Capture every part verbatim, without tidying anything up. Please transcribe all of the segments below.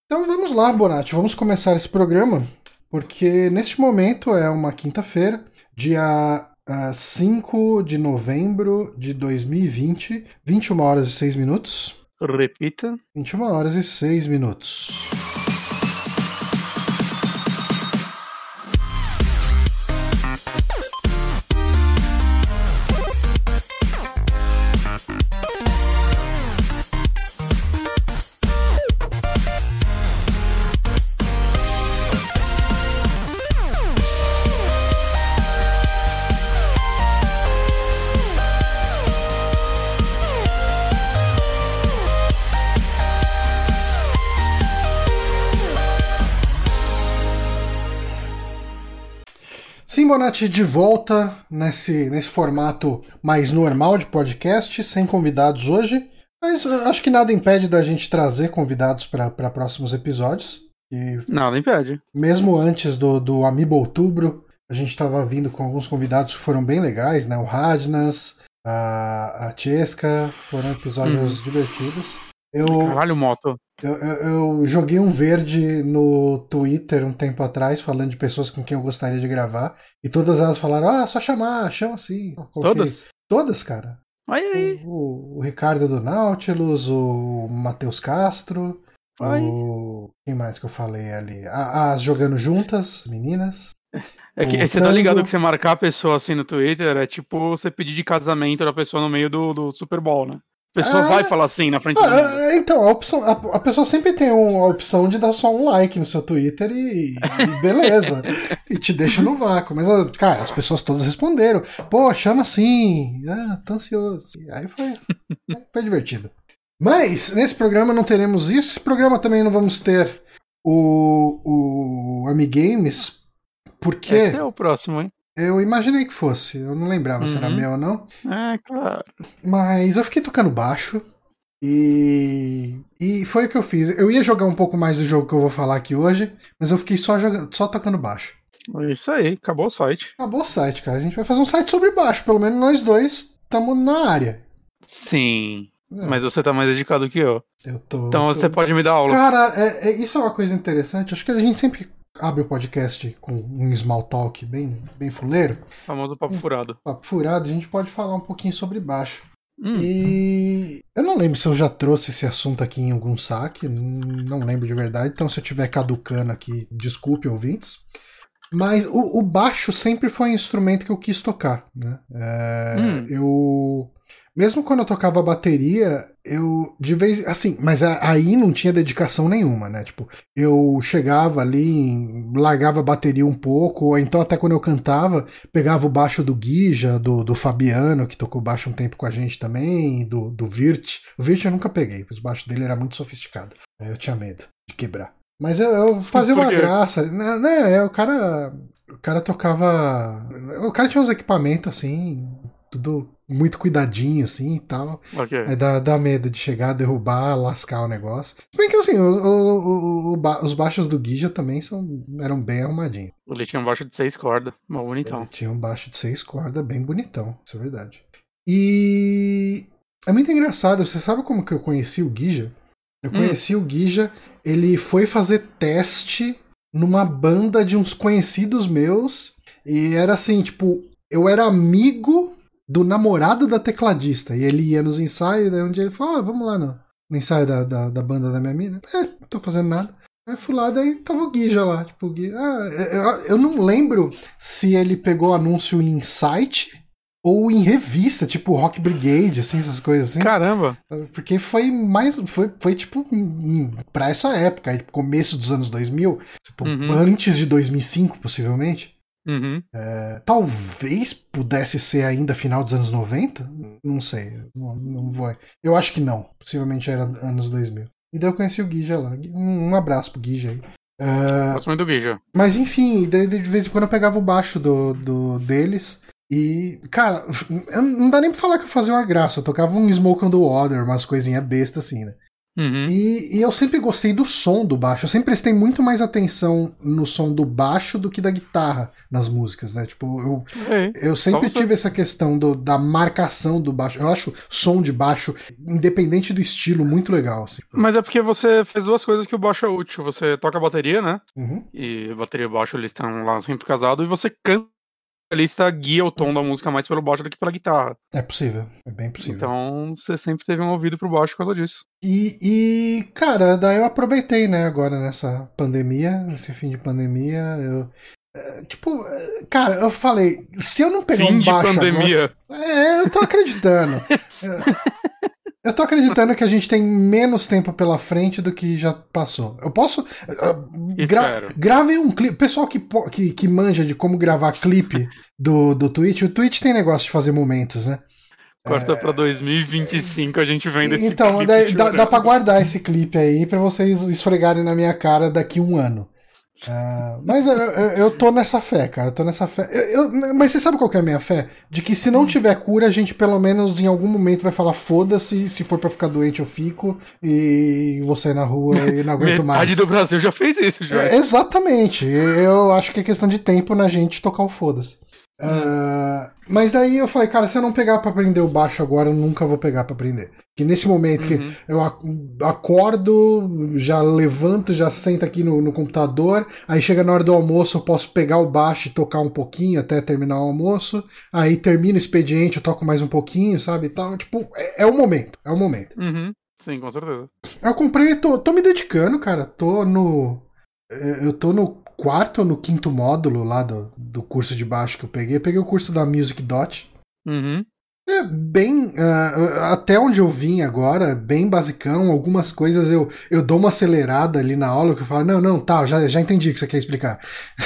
Então vamos lá, Bonatti, vamos começar esse programa, porque neste momento é uma quinta-feira, dia uh, cinco de novembro de dois mil e vinte, vinte e uma horas e seis minutos. Repita. vinte e uma horas e seis minutos. Sim, Bonatti, de volta nesse, nesse formato mais normal de podcast, sem convidados hoje, mas uh, acho que nada impede da gente trazer convidados para próximos episódios. E nada impede. Mesmo antes do, do Amiibo Outubro, a gente estava vindo com alguns convidados que foram bem legais, né? O Radnas, a, a Chesca, foram episódios hum. divertidos. Eu, Caralho, moto. Eu, eu, eu joguei um verde no Twitter um tempo atrás, falando de pessoas com quem eu gostaria de gravar, e todas elas falaram, ah, só chamar, chama assim. Todas? Todas, cara. Aí, aí. O, o, o Ricardo do Nautilus, o Matheus Castro, aí. o... Quem mais que eu falei ali? As Jogando Juntas, meninas. É que você tá ligado que você marcar a pessoa assim no Twitter é tipo você pedir de casamento da pessoa no meio do, do Super Bowl, né? A pessoa ah, vai falar assim na frente ah, do mundo. Então, a, opção, a, a pessoa sempre tem um, a opção de dar só um like no seu Twitter e, e beleza. E te deixa no vácuo. Mas, cara, as pessoas todas responderam. Pô, chama assim. Ah, tô ansioso. E aí foi, foi divertido. Mas, nesse programa não teremos isso. Esse programa também não vamos ter o, o Amigames. Porque... Esse é o próximo, hein? Eu imaginei que fosse, eu não lembrava uhum. se era meu ou não. É, claro. Mas eu fiquei tocando baixo e... e foi o que eu fiz. Eu ia jogar um pouco mais do jogo que eu vou falar aqui hoje, mas eu fiquei só, jogando, só tocando baixo. Isso aí, acabou o site. Acabou o site, cara. A gente vai fazer um site sobre baixo, pelo menos nós dois estamos na área. Sim, é. Mas você tá mais dedicado que eu. Eu tô. Então tô... você pode me dar aula. Cara, é, é, isso é uma coisa interessante. Acho que a gente sempre abre o podcast com um small talk bem, bem fuleiro. O famoso papo furado. Papo furado, a gente pode falar um pouquinho sobre baixo. Hum. E eu não lembro se eu já trouxe esse assunto aqui em algum saque, não lembro de verdade, então se eu estiver caducando aqui, desculpe, ouvintes. Mas o, o baixo sempre foi um instrumento que eu quis tocar, né? É, hum. Eu... Mesmo quando eu tocava bateria, eu de vez... Assim, mas aí não tinha dedicação nenhuma, né? Tipo, eu chegava ali, largava a bateria um pouco, ou então até quando eu cantava, pegava o baixo do Guija, do, do Fabiano, que tocou baixo um tempo com a gente também, do, do Virt. O Virt eu nunca peguei, porque o baixo dele era muito sofisticado. Eu tinha medo de quebrar. Mas eu, eu fazia uma graça. Né, o cara... O cara tocava... O cara tinha uns equipamentos, assim... Tudo muito cuidadinho, assim, e tal. Okay. Aí dá, dá medo de chegar, derrubar, lascar o negócio. Se bem que, assim, o, o, o, o ba- os baixos do Guija também são, eram bem arrumadinhos. Ele tinha um baixo de seis cordas, mas bonitão. Ele tinha um baixo de seis cordas, bem bonitão, isso é verdade. E... É muito engraçado, você sabe como que eu conheci o Guija? Eu conheci hum. o Guija, ele foi fazer teste numa banda de uns conhecidos meus, e era assim, tipo, eu era amigo do namorado da tecladista, e ele ia nos ensaios, daí um dia ele falou, ah, vamos lá no, no ensaio da, da, da banda da minha mina. É, não tô fazendo nada. Aí fui lá, daí tava o Guija lá, tipo, o Guija, ah, eu, eu não lembro se ele pegou anúncio em site ou em revista, tipo Rock Brigade, assim, essas coisas assim. Caramba! Porque foi mais, foi, foi tipo, pra essa época, aí, começo dos anos dois mil, tipo, uhum. antes de dois mil e cinco, possivelmente. Uhum. É, talvez pudesse ser ainda final dos anos noventa? Não sei, não, não vou. Eu acho que não, possivelmente era anos dois mil. E daí eu conheci o Guija lá. Um, um abraço pro Guija aí. É, Gosto muito do Guija. Mas enfim, daí, de vez em quando eu pegava o baixo do, do, deles. E, cara, não dá nem pra falar que eu fazia uma graça. Eu tocava um Smoke on the Water, umas coisinhas bestas assim, né? Uhum. E, e eu sempre gostei do som do baixo. Eu sempre prestei muito mais atenção no som do baixo do que da guitarra nas músicas, né? Tipo, eu, É, eu sempre você. tive essa questão do, da marcação do baixo. Eu acho som de baixo, independente do estilo, muito legal. Assim. Mas é porque você fez duas coisas que o baixo é útil. Você toca bateria, né? Uhum. E bateria e baixo eles estão lá sempre casados. E você canta. A lista guia o tom da música mais pelo baixo do que pela guitarra. É possível, é bem possível. Então você sempre teve um ouvido pro baixo por causa disso. E, e, cara, daí eu aproveitei, né, agora nessa pandemia, nesse fim de pandemia, eu. é, Tipo, é, cara, eu falei, se eu não pegar Fim um de baixo pandemia. agora. É, eu tô acreditando. É, Eu tô acreditando que a gente tem menos tempo pela frente do que já passou. Eu posso. Uh, gra Espero. Gravem um clipe. Pessoal que, que, que manja de como gravar clipe do, do Twitch, o Twitch tem negócio de fazer momentos, né? Corta É, pra dois mil e vinte e cinco a gente vem desse Então, clipe daí, dá, chorando. dá pra guardar esse clipe aí pra vocês esfregarem na minha cara daqui um ano. Uh, mas eu, eu, eu tô nessa fé, cara. Eu tô nessa fé. Eu, eu, mas você sabe qual que é a minha fé? De que se não tiver cura, a gente pelo menos em algum momento vai falar: foda-se, se for pra ficar doente eu fico, e vou sair na rua e não aguento mais. Metade do Brasil já fez isso, já. É, exatamente. Eu acho que é questão de tempo na gente tocar o foda-se. Uh, mas daí eu falei, cara, se eu não pegar pra aprender o baixo agora, eu nunca vou pegar pra aprender. Que nesse momento uhum. que eu acordo, já levanto, já sento aqui no, no computador, aí chega na hora do almoço, eu posso pegar o baixo e tocar um pouquinho até terminar o almoço, aí termina o expediente, eu toco mais um pouquinho, sabe? Então, tipo, é, é o momento, é o momento. Uhum. Sim, com certeza. Eu comprei, tô, tô me dedicando, cara, tô no... Eu tô no quarto ou no quinto módulo lá do, do curso de baixo que eu peguei. Eu peguei o curso da Music Dot. Uhum. É bem. Uh, até onde eu vim agora, bem basicão. Algumas coisas eu, eu dou uma acelerada ali na aula que eu falo, não, não, tá, já, já entendi o que você quer explicar.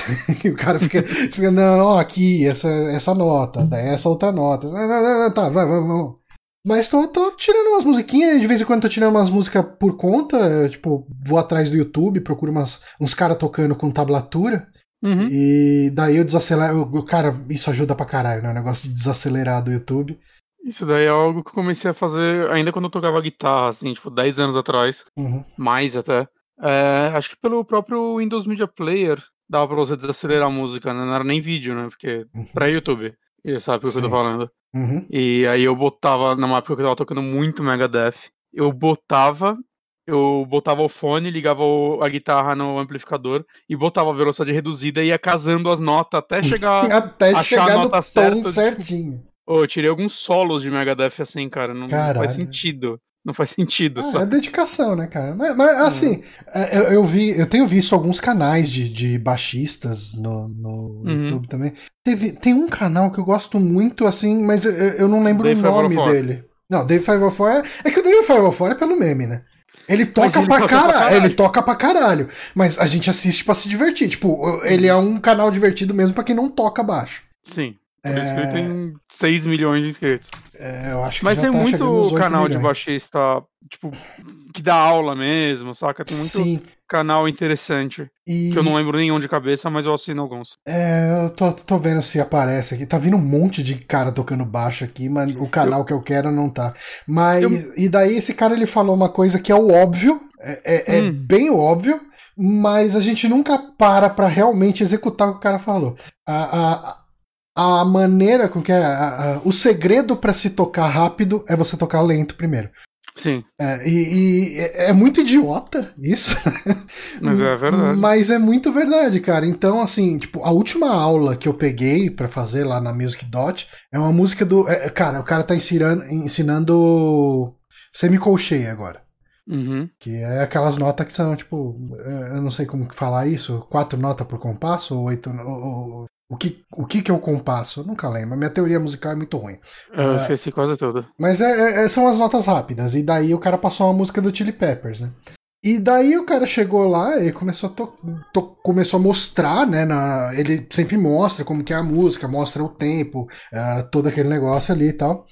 E o cara fica, fica não, ó, aqui, essa, essa nota, daí essa outra nota. Não, não, não, tá, vai, vai, vamos. Mas tô, tô tirando umas musiquinhas, de vez em quando tô tirando umas músicas por conta, eu, tipo, vou atrás do YouTube, procuro umas, uns caras tocando com tablatura, uhum. e daí eu desacelero, eu, cara, isso ajuda pra caralho, né, o negócio de desacelerar do YouTube. Isso daí é algo que eu comecei a fazer ainda quando eu tocava guitarra, assim, tipo, dez anos atrás, Uhum. mais até. É, acho que pelo próprio Windows Media Player dava pra você desacelerar a música, né? Não era nem vídeo, né, porque Uhum. pra YouTube, e sabe o que eu tô falando. Uhum. E aí eu botava, numa época que eu tava tocando muito Megadeth, eu botava, eu botava o fone, ligava o, a guitarra no amplificador e botava a velocidade reduzida e ia casando as notas até chegar, até achar chegar a no nota tom certa. certinho. Oh, eu tirei alguns solos de Megadeth assim, cara, não, não faz sentido. Não faz sentido, ah, sabe? É dedicação, né, cara? Mas, mas assim, uhum. eu, eu vi, eu tenho visto alguns canais de, de baixistas no, no uhum. YouTube também. Teve, tem um canal que eu gosto muito, assim, mas eu, eu não lembro Dave o nome dele. Não, Dave cinco oh quatro é, é que o Dave cinco oh quatro é pelo meme, né? Ele toca, ele, pra toca cara, pra caralho. ele toca pra caralho. Mas a gente assiste pra se divertir. Tipo, ele é um canal divertido mesmo pra quem não toca baixo. Sim. Por é... isso que ele tem seis milhões de inscritos. É, eu acho que Mas já tem tá muito canal milhões. de baixista, tipo, que dá aula mesmo, saca? Tem muito Sim. canal interessante. E... Que eu não lembro nenhum de cabeça, mas eu assino alguns. É, eu tô, tô vendo se aparece aqui. Tá vindo um monte de cara tocando baixo aqui, mas o canal eu... que eu quero não tá. Mas, eu... e daí esse cara ele falou uma coisa que é o óbvio, é, é, hum. é bem óbvio, mas a gente nunca para pra realmente executar o que o cara falou. A, a, a maneira com que é. A, a, o segredo pra se tocar rápido é você tocar lento primeiro. Sim. É, e, e é muito idiota isso. Mas é verdade. Mas é muito verdade, cara. Então, assim, tipo, a última aula que eu peguei pra fazer lá na Music Dot é uma música do. É, cara, o cara tá ensinando, ensinando semicolcheia agora. Uhum. Que é aquelas notas que são, tipo, eu não sei como falar isso, quatro notas por compasso, ou oito. Ou, ou, o que, o que que é o compasso? Eu nunca lembro. A minha teoria musical é muito ruim. Eu esqueci uh, quase tudo. Mas é, é, são as notas rápidas. E daí o cara passou uma música do Chili Peppers, né? E daí o cara chegou lá e começou a, to, to, começou a mostrar, né? Na, ele sempre mostra como que é a música, mostra o tempo, uh, todo aquele negócio ali e tal.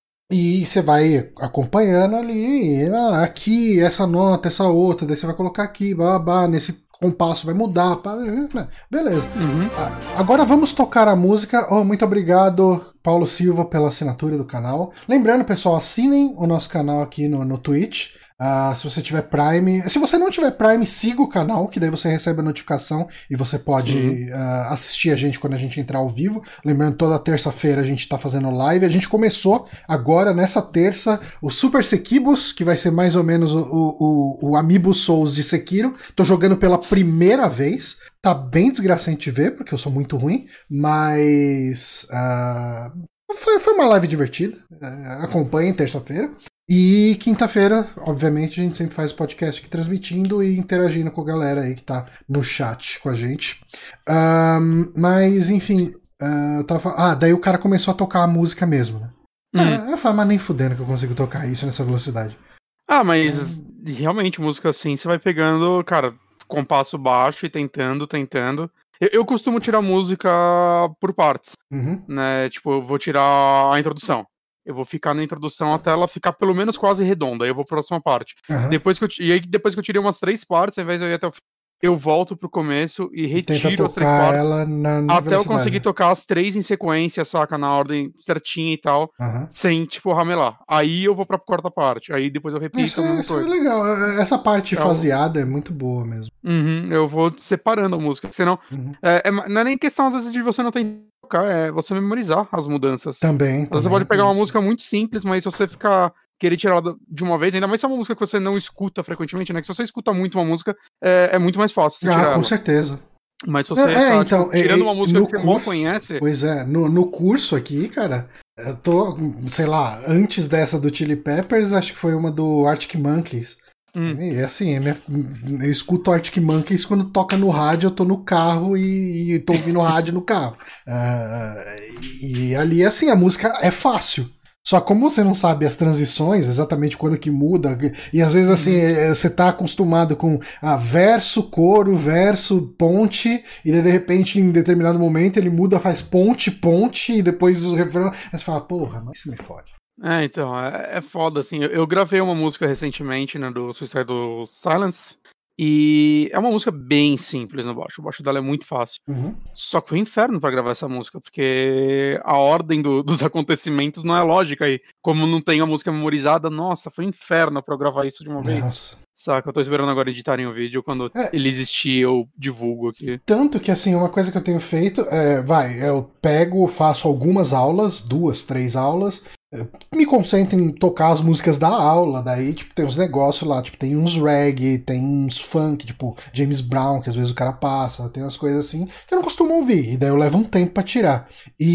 E você vai acompanhando ali, ah, aqui, essa nota, essa outra, daí você vai colocar aqui, babá, nesse compasso vai mudar, pá, beleza. Uhum. Agora vamos tocar a música. Oh, muito obrigado, Paulo Silva, pela assinatura do canal. Lembrando, pessoal, assinem o nosso canal aqui no, no Twitch. Uh, se você tiver Prime... Se você não tiver Prime, siga o canal, que daí você recebe a notificação e você pode uh, assistir a gente quando a gente entrar ao vivo. Lembrando, toda terça-feira a gente tá fazendo live. A gente começou agora, nessa terça, o Super Sekibos, que vai ser mais ou menos o, o, o Amiibo Souls de Sekiro. Tô jogando pela primeira vez. Tá bem desgraçante de ver, porque eu sou muito ruim, mas... Uh, foi, foi uma live divertida. Uh, acompanhem terça-feira. E quinta-feira, obviamente, a gente sempre faz o podcast aqui transmitindo e interagindo com a galera aí que tá no chat com a gente. Um, mas, enfim, uh, eu tava falando... Ah, daí o cara começou a tocar a música mesmo, né? Cara, Hum. eu falo, mas nem fudendo que eu consigo tocar isso nessa velocidade. Ah, mas realmente, música assim, você vai pegando, cara, compasso baixo e tentando, tentando. Eu, eu costumo tirar música por partes, Uhum. né? Tipo, eu vou tirar a introdução. Eu vou ficar na introdução até ela ficar pelo menos quase redonda. Aí eu vou pra próxima parte. Uhum. Depois que eu, e aí, depois que eu tirei umas três partes, ao invés de eu ir até o fim, eu volto pro começo e retiro Tenta as três tocar partes. ela na, na Até eu conseguir tocar as três em sequência, saca? Na ordem certinha e tal. Uhum. Sem, tipo, ramelar. Aí eu vou pra quarta parte. Aí depois eu repito Isso, a mesma é, isso coisa. é legal. Essa parte Eu- faseada é muito boa mesmo. Uhum, eu vou separando a música. Senão. Uhum. É, é, não é nem questão, às vezes, de você não ter que tocar, é você memorizar as mudanças. Também, Às vezes você também. pode pegar uma Isso. música muito simples, mas se você ficar querer tirar ela de uma vez, ainda mais se é uma música que você não escuta frequentemente, né? Que se você escuta muito uma música, é, é muito mais fácil você Ah, tirar com ela. certeza. Mas se você É, tá, então, tipo, tirando é, uma música no que você curso- mal conhece... Pois é, no, no curso aqui, cara, eu tô, sei lá, antes dessa do Chili Peppers, acho que foi uma do Arctic Monkeys. Hum. E assim, é minha- eu escuto Arctic Monkeys quando toca no rádio, eu tô no carro e, e tô ouvindo rádio no carro. Ah, e ali, assim, a música é fácil. Só como você não sabe as transições, exatamente quando que muda, e às vezes assim, é, você tá acostumado com ah, verso, coro, verso, ponte, e daí, de repente, em determinado momento, ele muda, faz ponte, ponte, e depois o refrão, aí você fala, porra, mas isso me fode. É, então, é, é foda, assim. Eu, eu gravei uma música recentemente, né, do Suicide do Silence, e é uma música bem simples no baixo. O baixo dela é muito fácil. Uhum. Só que foi um inferno pra gravar essa música, porque a ordem do- dos acontecimentos não é lógica. E como não tem a música memorizada, nossa, foi um inferno pra eu gravar isso de uma vez. Nossa. Saca? Eu tô esperando agora editarem o vídeo. Quando É. ele existir, eu divulgo aqui. Tanto que, assim, uma coisa que eu tenho feito é, vai, eu pego, faço algumas aulas, duas, três aulas, eu me concentro em tocar as músicas da aula, daí, tipo, tem uns negócios lá, tipo, tem uns reggae, tem uns funk, tipo, James Brown, que às vezes o cara passa, tem umas coisas assim, que eu não costumo ouvir, e daí eu levo um tempo pra tirar.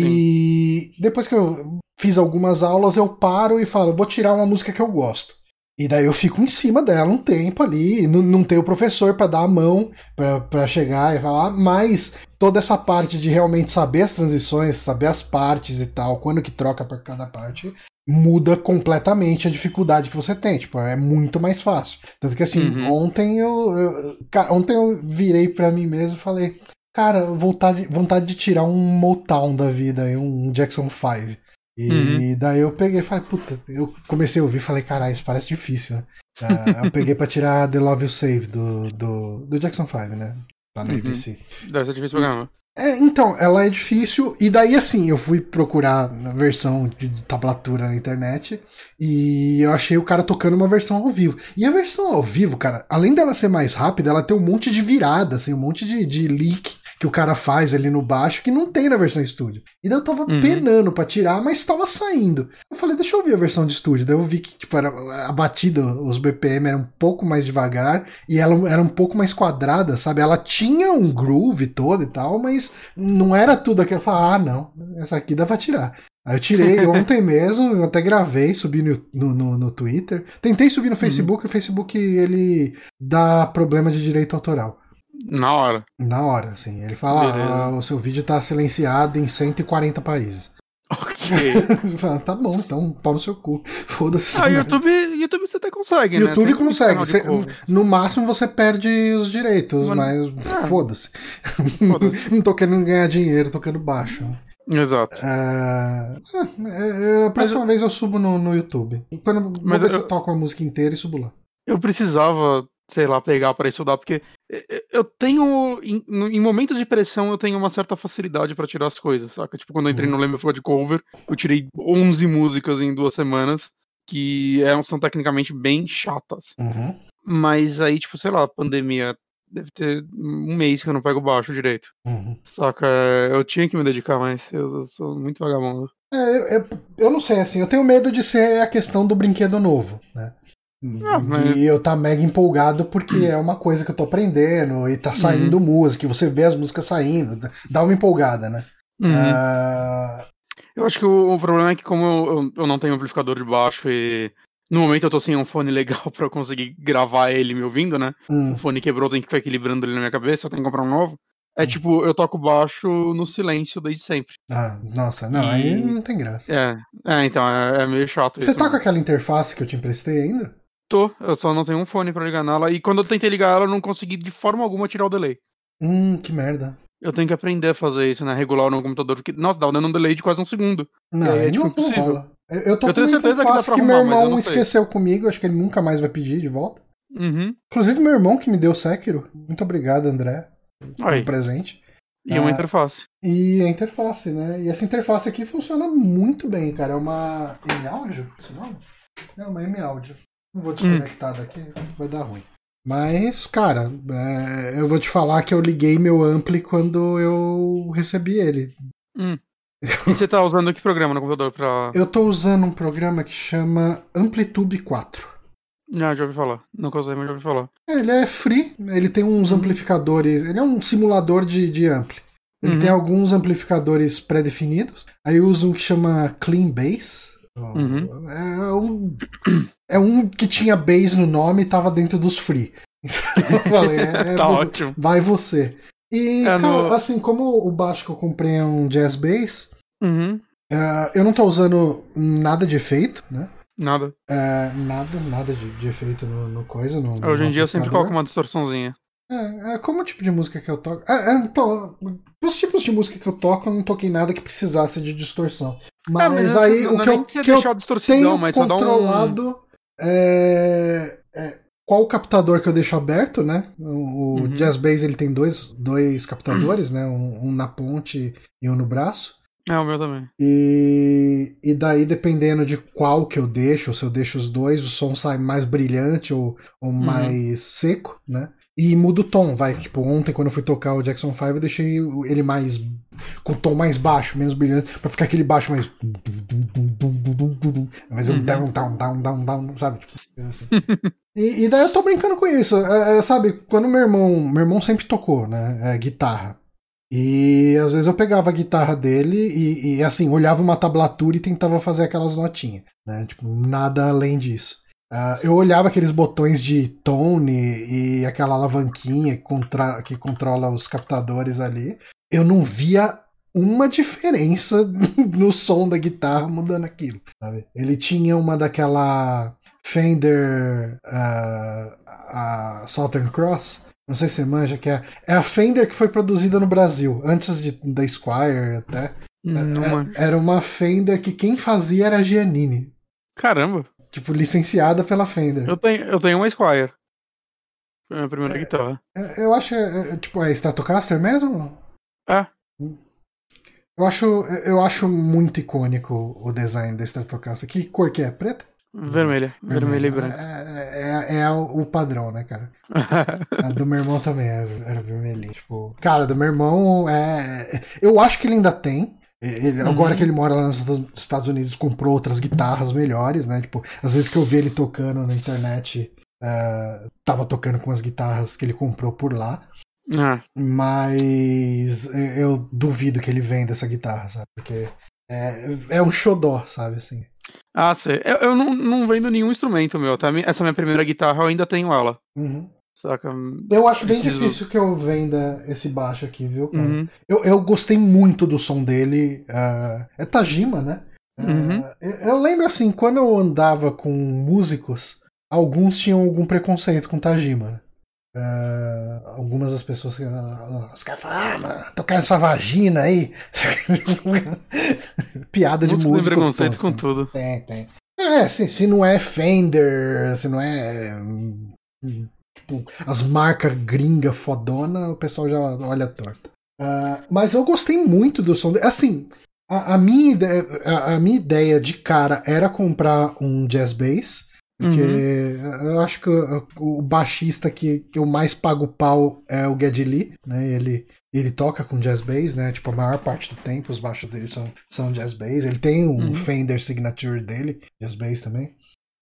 E Sim. depois que eu fiz algumas aulas, eu paro e falo, vou tirar uma música que eu gosto. E daí eu fico em cima dela um tempo ali, não, não tem o professor para dar a mão para chegar e falar, mas toda essa parte de realmente saber as transições, saber as partes e tal, quando que troca para cada parte, muda completamente a dificuldade que você tem, tipo, é muito mais fácil. Tanto que assim, Uhum. ontem eu, eu ontem eu virei para mim mesmo e falei, cara, vontade, vontade de tirar um Motown da vida, um Jackson five. E Uhum. daí eu peguei e falei, puta, eu comecei a ouvir e falei, caralho, isso parece difícil, né? Uh, eu peguei pra tirar The Love You Save do, do, do Jackson five, né? Lá na Uhum. A B C. Deve ser difícil pra caramba. É, então, ela é difícil, e daí assim, eu fui procurar na versão de, de tablatura na internet, e eu achei o cara tocando uma versão ao vivo. E a versão ao vivo, cara, além dela ser mais rápida, ela tem um monte de virada, assim, um monte de, de leak que o cara faz ali no baixo que não tem na versão estúdio. E daí eu tava Uhum. penando pra tirar, mas tava saindo. Eu falei, deixa eu ouvir a versão de estúdio. Daí eu vi que tipo, era, a batida, os B P M eram um pouco mais devagar e ela era um pouco mais quadrada, sabe? Ela tinha um groove todo e tal, mas não era tudo aquilo. Eu falei, ah, não, essa aqui dá pra tirar. Aí eu tirei ontem mesmo, eu até gravei, subi no, no, no, no Twitter. Tentei subir no Facebook, uhum. O Facebook ele dá problema de direito autoral. Na hora. Na hora, sim. Ele fala, ah, o seu vídeo tá silenciado em cento e quarenta países. Ok. Fala, tá bom, então pau no seu cu. Foda-se. Ah, YouTube, YouTube você até consegue, né? YouTube Tem consegue. Você, no máximo você perde os direitos, mas, mas ah, foda-se. Foda-se. Não tô querendo ganhar dinheiro, tô querendo baixo. Exato. Uh, a próxima mas, vez eu subo no, no YouTube. Quando, vou ver eu, se eu toco a música inteira e subo lá. Eu precisava, sei lá, pegar pra estudar, porque eu tenho, em, em momentos de pressão, eu tenho uma certa facilidade pra tirar as coisas, saca? Tipo, quando eu entrei uhum. no Lamb of God Cover, eu tirei onze músicas em duas semanas, que é, são tecnicamente bem chatas. Uhum. Mas aí, tipo, sei lá, pandemia, deve ter um mês que eu não pego baixo direito. Uhum. Saca? Eu tinha que me dedicar, mas eu sou muito vagabundo. É, eu, eu, eu não sei, assim, eu tenho medo de ser a questão do brinquedo novo, né? Ah, mas... E eu tá mega empolgado porque é uma coisa que eu tô aprendendo e tá saindo uhum. música, e você vê as músicas saindo, dá uma empolgada, né? Uhum. Uh... Eu acho que o, o problema é que como eu, eu não tenho amplificador de baixo e no momento eu tô sem um fone legal pra eu conseguir gravar ele me ouvindo, né? Hum. O fone quebrou, tem que ficar equilibrando ele na minha cabeça, eu tenho que comprar um novo. É hum. tipo, eu toco baixo no silêncio desde sempre. Ah, nossa, não, e... aí não tem graça. É, é então, é, é meio chato Você isso. tá Né? com aquela interface que eu te emprestei ainda? Tô, eu só não tenho um fone pra ligar nela. E quando eu tentei ligar ela, eu não consegui de forma alguma tirar o delay. Hum, que merda. Eu tenho que aprender a fazer isso, né? Regular no computador, porque, nossa, dá dando um delay de quase um segundo. Não, e aí é tipo não, impossível. Não rola. Eu tô eu com tenho uma certeza que dá pra que arrumar, meu irmão mas eu não esqueceu sei. comigo, acho que ele nunca mais vai pedir de volta. Uhum. Inclusive meu irmão que me deu o Sekiro. Muito obrigado, André, pelo presente. E uma ah, interface. E a interface, né? E essa interface aqui funciona muito bem, cara. É uma M-Audio, esse nome? É uma M-Audio. Não vou desconectar hum. daqui, vai dar ruim. Mas, cara, é, eu vou te falar que eu liguei meu ampli quando eu recebi ele. Hum. E você tá usando que programa no computador pra... Eu tô usando um programa que chama Amplitude quatro. Ah, já ouvi falar. Nunca usei, mas já ouvi falar. É, ele é free, ele tem uns uhum. amplificadores, ele é um simulador de, de ampli. Ele uhum. tem alguns amplificadores pré-definidos. Aí eu uso um que chama Clean Bass. Uhum. É, um, é um que tinha bass no nome e tava dentro dos free. Então eu falei, é, tá é, ótimo. Vai você. E, é cara, no... assim, como o baixo que eu comprei é um Jazz Bass, uhum. uh, eu não tô usando nada de efeito, né? Nada. Uh, nada, nada de, de efeito no, no coisa. No, Hoje no em dia eu sempre coloco uma distorçãozinha. É, é, como o tipo de música que eu toco. É, é, então, pros tipos de música que eu toco, eu não toquei nada que precisasse de distorção. Mas, é, mas aí não, o que eu, que eu tenho mas controlado um... é, é qual o captador que eu deixo aberto, né? O, o uhum. Jazz Bass ele tem dois, dois captadores, uhum. né? Um, um na ponte e um no braço. É, o meu também. E, e daí, dependendo de qual que eu deixo, se eu deixo os dois, o som sai mais brilhante ou, ou uhum. mais seco, né? E muda o tom, vai. Tipo, ontem, quando eu fui tocar o Jackson cinco, eu deixei ele mais. com o tom mais baixo, menos brilhante, pra ficar aquele baixo mais. mais um uhum. down, down, down, down, down, sabe? Tipo, assim. e, e daí eu tô brincando com isso. É, é, sabe, quando meu irmão. Meu irmão sempre tocou, né? É, guitarra. E às vezes eu pegava a guitarra dele e, e assim, olhava uma tablatura e tentava fazer aquelas notinhas, né? Tipo, nada além disso. Uh, eu olhava aqueles botões de tone e aquela alavanquinha que, contra, que controla os captadores ali. Eu não via uma diferença no som da guitarra mudando aquilo, sabe? Ele tinha uma daquela Fender uh, a Southern Cross, não sei se você manja, que é, é a Fender que foi produzida no Brasil, antes de, da Squier até. Não, era, era uma Fender que quem fazia era a Giannini. Caramba! Tipo, licenciada pela Fender. Eu tenho, eu tenho uma Squier. Foi a minha primeira é, guitarra. Eu acho, é, é, tipo, é Stratocaster mesmo? É. Eu acho, eu acho muito icônico o design da Stratocaster. Que cor que é? Preta? Vermelha. Vermelha, Vermelha e branca. É, é, é o padrão, né, cara? A do meu irmão também era, era vermelhinha. Tipo, cara, do meu irmão é. Eu acho que ele ainda tem. Ele, uhum. Agora que ele mora lá nos Estados Unidos, comprou outras guitarras melhores, né? Tipo, às vezes que eu vi ele tocando na internet, uh, tava tocando com as guitarras que ele comprou por lá. Ah. Mas eu duvido que ele venda essa guitarra, sabe? Porque é, é um xodó, sabe? Assim. Ah, sei. Eu, eu não, não vendo nenhum instrumento meu, tá? Essa minha primeira guitarra eu ainda tenho ela. Uhum. Saca? Eu acho bem Preciso... difícil que eu venda esse baixo aqui, viu, cara? Uhum. Eu, eu gostei muito do som dele. Uh, é Tajima, né? Uhum. Uh, eu lembro assim, quando eu andava com músicos, alguns tinham algum preconceito com Tajima. Uh, algumas das pessoas que. Uh, os caras falam, ah, mano, tocar essa vagina aí. Piada de música. Tem preconceito tosco. Com tudo. Tem, tem. É, se, se não é Fender, se não é. Tipo, as marcas gringa fodona, o pessoal já olha torto. Uh, mas eu gostei muito do som dele. Assim, A, a, minha ideia, a, a minha ideia de cara era comprar um Jazz Bass, porque uhum. eu acho que o, o baixista que, que eu mais pago pau é o Geddy Lee, né? Ele, ele toca com Jazz Bass, né? Tipo, a maior parte do tempo os baixos dele são, são Jazz Bass. Ele tem um uhum. Fender Signature dele, Jazz Bass também.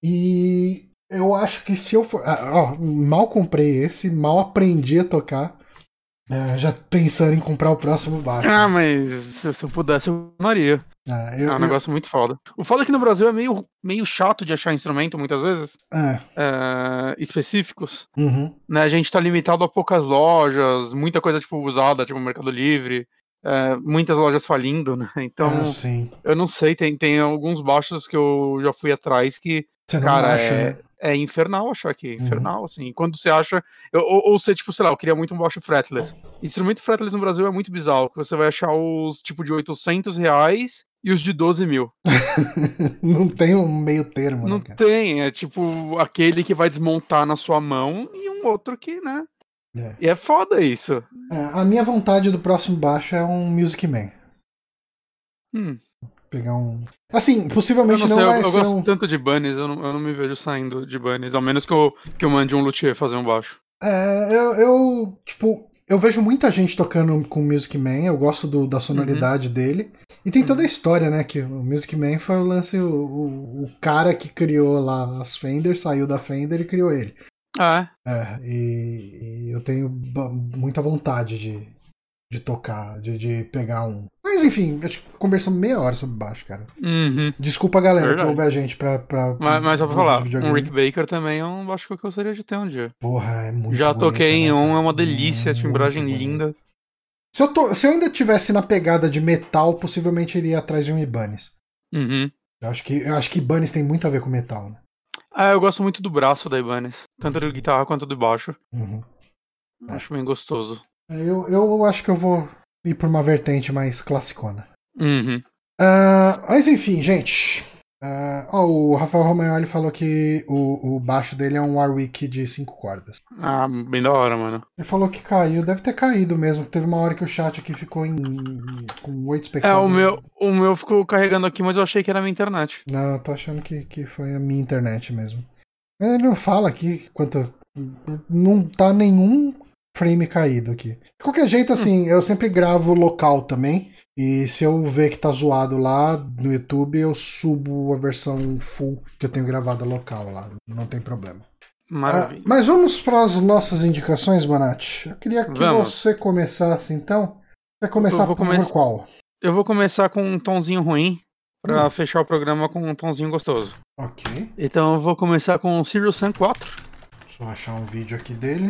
E eu acho que se eu for... Ó, mal comprei esse, mal aprendi a tocar. É, já pensando em comprar o próximo baixo. Ah, mas se, se eu pudesse, eu tomaria. Ah, eu, é um eu... negócio muito foda. O foda é que no Brasil é meio, meio chato de achar instrumento, muitas vezes. É. É, específicos. Uhum. Né, a gente tá limitado a poucas lojas, muita coisa tipo usada, tipo Mercado Livre. É, muitas lojas falindo, né? Então, ah, sim. eu não sei, tem, tem alguns baixos que eu já fui atrás que, você não cara, acha, é, né? é infernal achar aqui, infernal, uhum. assim. Quando você acha, eu, ou, ou você, tipo, sei lá, eu queria muito um baixo fretless. Instrumento fretless no Brasil é muito bizarro, que você vai achar os, tipo, de oitocentos reais e os de doze mil. Não tem um meio termo, não né, cara? tem, é tipo aquele que vai desmontar na sua mão e um outro que, né? É. E é foda isso. É, a minha vontade do próximo baixo é um Music Man. Hum. Pegar um. Assim, possivelmente eu não, não, sei, vai eu, eu ser gosto um. tanto de bunnies, eu não, eu não me vejo saindo de bunnies, ao menos que eu, que eu mande um luthier fazer um baixo. É, eu, eu, tipo, eu vejo muita gente tocando com o Music Man, eu gosto do, da sonoridade uhum. dele. E tem toda a história, né, que o Music Man foi o lance, o, o, o cara que criou lá as Fender, saiu da Fender e criou ele. Ah, é? É, e, e eu tenho muita vontade de, de tocar, de, de pegar um. Mas enfim, acho que conversamos meia hora sobre baixo, cara. Uhum. Desculpa, galera, Verdade. que ouve a gente pra. pra mas, mas só pra falar, videogame. um Rick Baker também é um baixo que eu gostaria de ter um dia. Porra, é muito Já bonito, toquei em né, um, cara? é uma delícia, muito timbragem bonito. linda. Se eu, tô, se eu ainda tivesse na pegada de metal, possivelmente iria atrás de um Ibanez. Uhum. Eu acho que, eu acho que Ibanez tem muito a ver com metal, né? Ah, eu gosto muito do braço da Ibanez, tanto de guitarra quanto do baixo. Uhum. Acho é. bem gostoso. Eu, eu acho que eu vou ir por uma vertente mais classicona. Uhum. Uh, mas enfim, gente. Uh, oh, o Rafael Romagnoli falou que o, o baixo dele é um Warwick de cinco cordas. Ah, bem da hora, mano. Ele falou que caiu, deve ter caído mesmo. Teve uma hora que o chat aqui ficou em, com oito espectadores. É, o meu, o meu ficou carregando aqui, mas eu achei que era a minha internet. Não, eu tô achando que, que foi a minha internet mesmo. Ele não fala aqui quanto. Não tá nenhum frame caído aqui. De qualquer jeito, assim, hum. eu sempre gravo local também. E se eu ver que tá zoado lá no YouTube, eu subo a versão full que eu tenho gravada local lá. Não tem problema. Maravilha. Ah, mas vamos para as nossas indicações, Bonatti. Eu queria que vamos. você começasse, então. Vai começar por come... qual? Eu vou começar com um tonzinho ruim, pra hum. fechar o programa com um tonzinho gostoso. Ok. Então eu vou começar com o Serious Sam quatro. Deixa eu achar um vídeo aqui dele.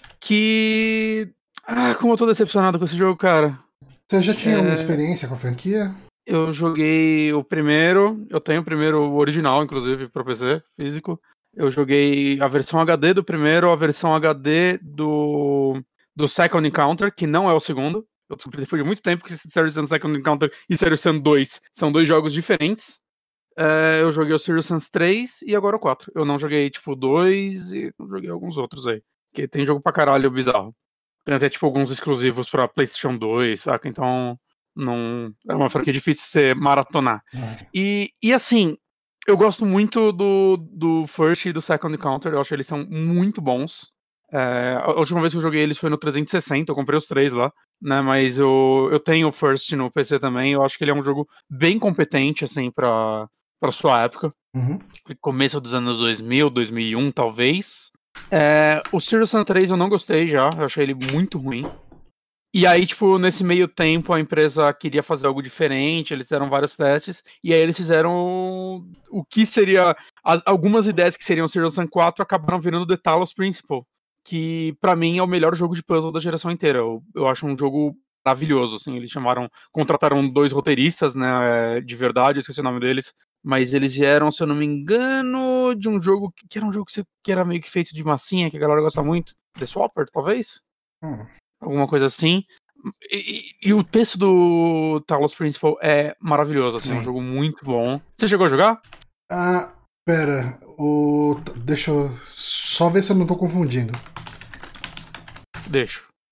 Que... Ah, como eu tô decepcionado com esse jogo, cara. Você já tinha é... uma experiência com a franquia? Eu joguei o primeiro, eu tenho o primeiro original, inclusive, pro P C, físico. Eu joguei a versão H D do primeiro, a versão H D do, do Second Encounter, que não é o segundo. Eu descobri depois de muito tempo que Serious Sam Second Encounter e Serious Sam dois são dois jogos diferentes. É, eu joguei o Serious Sam três e agora o quatro. Eu não joguei, tipo, o dois e não joguei alguns outros aí. Porque tem jogo pra caralho bizarro. Tem até, tipo, alguns exclusivos pra PlayStation dois, saca? Então, não... é uma franquia difícil de você maratonar. É. E, e, assim, eu gosto muito do, do First e do Second Encounter. Eu acho que eles são muito bons. É, a última vez que eu joguei eles foi no trezentos e sessenta. Eu comprei os três lá, né? Mas eu, eu tenho o First no P C também. Eu acho que ele é um jogo bem competente, assim, pra, pra sua época. Uhum. Começo dos anos dois mil, dois mil e um, talvez. É, o Serious Sam três eu não gostei já, eu achei ele muito ruim. E aí, tipo, nesse meio tempo a empresa queria fazer algo diferente, eles fizeram vários testes, e aí eles fizeram o que seria... Algumas ideias que seriam o Serious Sam quatro acabaram virando The Talos Principle, que pra mim é o melhor jogo de puzzle da geração inteira. Eu, eu acho um jogo maravilhoso, assim, eles chamaram... Contrataram dois roteiristas, né, de verdade, eu esqueci o nome deles, mas eles vieram, se eu não me engano, de um jogo que, que era um jogo que, que era meio que feito de massinha, que a galera gosta muito. The Swapper, talvez? Hum. Alguma coisa assim. E, e, e o texto do Talos Principle é maravilhoso, assim, é um jogo muito bom. Você chegou a jogar? Ah, pera. O... Deixa eu só ver se eu não tô confundindo. Deixo.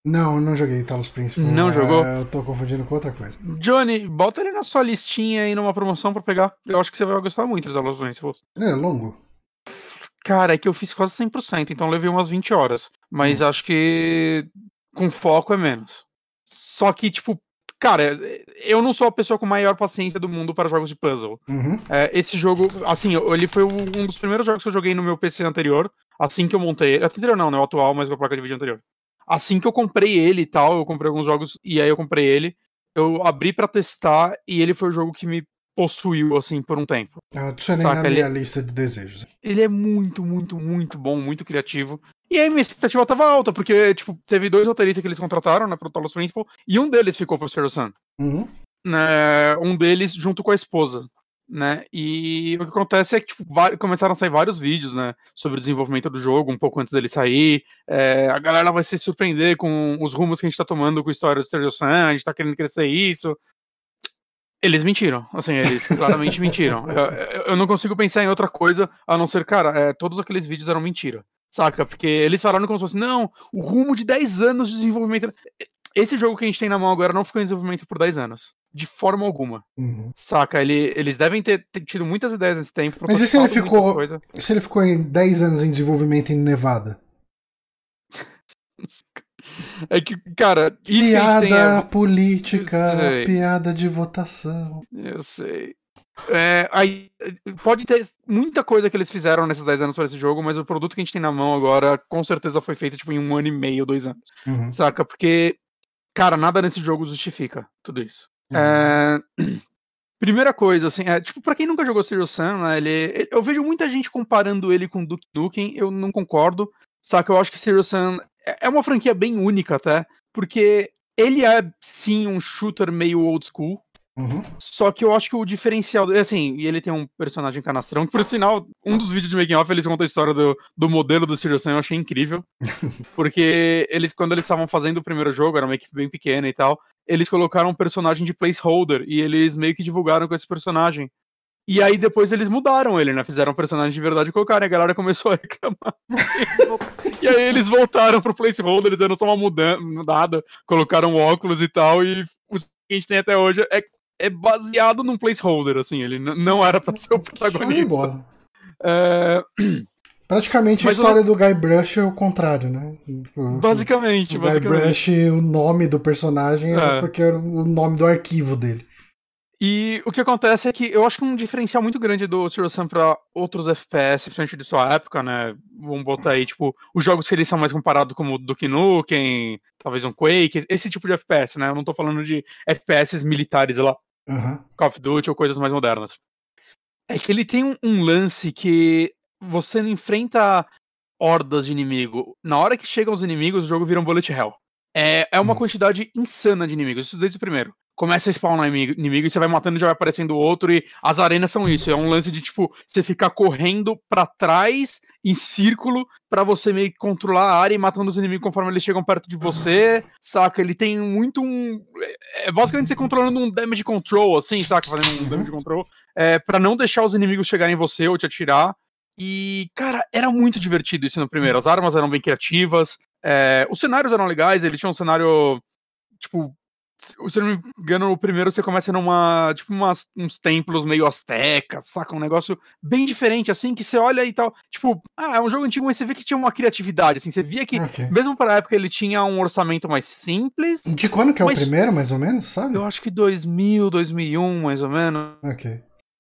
Não, não joguei Talos Principle. Não é, jogou? Eu tô confundindo com outra coisa. Johnny, bota ele na sua listinha aí numa promoção pra pegar. Eu acho que você vai gostar muito de Talos Principle. É longo? Cara, é que eu fiz quase cem por cento, então eu levei umas vinte horas. Mas Hum. acho que com foco é menos. Só que, tipo, cara, eu não sou a pessoa com maior paciência do mundo para jogos de puzzle. Uhum. É, esse jogo, assim, ele foi um dos primeiros jogos que eu joguei no meu P C anterior. Assim que eu montei ele. Anterior não, não é o atual, mas com a placa de vídeo anterior. Assim que eu comprei ele e tal, eu comprei alguns jogos e aí eu comprei ele. Eu abri pra testar e ele foi o jogo que me possuiu, assim, por um tempo. Eu adicionei na Saca, minha ele, lista de desejos. ele é muito, muito, muito bom, muito criativo. E aí minha expectativa tava alta, porque, tipo, teve dois roteiristas que eles contrataram, né, pro Talos Principle, e um deles ficou pro Zero Sun. Uhum. Né, um deles junto com a esposa, né, e o que acontece é que, tipo, vários, começaram a sair vários vídeos, né, sobre o desenvolvimento do jogo, um pouco antes dele sair. É, a galera vai se surpreender com os rumos que a gente tá tomando com a história do Zero Sun, a gente tá querendo crescer isso. Eles mentiram, assim, eles claramente mentiram. Eu, eu não consigo pensar em outra coisa a não ser, cara, é, todos aqueles vídeos eram mentira, saca? Porque eles falaram como se fosse, não, o rumo de dez anos de desenvolvimento. Esse jogo que a gente tem na mão agora não ficou em desenvolvimento por dez anos, de forma alguma, Uhum. saca? Ele, eles devem ter, ter tido muitas ideias nesse tempo. Mas e se ele ficou. Se ele ficou em dez anos em desenvolvimento em Nevada? É que, cara, isso Piada que a gente tem é... política, piada de votação. Eu sei. É, aí, pode ter muita coisa que eles fizeram nesses dez anos para esse jogo, mas o produto que a gente tem na mão agora com certeza foi feito tipo, em um ano e meio, dois anos. Uhum. Saca? Porque, cara, nada nesse jogo justifica tudo isso. Uhum. É... Primeira coisa, assim, é, tipo, pra quem nunca jogou Zero Sun, né, ele, eu vejo muita gente comparando ele com Duke Nukem, eu não concordo, saca? Eu acho que Zero Sun é uma franquia bem única até, porque ele é, sim, um shooter meio old school, uhum. Só que eu acho que o diferencial, assim, e ele tem um personagem canastrão, que por sinal, um dos vídeos de making off, eles contam a história do, do modelo do Zero Sun, eu achei incrível, porque eles, quando eles estavam fazendo o primeiro jogo, era uma equipe bem pequena e tal, eles colocaram um personagem de placeholder, e eles meio que divulgaram com esse personagem. E aí depois eles mudaram ele, né? Fizeram um personagem de verdade e colocaram, e a galera começou a reclamar. E aí eles voltaram pro placeholder, eles eram só uma mudança, mudada, colocaram óculos e tal, e o que a gente tem até hoje é, é baseado num placeholder, assim, ele n- não era pra ser o protagonista. É... Praticamente Mas a história o... do Guybrush é o contrário, né? O, basicamente, o, o basicamente. Guybrush, o nome do personagem é porque era o nome do arquivo dele. E o que acontece é que eu acho que um diferencial muito grande do Zero Sun pra outros F P S, principalmente de sua época, né? Vamos botar aí, tipo, os jogos que eles são mais comparados como Duke Nukem, talvez um Quake, esse tipo de F P S, né? Eu não tô falando de F P S militares lá, uhum. Call of Duty ou coisas mais modernas. É que ele tem um, um lance que você não enfrenta hordas de inimigo. Na hora que chegam os inimigos, o jogo vira um bullet hell. É, é uma uhum. quantidade insana de inimigos, isso desde o primeiro. Começa a spawnar inimigo, inimigo e você vai matando e já vai aparecendo outro, e as arenas são isso, é um lance de, tipo, você ficar correndo pra trás, em círculo, pra você meio que controlar a área e matando os inimigos conforme eles chegam perto de você, saca? Ele tem muito um... É basicamente você controlando um damage control, assim, saca? Fazendo um damage control, é, pra não deixar os inimigos chegarem em você ou te atirar. E, cara, era muito divertido isso no primeiro, as armas eram bem criativas, é, os cenários eram legais, ele tinha um cenário, tipo... Se eu não me engano, no primeiro você começa numa, tipo, umas, uns templos meio astecas, saca? Um negócio bem diferente, assim, que você olha e tal, tipo, ah, é um jogo antigo, mas você vê que tinha uma criatividade, assim, você via que, okay. mesmo para a época, ele tinha um orçamento mais simples. De quando que é o primeiro, mais ou menos, sabe? Eu acho que dois mil, dois mil e um, mais ou menos. Ok.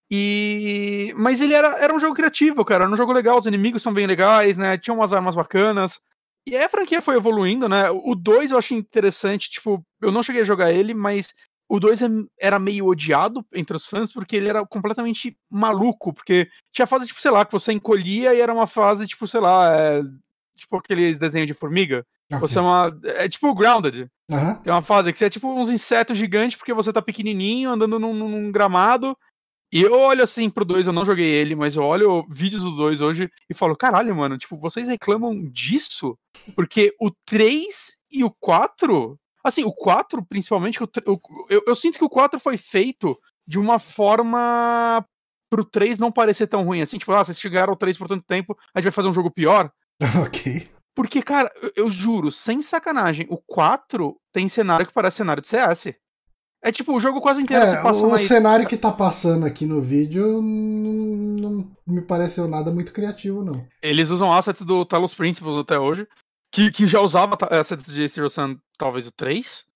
E... Mas ele era, era um jogo criativo, cara, era um jogo legal, os inimigos são bem legais, né, tinha umas armas bacanas. E aí a franquia foi evoluindo, né? O dois eu achei interessante, tipo, eu não cheguei a jogar ele, mas o dois era meio odiado entre os fãs, porque ele era completamente maluco, porque tinha fase, tipo, sei lá, que você encolhia e era uma fase, tipo, sei lá, é, tipo aqueles desenhos de formiga. Okay. Você é uma... É tipo o Grounded. Uhum. Tem uma fase que você é tipo uns insetos gigantes, porque você tá pequenininho, andando num, num gramado. E eu olho assim pro dois, eu não joguei ele, mas eu olho vídeos do dois hoje e falo, caralho, mano, tipo, vocês reclamam disso? Porque o três e o quatro, assim, o quatro principalmente, eu, eu, eu sinto que o quatro foi feito de uma forma pro três não parecer tão ruim assim, tipo, ah, vocês chegaram ao três por tanto tempo, a gente vai fazer um jogo pior. Ok. Porque, cara, eu, eu juro, sem sacanagem, o quatro tem cenário que parece cenário de C S. É tipo, o jogo quase inteiro É, se passa o na... cenário que tá passando aqui no vídeo não, não me pareceu nada muito criativo, não. Eles usam assets do Talos Principles até hoje, que, que já usava assets de Zero Sun, talvez o três.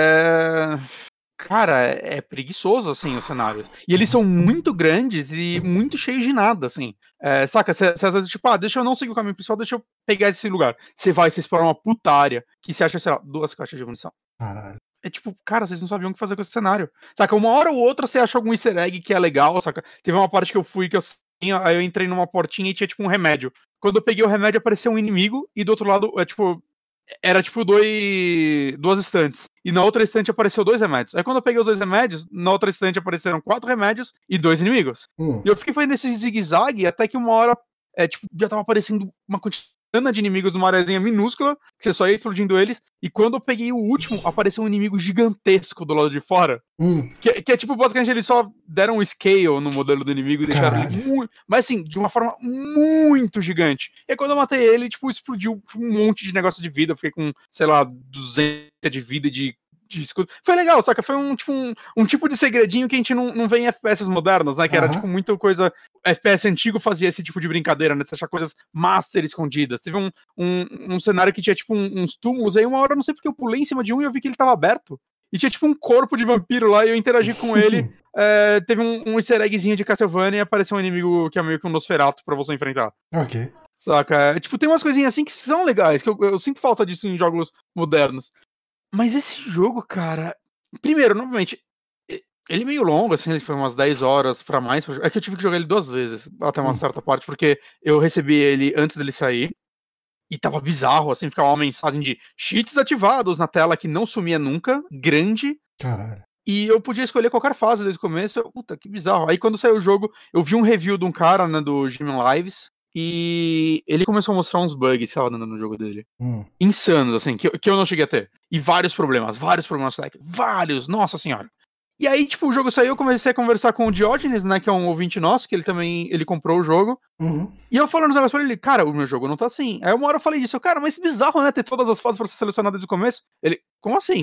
É... Cara, é, é preguiçoso, assim, os cenários. E eles são muito grandes e muito cheios de nada, assim. É, saca? Você às vezes, tipo, ah, deixa eu não seguir o caminho principal, deixa eu pegar esse lugar. Você vai, você explora uma puta área, que você acha, sei lá, duas caixas de munição. Caralho. É tipo, cara, vocês não sabiam o que fazer com esse cenário. Saca? Uma hora ou outra você acha algum easter egg que é legal, saca? Teve uma parte que eu fui que eu tinha, aí eu entrei numa portinha e tinha tipo um remédio. Quando eu peguei o remédio, apareceu um inimigo, e do outro lado, é tipo. Era tipo dois, duas estantes. E na outra estante apareceu dois remédios. Aí quando eu peguei os dois remédios, na outra estante apareceram quatro remédios e dois inimigos. Hum. E eu fiquei fazendo esse zigue-zague até que uma hora, é, tipo, já tava aparecendo uma quantidade de inimigos numa areazinha minúscula, que você só ia explodindo eles. E quando eu peguei o último, apareceu um inimigo gigantesco do lado de fora. Hum. Que, que é tipo, basicamente, eles só deram um scale no modelo do inimigo e deixaram Caralho. ele muito. Mas assim, de uma forma muito gigante. E aí, quando eu matei ele, tipo, explodiu um monte de negócio de vida. Eu fiquei com, sei lá, duzentos de vida e de. de escudo. Foi legal, só que foi um tipo, um, um tipo de segredinho que a gente não, não vê em F P S modernos, né? Que era, Aham. tipo, muita coisa. F P S antigo fazia esse tipo de brincadeira, né? De você achar coisas master escondidas. Teve um, um, um cenário que tinha, tipo, um, uns túmulos. Aí, uma hora, eu não sei porque eu pulei em cima de um e eu vi que ele tava aberto. E tinha tipo um corpo de vampiro lá e eu interagi com ele. É, teve um, um easter eggzinho de Castlevania e apareceu um inimigo que é meio que um Nosferatu pra você enfrentar. Ok. Saca? É, tipo, tem umas coisinhas assim que são legais, que eu, eu sinto falta disso em jogos modernos. Mas esse jogo, cara... Primeiro, novamente, ele é meio longo, assim, ele foi umas dez horas pra mais. É que eu tive que jogar ele duas vezes, até uma Hum. certa parte, porque eu recebi ele antes dele sair. E tava bizarro, assim, ficava uma mensagem de cheats ativados na tela que não sumia nunca, grande. Caralho. E eu podia escolher qualquer fase desde o começo. Eu, puta, que bizarro. Aí quando saiu o jogo, eu vi um review de um cara, né, do Jimmy Lives. E ele começou a mostrar uns bugs que estavam dando no jogo dele. Hum. Insanos, assim, que, eu- que eu não cheguei a ter. E vários problemas, vários problemas, like, vários, nossa senhora. E aí, tipo, o jogo saiu, eu comecei a conversar com o Diógenes, né, que é um ouvinte nosso, que ele também, ele comprou o jogo. Uhum. E eu falando os negócios pra ele, cara, o meu jogo não tá assim. Aí uma hora eu falei disso, cara, mas bizarro, né, ter todas as fases pra ser selecionado desde o começo. Ele, como assim?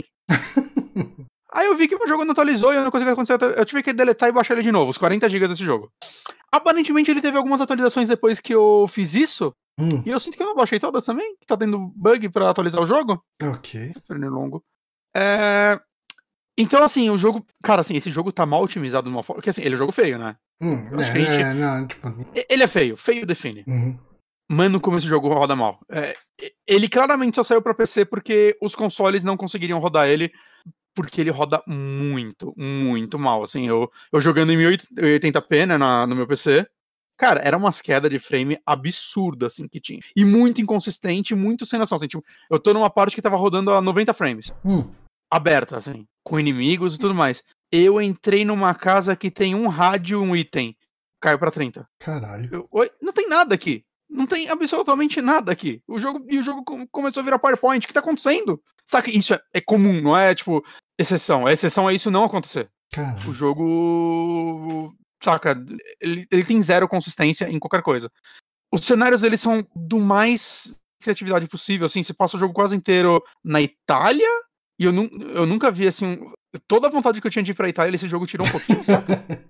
Aí eu vi que o jogo não atualizou e a única coisa que aconteceu, eu tive que deletar e baixar ele de novo, os quarenta gigas desse jogo. Aparentemente ele teve algumas atualizações depois que eu fiz isso, Hum. e eu sinto que eu não baixei todas também, que tá tendo bug pra atualizar o jogo. Ok. Super longo. É... Então, assim, o jogo... Cara, assim, esse jogo tá mal otimizado de uma forma... Porque, assim, ele é um jogo feio, né? Hum. Acho É, que a gente- é, não, tipo. Ele é feio, feio define. Uhum. Mas no começo do jogo roda mal. É, ele claramente só saiu pra P C porque os consoles não conseguiriam rodar ele, porque ele roda muito, muito mal. Assim, eu, eu jogando em mil e oitenta p, né, na, no meu P C, cara, era umas quedas de frame absurda, assim, que tinha. E muito inconsistente, muito sem noção. Assim, tipo, eu tô numa parte que tava rodando a noventa frames. Hum. Aberta, assim, com inimigos e tudo mais. Eu entrei numa casa que tem um rádio e um item. Caiu pra trinta. Caralho. Eu, oi? Não tem nada aqui. Não tem absolutamente nada aqui. O jogo, e o jogo com- começou a virar PowerPoint. O que tá acontecendo? Saca? Isso é, é comum, não é tipo exceção. A exceção é isso não acontecer. Caralho. O jogo. Saca? Ele, ele tem zero consistência em qualquer coisa. Os cenários eles são do mais criatividade possível. Assim, você passa o jogo quase inteiro na Itália. E eu, nu, eu nunca vi assim. Um, toda a vontade que eu tinha de ir pra Itália, esse jogo tirou um pouquinho, sabe?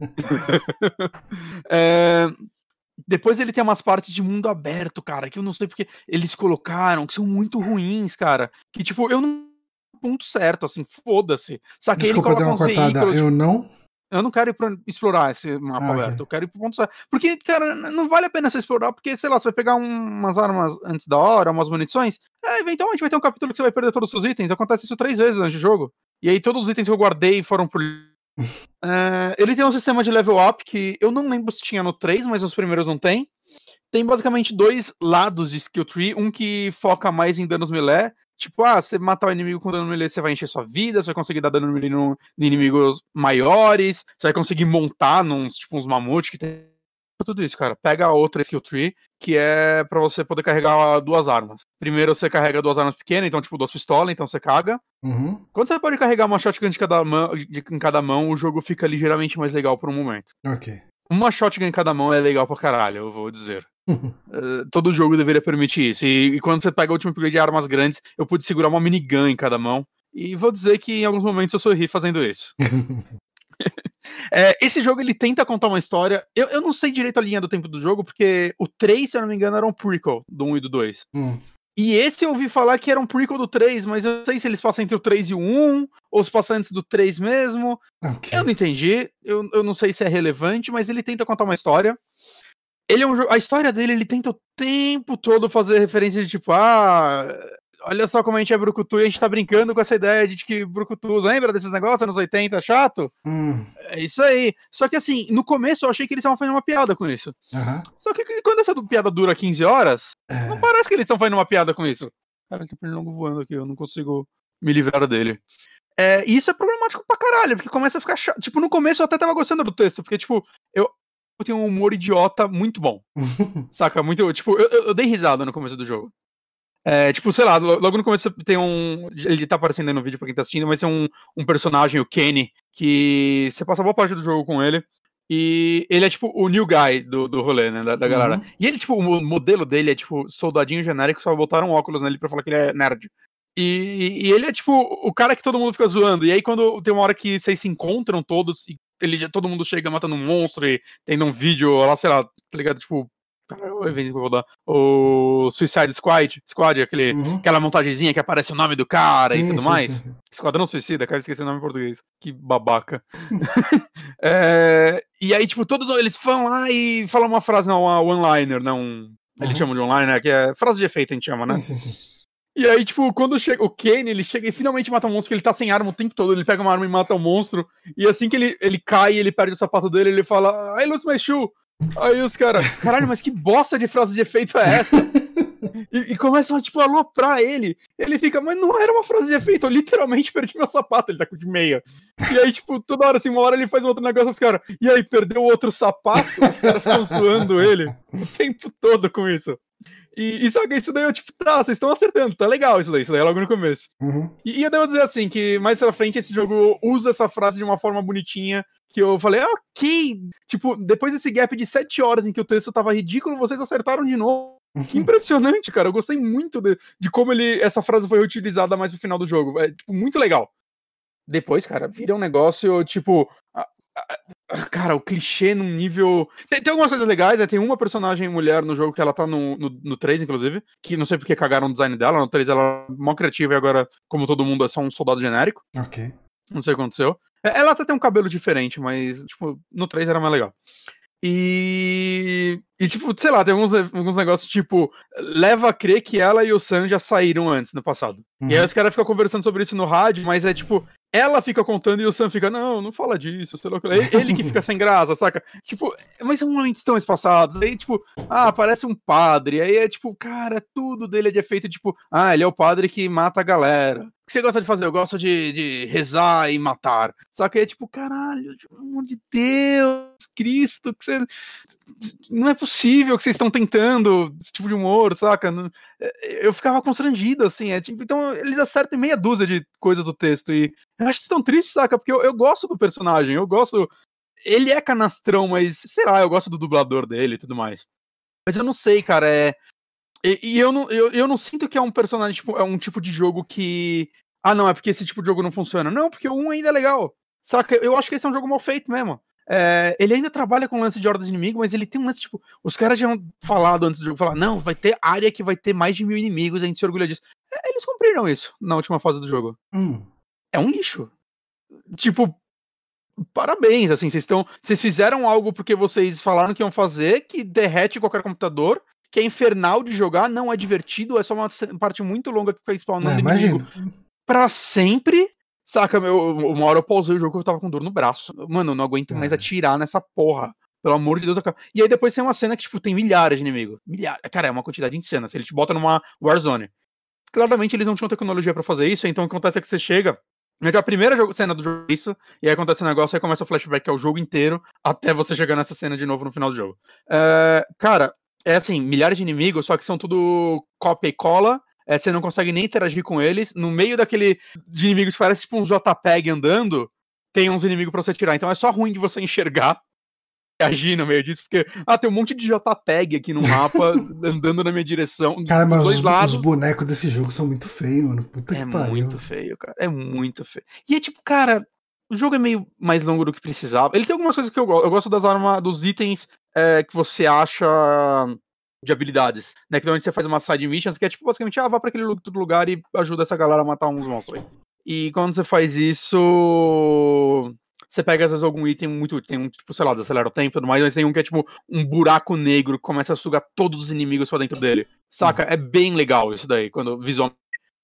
é. Depois ele tem umas partes de mundo aberto, cara, que eu não sei porque eles colocaram, que são muito ruins, cara. Que, tipo, eu não... Ponto certo, assim, foda-se. Saca? Desculpa, ele deu coloca uma uns cortada. veículos... Eu não. Eu não quero ir pra explorar esse mapa Ah, aberto, ok. eu quero ir pro ponto certo. Porque, cara, não vale a pena você explorar, porque, sei lá, você vai pegar um- umas armas antes da hora, umas munições, é, eventualmente vai ter um capítulo que você vai perder todos os seus itens. Acontece isso três vezes antes do jogo. E aí todos os itens que eu guardei foram pro... É, ele tem um sistema de level up que eu não lembro se tinha no três, mas nos primeiros não tem. Tem basicamente dois lados de skill tree, um que foca mais em danos melee, tipo, ah, você matar o inimigo com dano melee, você vai encher sua vida, você vai conseguir dar dano melee no, em inimigos maiores, você vai conseguir montar nos, tipo, uns mamutes que tem tudo isso, cara. Pega a outra skill tree, que é pra você poder carregar duas armas. Primeiro você carrega duas armas pequenas, então tipo, duas pistolas, então você caga. Uhum. Quando você pode carregar uma shotgun de cada mão, de, em cada mão, o jogo fica ligeiramente mais legal por um momento. Ok. Uma shotgun em cada mão é legal pra caralho, eu vou dizer. uh, todo jogo deveria permitir isso. E, e quando você pega o último upgrade de armas grandes, eu pude segurar uma minigun em cada mão. E vou dizer que em alguns momentos eu sorri fazendo isso. É, esse jogo ele tenta contar uma história. Eu, eu não sei direito a linha do tempo do jogo, porque o três, se eu não me engano, era um prequel do um e do dois. Hum. E esse eu ouvi falar que era um prequel do três, mas eu não sei se eles passam entre o três e o um, ou se passa antes do três mesmo. Okay. Eu não entendi, eu, eu não sei se é relevante, mas ele tenta contar uma história. Ele é um jogo, a história dele, ele tenta o tempo todo fazer referência de tipo, ah, olha só como a gente é brucutu e a gente tá brincando com essa ideia de que brucutu, lembra desses negócios anos oitenta, chato? Hum. É isso aí. Só que assim, no começo eu achei que eles estavam fazendo uma piada com isso. Uhum. Só que quando essa piada dura quinze horas, é... não parece que eles estão fazendo uma piada com isso. Cara, tem pernilongo voando aqui, eu não consigo me livrar dele. É, e isso é problemático pra caralho, porque começa a ficar chato. Tipo, no começo eu até tava gostando do texto, porque, tipo, eu, eu tenho um humor idiota muito bom. Saca? Muito, tipo, eu, eu dei risada no começo do jogo. É, tipo, sei lá, logo no começo tem um... Ele tá aparecendo aí no vídeo pra quem tá assistindo, mas é um, um personagem, o Kenny, que você passa boa parte do jogo com ele, e ele é, tipo, o new guy do, do rolê, né, da, da galera. Uhum. E ele, tipo, o modelo dele é, tipo, soldadinho genérico, só botaram óculos nele pra falar que ele é nerd. E, e ele é, tipo, o cara que todo mundo fica zoando. E aí, quando tem uma hora que vocês se encontram todos, e ele, todo mundo chega matando um monstro e tendo um vídeo, lá, sei lá, tá ligado, tipo... Caralho, o evento que eu vou dar. O Suicide Squad, Squad aquele, uhum. aquela montagenzinha que aparece o nome do cara sim, e tudo sim, mais. Sim. Esquadrão Suicida, cara, esqueci o nome em português. Que babaca. é, e aí, tipo, todos eles vão lá e falam uma frase, não, uma one-liner, não. Uhum. Eles chamam de one-liner, que é frase de efeito, a gente chama, né? Sim, sim, sim. E aí, tipo, quando chega o Kenny, ele chega e finalmente mata um monstro, que ele tá sem arma o tempo todo, ele pega uma arma e mata o monstro, e assim que ele, ele cai e ele perde o sapato dele, ele fala, I lose my shoe. Aí os caras, caralho, mas que bosta de frase de efeito é essa? e, e começam a, tipo, aloprar ele. Ele fica, mas não era uma frase de efeito, eu literalmente perdi meu sapato, ele tá com de meia. E aí, tipo, toda hora, assim, uma hora ele faz outro negócio, os caras, e aí, perdeu outro sapato? Os caras ficam zoando ele o tempo todo com isso. E, e só que isso daí eu, tipo, tá, vocês estão acertando, tá legal isso daí, isso daí é logo no começo. Uhum. E, e eu devo dizer assim, que mais pra frente esse jogo usa essa frase de uma forma bonitinha, que eu falei, ah, ok, tipo, depois desse gap de sete horas em que o texto tava ridículo, vocês acertaram de novo. Que impressionante, cara, eu gostei muito de, de como ele, essa frase foi utilizada mais pro final do jogo, é, tipo, muito legal. Depois, cara, vira um negócio, tipo... A, a, cara, o clichê num nível... Tem, tem algumas coisas legais, né? Tem uma personagem mulher no jogo que ela tá no, no, no três, inclusive, que não sei porque cagaram o design dela, no três ela é mó criativa e agora, como todo mundo, é só um soldado genérico. Ok. Não sei o que aconteceu. Ela até tem um cabelo diferente, mas, tipo, no três era mais legal. E... E, tipo, sei lá, tem alguns, alguns negócios, tipo, leva a crer que ela e o Sam já saíram antes, no passado. Uhum. E aí os caras ficam conversando sobre isso no rádio, mas é, tipo, ela fica contando e o Sam fica, não, não fala disso, sei lá o que. Ele, ele que fica sem graça, saca? Tipo, mas são momentos tão espaçados. Aí, tipo, ah, parece um padre. Aí é, tipo, cara, tudo dele é de efeito, tipo, ah, ele é o padre que mata a galera. O que você gosta de fazer? Eu gosto de, de rezar e matar. Só que é, tipo, caralho, pelo amor de Deus, Cristo, que você... Não é possível que vocês estão tentando esse tipo de humor, saca? Eu ficava constrangido, assim. É, tipo, então eles acertam meia dúzia de coisas do texto e eu acho que estão tristes, saca? Porque eu, eu gosto do personagem, eu gosto... Ele é canastrão, mas, sei lá, eu gosto do dublador dele e tudo mais. Mas eu não sei, cara, é... E, e eu, não, eu, eu não sinto que é um personagem, tipo, é um tipo de jogo que... Ah, não, é porque esse tipo de jogo não funciona. Não, porque o um ainda é legal, saca? Eu acho que esse é um jogo mal feito mesmo. É, ele ainda trabalha com lance de horda de inimigo, mas ele tem um lance, tipo, os caras já tinham falado antes do jogo, falar, não, vai ter área que vai ter mais de mil inimigos, a gente se orgulha disso. É, eles cumpriram isso na última fase do jogo. Hum. É um lixo. Tipo, parabéns, assim, vocês estão, vocês fizeram algo porque vocês falaram que iam fazer, que derrete qualquer computador, que é infernal de jogar, não é divertido, é só uma parte muito longa que fica spawnando é, inimigo imagino. pra sempre. Saca, meu, uma hora eu pausei o jogo que eu tava com dor no braço. Mano, eu não aguento é. mais atirar nessa porra. Pelo amor de Deus. E aí depois tem uma cena que, tipo, tem milhares de inimigos. Milhares. Cara, é uma quantidade insana. Se ele te bota numa Warzone. Claramente eles não tinham tecnologia pra fazer isso, então o que acontece é que você chega... É a primeira cena do jogo é isso, e aí acontece um negócio, aí começa o flashback, que é o jogo inteiro, até você chegar nessa cena de novo no final do jogo. É, cara, é assim, milhares de inimigos, só que são tudo cópia e cola. É, você não consegue nem interagir com eles. No meio daquele de inimigos que parece tipo um JPEG andando, tem uns inimigos pra você tirar. Então é só ruim de você enxergar. agir no meio disso, porque, ah, tem um monte de JPEG aqui no mapa, andando na minha direção. Cara, mas dois os, lados. os bonecos desse jogo são muito feios, mano. Puta É que pariu. muito feio, cara. É muito feio. E é tipo, cara, o jogo é meio mais longo do que precisava. Ele tem algumas coisas que eu gosto. Eu gosto das armas, dos itens é, que você acha de habilidades, né? Que normalmente você faz uma side missions, que é tipo, basicamente, ah, vá pra aquele outro lugar e ajuda essa galera a matar uns monstros aí. E quando você faz isso, você pega às vezes algum item muito, tem um, tipo, sei lá, desacelera o tempo e tudo mais, mas tem um que é tipo um buraco negro que começa a sugar todos os inimigos pra dentro dele. Saca? É bem legal isso daí, quando visualmente.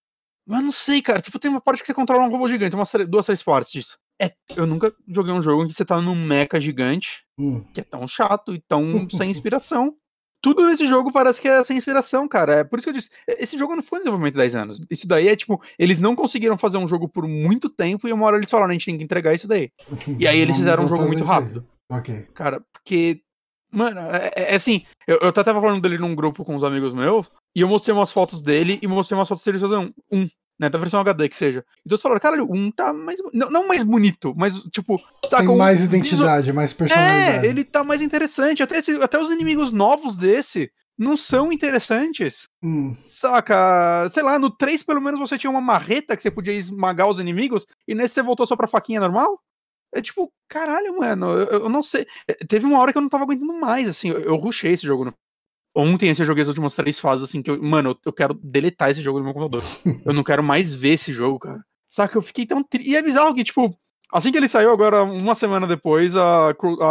Mas não sei, cara, tipo, tem uma parte que você controla um robô gigante, umas duas, três partes disso. É, eu nunca joguei um jogo em que você tá num mecha gigante, Hum. que é tão chato e tão sem inspiração. Tudo nesse jogo parece que é sem inspiração, cara. É por isso que eu disse, esse jogo não foi um desenvolvimento de dez anos. Isso daí é tipo, eles não conseguiram fazer um jogo por muito tempo e uma hora eles falaram, a gente tem que entregar isso daí. E aí eles fizeram um jogo muito rápido. Ok. Cara, porque, mano, é, é assim, eu, eu tava falando dele num grupo com uns amigos meus, e eu mostrei umas fotos dele e mostrei umas fotos dele fazendo um, um, né, da versão H D que seja. E todos falaram, caralho, um tá mais, não, não mais bonito, mas tipo, saca, tem mais um, identidade, visual... mais personalidade. É, ele tá mais interessante, até, esse, até os inimigos novos desse não são interessantes. Hum. Saca, sei lá, no três pelo menos você tinha uma marreta que você podia esmagar os inimigos, e nesse você voltou só pra faquinha normal? É tipo, caralho, mano, eu, eu não sei. Teve uma hora que eu não tava aguentando mais, assim, eu, eu rushei esse jogo. No... Ontem assim, eu joguei as últimas três fases, assim, que eu, mano, eu, eu quero deletar esse jogo no meu computador. Eu não quero mais ver esse jogo, cara. Saca, eu fiquei tão triste. E é bizarro que, tipo, assim que ele saiu, agora, uma semana depois, a,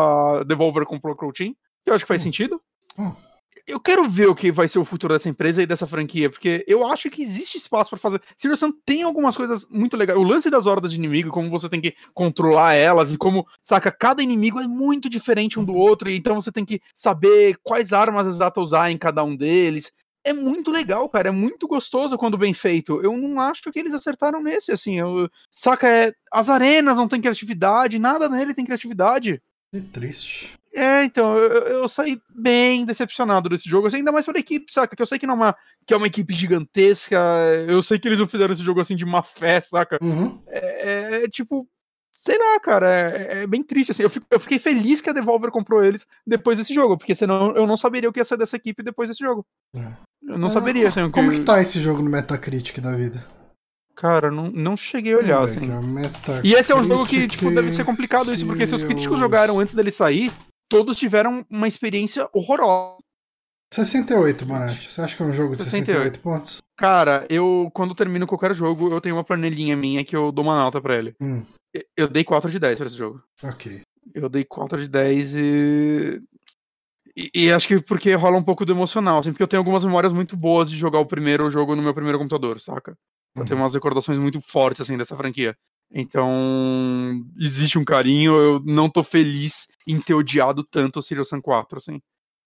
a Devolver comprou a Crow Team, que eu acho que faz hum. sentido. Hum. Eu quero ver o que vai ser o futuro dessa empresa e dessa franquia, porque eu acho que existe espaço pra fazer. Serious Sam tem algumas coisas muito legais. O lance das hordas de inimigo, como você tem que controlar elas, e como, saca, cada inimigo é muito diferente um do outro, e então você tem que saber quais armas exatas usar em cada um deles. É muito legal, cara, é muito gostoso quando bem feito. Eu não acho que eles acertaram nesse, assim, eu, saca, é, as arenas não tem criatividade, nada nele tem criatividade. Que triste. É, então, eu, eu saí bem decepcionado desse jogo, assim, ainda mais pela equipe, saca? Que eu sei que não é uma, que é uma equipe gigantesca, eu sei que eles não fizeram esse jogo assim de má fé, saca? Uhum. É, é tipo, sei lá, cara, é, é bem triste, assim. Eu, fico, eu fiquei feliz que a Devolver comprou eles depois desse jogo, porque senão eu não saberia o que ia ser dessa equipe depois desse jogo. É. Eu não é, saberia, assim, o que... Como que tá esse jogo no Metacritic da vida? Cara, não, não cheguei a olhar, assim. É e esse é um jogo que, tipo, deve ser complicado isso, porque se os críticos jogaram antes dele sair, todos tiveram uma experiência horrorosa. sessenta e oito, Bonatti. Você acha que é um jogo de sessenta e oito pontos? Cara, eu, quando termino qualquer jogo, eu tenho uma planilhinha minha que eu dou uma nota pra ele. Hum. Eu dei quatro de dez pra esse jogo. Ok. Eu dei quatro de dez e... e... E acho que porque rola um pouco do emocional, assim, porque eu tenho algumas memórias muito boas de jogar o primeiro jogo no meu primeiro computador, saca? Eu uhum. tenho umas recordações muito fortes, assim, dessa franquia. Então, existe um carinho, eu não tô feliz em ter odiado tanto o Serious Sam quatro, assim.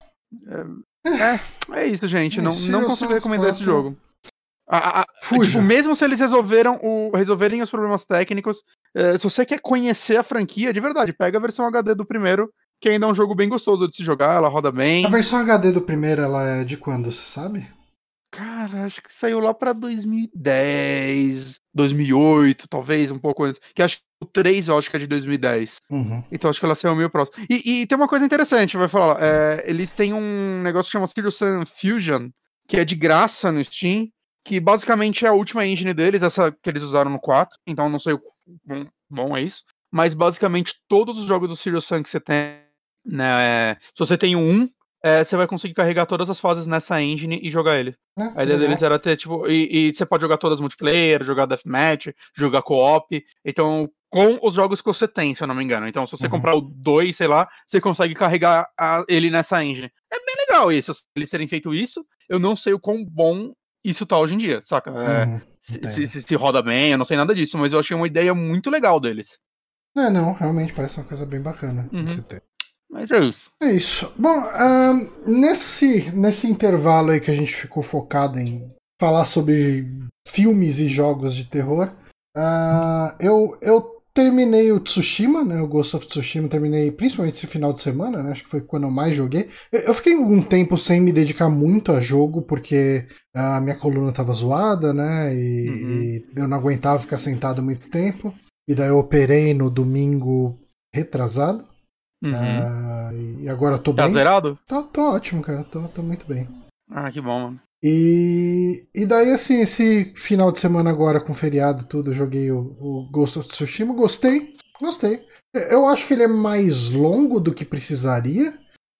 É, é, é isso, gente, é, não, não consigo recomendar quatro... esse jogo. A, a, tipo, mesmo se eles resolveram o, resolverem os problemas técnicos, é, se você quer conhecer a franquia, de verdade, pega a versão H D do primeiro, que ainda é um jogo bem gostoso de se jogar, ela roda bem. A versão H D do primeiro, ela é de quando, você sabe? Cara, acho que saiu lá pra dois mil e dez, dois mil e oito, talvez, um pouco antes. Que acho que o três, eu acho que é de dois mil e dez. Uhum. Então acho que ela saiu meio próximo. E, e tem uma coisa interessante, vai falar. É, eles têm um negócio que chama Serious Sam Fusion, que é de graça no Steam, que basicamente é a última engine deles, essa que eles usaram no quatro. Então não sei o bom, bom é isso. Mas basicamente todos os jogos do Serious Sam que você tem, né? Se você tem um, é, você vai conseguir carregar todas as fases nessa engine e jogar ele. É, a ideia legal. deles era ter, tipo, e, e você pode jogar todas multiplayer, jogar deathmatch, jogar co-op, então, com os jogos que você tem, se eu não me engano. Então, se você uhum. comprar o dois, sei lá, você consegue carregar a, ele nessa engine. É bem legal isso, eles terem feito isso, eu não sei o quão bom isso tá hoje em dia, saca? É, uhum. se, se, se, se roda bem, eu não sei nada disso, mas eu achei uma ideia muito legal deles. É, não, realmente parece uma coisa bem bacana uhum. de se ter. Mas é isso. É isso. Bom, uh, nesse, nesse intervalo aí que a gente ficou focado em falar sobre filmes e jogos de terror, uh, eu, eu terminei o Tsushima, né? O Ghost of Tsushima, terminei principalmente esse final de semana, né? Acho que foi quando eu mais joguei. Eu, eu fiquei um tempo sem me dedicar muito a jogo, porque a minha coluna tava zoada, né? E, uhum. e eu não aguentava ficar sentado muito tempo. E daí eu operei no domingo retrasado. Uhum. Uh, e agora eu tô Tá bem. zerado? Tô, tô ótimo, cara. Tô, tô muito bem. Ah, que bom, mano. E, e daí, assim, esse final de semana agora com feriado e tudo, eu joguei o, o Ghost of Tsushima. Gostei, gostei. Eu acho que ele é mais longo do que precisaria.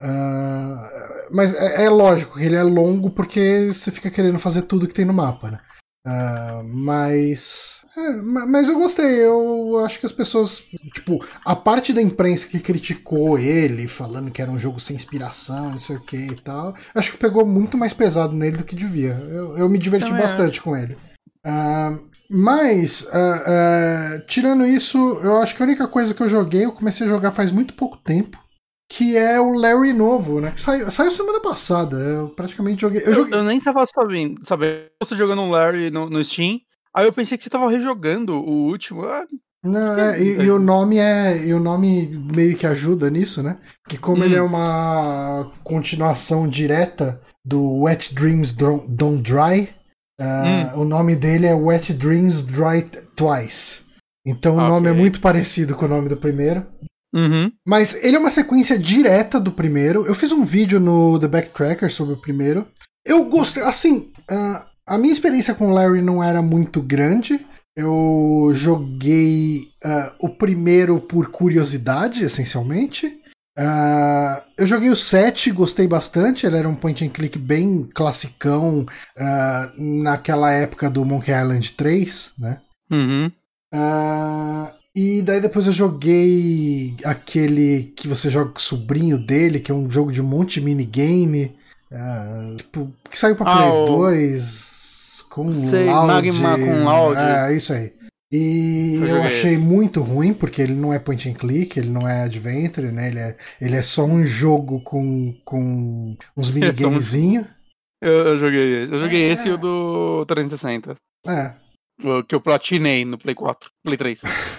Uh, mas é, é lógico que ele é longo porque você fica querendo fazer tudo que tem no mapa, né? Uh, mas. É, mas eu gostei. Eu acho que as pessoas. Tipo, a parte da imprensa que criticou ele, falando que era um jogo sem inspiração, não sei o que e tal, acho que pegou muito mais pesado nele do que devia. Eu, eu me diverti Também bastante é. com ele. Uh, mas, uh, uh, tirando isso, eu acho que a única coisa que eu joguei, eu comecei a jogar faz muito pouco tempo. Que é o Larry novo, né? Que saiu, saiu semana passada. Eu praticamente joguei. Eu, Eu, joguei... eu nem tava sabendo, sabendo. Você jogando um Larry no, no Steam. Aí eu pensei que você tava rejogando o último. Ah, Não, é, e, e o nome é. E o nome meio que ajuda nisso, né? Que como hum. ele é uma continuação direta do Wet Dreams Don't Dry, uh, hum. o nome dele é Wet Dreams Dry Twice. Então okay. O nome é muito parecido com o nome do primeiro. Uhum. Mas ele é uma sequência direta do primeiro. Eu fiz um vídeo no The Backtracker sobre o primeiro. Eu gostei. Assim, uh, a minha experiência com o Larry não era muito grande. Eu joguei uh, o primeiro por curiosidade, essencialmente. Uh, eu joguei o sete, gostei bastante. Ele era um point and click bem classicão uh, naquela época do Monkey Island três, né? Uhum. Uh, e daí depois eu joguei aquele que você joga com o sobrinho dele, que é um jogo de um monte de minigame. Uh, tipo, que saiu pra Play ah, dois com sei, Loud. Magma com Loud. É, isso aí. E eu, eu achei esse. muito ruim, porque ele não é point and click, ele não é adventure, né? Ele é, ele é só um jogo com, com uns minigamezinhos. eu, eu joguei esse. Eu joguei é. esse e o do trezentos e sessenta. É. Que eu platinei no Play quatro, Play três.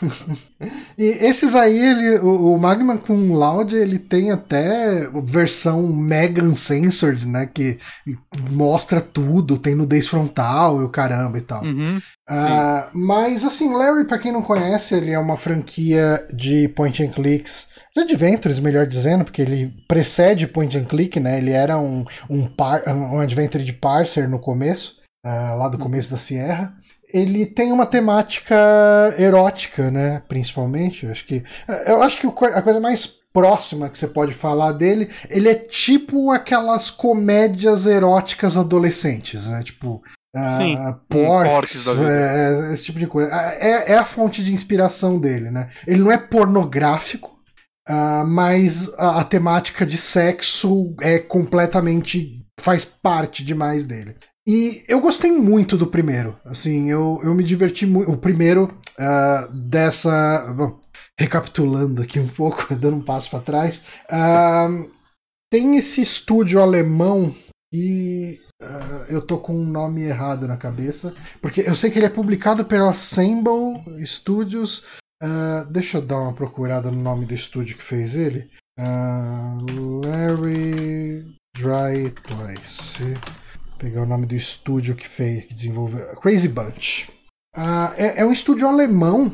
E esses aí, ele, o, o Magma com Loud, ele tem até versão Mega Uncensored, né? Que mostra tudo, tem nudez frontal e o caramba e tal. Uhum, uh, mas assim, Larry, pra quem não conhece, ele é uma franquia de point and clicks, de adventures, melhor dizendo, porque ele precede point and click, né? Ele era um, um, par, um adventure de parser no começo, uh, lá do começo da Sierra. Ele tem uma temática erótica, né? Principalmente. Eu acho que, eu acho que a coisa mais próxima que você pode falar dele, ele é tipo aquelas comédias eróticas adolescentes, né? Tipo, Sim, uh, Porks, um é, esse tipo de coisa. É, é a fonte de inspiração dele, né? Ele não é pornográfico, uh, mas a, a temática de sexo é completamente, faz parte demais dele. E eu gostei muito do primeiro, assim, eu, eu me diverti muito. O primeiro uh, dessa... Bom, recapitulando aqui um pouco, dando um passo para trás, uh, tem esse estúdio alemão que uh, eu tô com um nome errado na cabeça, porque eu sei que ele é publicado pela Assemble Studios. Uh, deixa eu dar uma procurada no nome do estúdio que fez ele. Uh, Larry Dry Twice... Pegar o nome do estúdio que fez, que desenvolveu. Crazy Bunch. Uh, é, é um estúdio alemão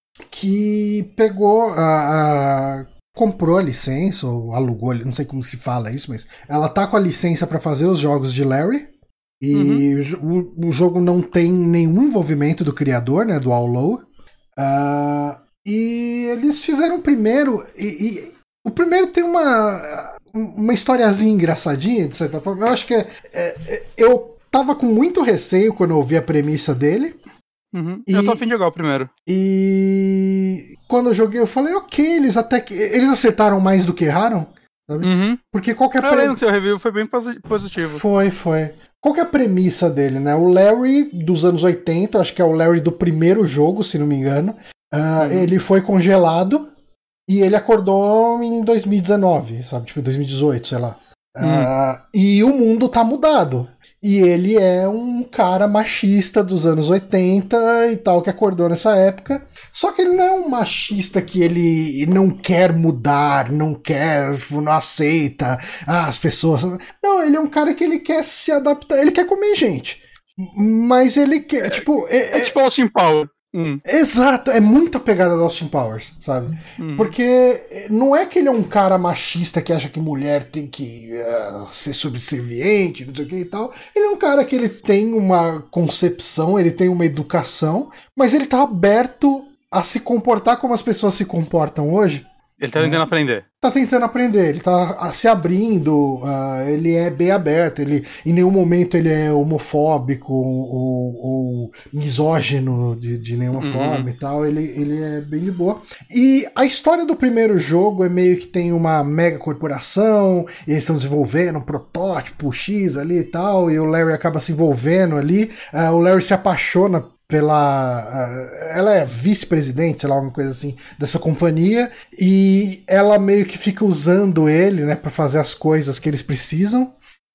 que pegou, uh, uh, comprou a licença, ou alugou, não sei como se fala isso, mas ela tá com a licença para fazer os jogos de Larry. E uhum. o, o jogo não tem nenhum envolvimento do criador, né, do Outlaw. Uh, e eles fizeram o primeiro. E, e o primeiro tem uma. Uma historiazinha engraçadinha, de certa forma. Eu acho que é, é, eu tava com muito receio quando eu ouvi a premissa dele. Uhum. E, eu tô a fim de jogar o primeiro. E quando eu joguei, eu falei, ok, eles até que. Eles acertaram mais do que erraram. Sabe? Uhum. Porque qualquer Eu lembro que seu review foi bem positivo. Foi, foi. Qual que é a premissa dele, né? O Larry dos anos oitenta, acho que é o Larry do primeiro jogo, se não me engano. Uh, uhum. Ele foi congelado. E ele acordou em dois mil e dezenove, sabe? Tipo, dois mil e dezoito, sei lá. Hum. Uh, e o mundo tá mudado. E ele é um cara machista dos anos oitenta e tal, que acordou nessa época. Só que ele não é um machista que ele não quer mudar, não quer, tipo, não aceita ah, as pessoas. Não, ele é um cara que ele quer se adaptar, ele quer comer gente. Mas ele quer, tipo... É, é, é tipo Austin Power. Hum. Exato, é muito a pegada do Austin Powers, sabe? Hum. Porque não é que ele é um cara machista que acha que mulher tem que uh, ser subserviente, não sei o que e tal. Ele é um cara que ele tem uma concepção, ele tem uma educação, mas ele tá aberto a se comportar como as pessoas se comportam hoje. Ele tá tentando é. aprender. Tá tentando aprender, ele tá se abrindo, uh, ele é bem aberto, ele em nenhum momento ele é homofóbico ou, ou misógino de, de nenhuma uhum. forma e tal, ele, ele é bem de boa. E a história do primeiro jogo é meio que tem uma mega corporação, e eles estão desenvolvendo um protótipo X ali e tal, e o Larry acaba se envolvendo ali, uh, o Larry se apaixona pela... Uh, ela é vice-presidente, sei lá, alguma coisa assim, dessa companhia, e ela meio que fica usando ele, né, pra fazer as coisas que eles precisam,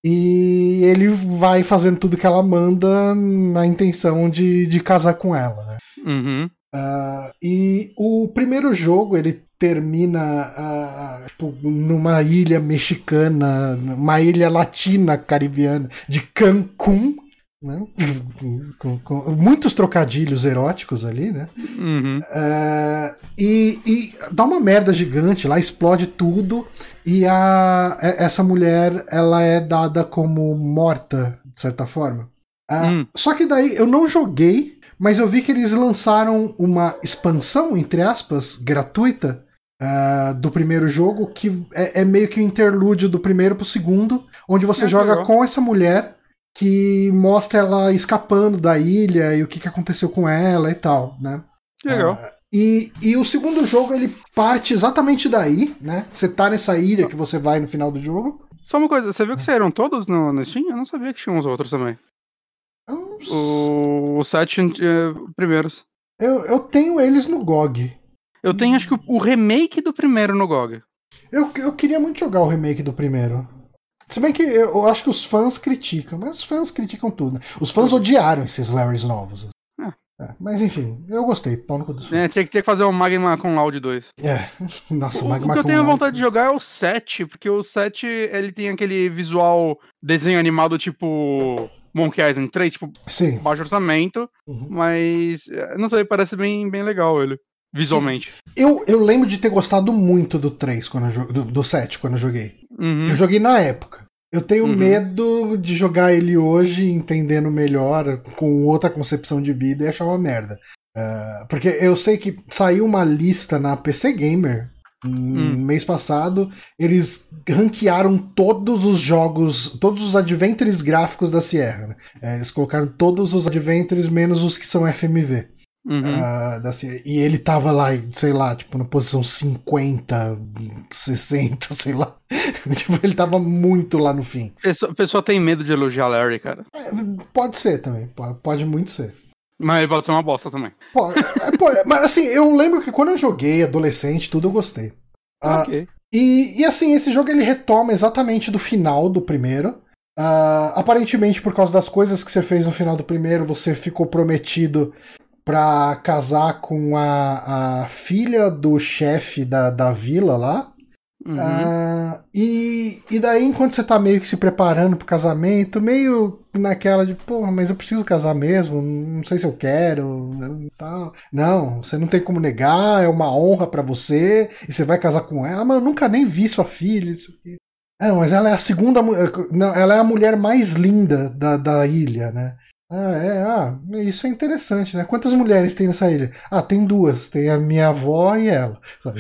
e ele vai fazendo tudo que ela manda na intenção de, de casar com ela, né. Uhum. Uh, e o primeiro jogo, ele termina uh, tipo, numa ilha mexicana, uma ilha latina, caribiana, de Cancún, né? com, com, com muitos trocadilhos eróticos ali, né? Uhum. Uh, e, e dá uma merda gigante lá, explode tudo, e a, essa mulher ela é dada como morta, de certa forma. Uh, hum. Só que daí eu não joguei, mas eu vi que eles lançaram uma expansão, entre aspas, gratuita uh, do primeiro jogo, que é, é meio que um interlúdio do primeiro pro segundo, onde você é joga legal. Com essa mulher, que mostra ela escapando da ilha e o que, que aconteceu com ela e tal, né? Legal. Uh, e, e o segundo jogo, ele parte exatamente daí, né? Você tá nessa ilha que você vai no final do jogo. Só uma coisa, você viu que saíram todos no, no Steam? Eu não sabia que tinha uns outros também. Os o, os sete uh, primeiros. Eu, eu tenho eles no G O G. Eu tenho, acho que, o, o remake do primeiro no G O G. Eu, eu queria muito jogar o remake do primeiro. Se bem que eu acho que os fãs criticam, mas os fãs criticam tudo, né? Os fãs odiaram esses Larrys novos. É. É, mas enfim, eu gostei. Pau no cu dos fãs. É, tinha, tinha que fazer o Magma com Loud dois. É, nossa, o O, Magma o que eu com tenho Loud. vontade de jogar é o sete, porque o sete ele tem aquele visual desenho animado tipo Monkey Island três, tipo, Sim. baixo orçamento, uhum. mas não sei, parece bem, bem legal ele, visualmente. Eu, eu lembro de ter gostado muito do três, quando eu, do, do sete, quando eu joguei. Uhum. Eu joguei na época. Eu tenho uhum. medo de jogar ele hoje, entendendo melhor, com outra concepção de vida e achar uma merda. Uh, porque eu sei que saiu uma lista na P C Gamer no hum. mês passado, eles ranquearam todos os jogos, todos os adventures gráficos da Sierra. Né? É, eles colocaram todos os adventures menos os que são F M V. Uhum. Uh, da Sierra. E ele tava lá, sei lá, tipo, na posição cinquenta, sessenta, sei lá. Tipo, ele tava muito lá no fim. A pessoa, pessoa tem medo de elogiar Larry, cara. É, pode ser também, pode, pode muito ser. Mas ele pode ser uma bosta também. Pode, é, pode, mas assim, eu lembro que quando eu joguei, adolescente, tudo eu gostei. Ok. Uh, e, e assim, esse jogo ele retoma exatamente do final do primeiro. Uh, aparentemente, por causa das coisas que você fez no final do primeiro, você ficou prometido pra casar com a, a filha do chefe da, da vila lá. Uhum. Uh, e, e daí, enquanto você tá meio que se preparando pro casamento, meio naquela de, porra, mas eu preciso casar mesmo, não sei se eu quero, tal. Não, você não tem como negar, é uma honra pra você, e você vai casar com ela, mas eu nunca nem vi sua filha, isso aqui. Não, mas ela é a segunda, não, ela é a mulher mais linda da, da ilha, né? Ah, é, ah, isso é interessante, né? Quantas mulheres tem nessa ilha? Ah, tem duas, tem a minha avó e ela.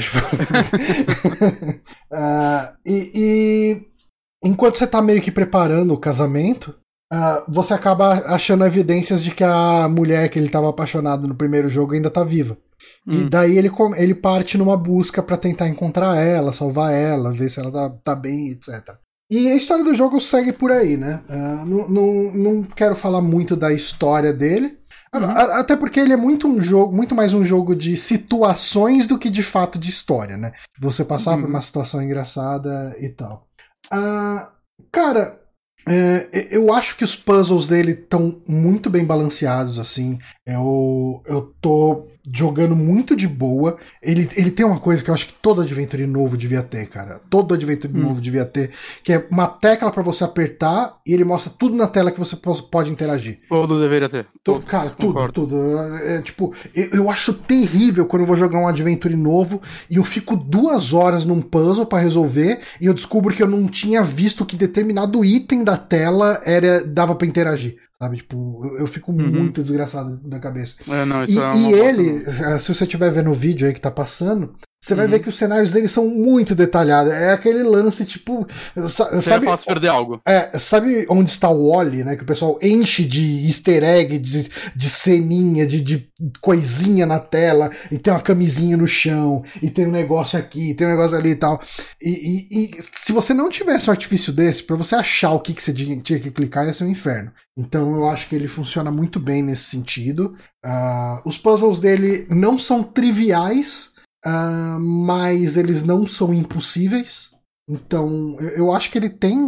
uh, e, e enquanto você tá meio que preparando o casamento, uh, você acaba achando evidências de que a mulher que ele tava apaixonado no primeiro jogo ainda tá viva. Hum. E daí ele, ele parte numa busca pra tentar encontrar ela, salvar ela, ver se ela tá, tá bem, etcétera. E a história do jogo segue por aí, né? Uh, não, não, não quero falar muito da história dele. Uhum. A, até porque ele é muito um jogo, muito mais um jogo de situações do que de fato de história, né? Você passar uhum. por uma situação engraçada e tal. Uh, cara, é, eu acho que os puzzles dele estão muito bem balanceados, assim. Eu, eu tô jogando muito de boa. Ele, ele tem uma coisa que eu acho que todo Adventure novo devia ter, cara. Todo Adventure hum. novo devia ter, que é uma tecla pra você apertar e ele mostra tudo na tela que você pode interagir. Todo deveria ter. Todo, cara, tudo, concordo. tudo. É, tipo, eu, eu acho terrível quando eu vou jogar um Adventure novo e eu fico duas horas num puzzle pra resolver e eu descubro que eu não tinha visto que determinado item da tela era, dava pra interagir. Sabe, tipo, eu, eu fico uhum. muito desgraçado da cabeça. É, não, isso e é e ele, se você estiver vendo o vídeo aí que tá passando, você uhum. vai ver que os cenários dele são muito detalhados. É aquele lance, tipo. Você sabe, é fácil perder algo. É, sabe onde está o Wall-E, né? Que o pessoal enche de easter egg, de, de ceninha, de, de coisinha na tela, e tem uma camisinha no chão, e tem um negócio aqui, tem um negócio ali e tal. E, e, e se você não tivesse um artifício desse, pra você achar o que, que você tinha que clicar, ia ser um inferno. Então eu acho que ele funciona muito bem nesse sentido. Uh, os puzzles dele não são triviais, uh, mas eles não são impossíveis. Então eu, eu acho que ele tem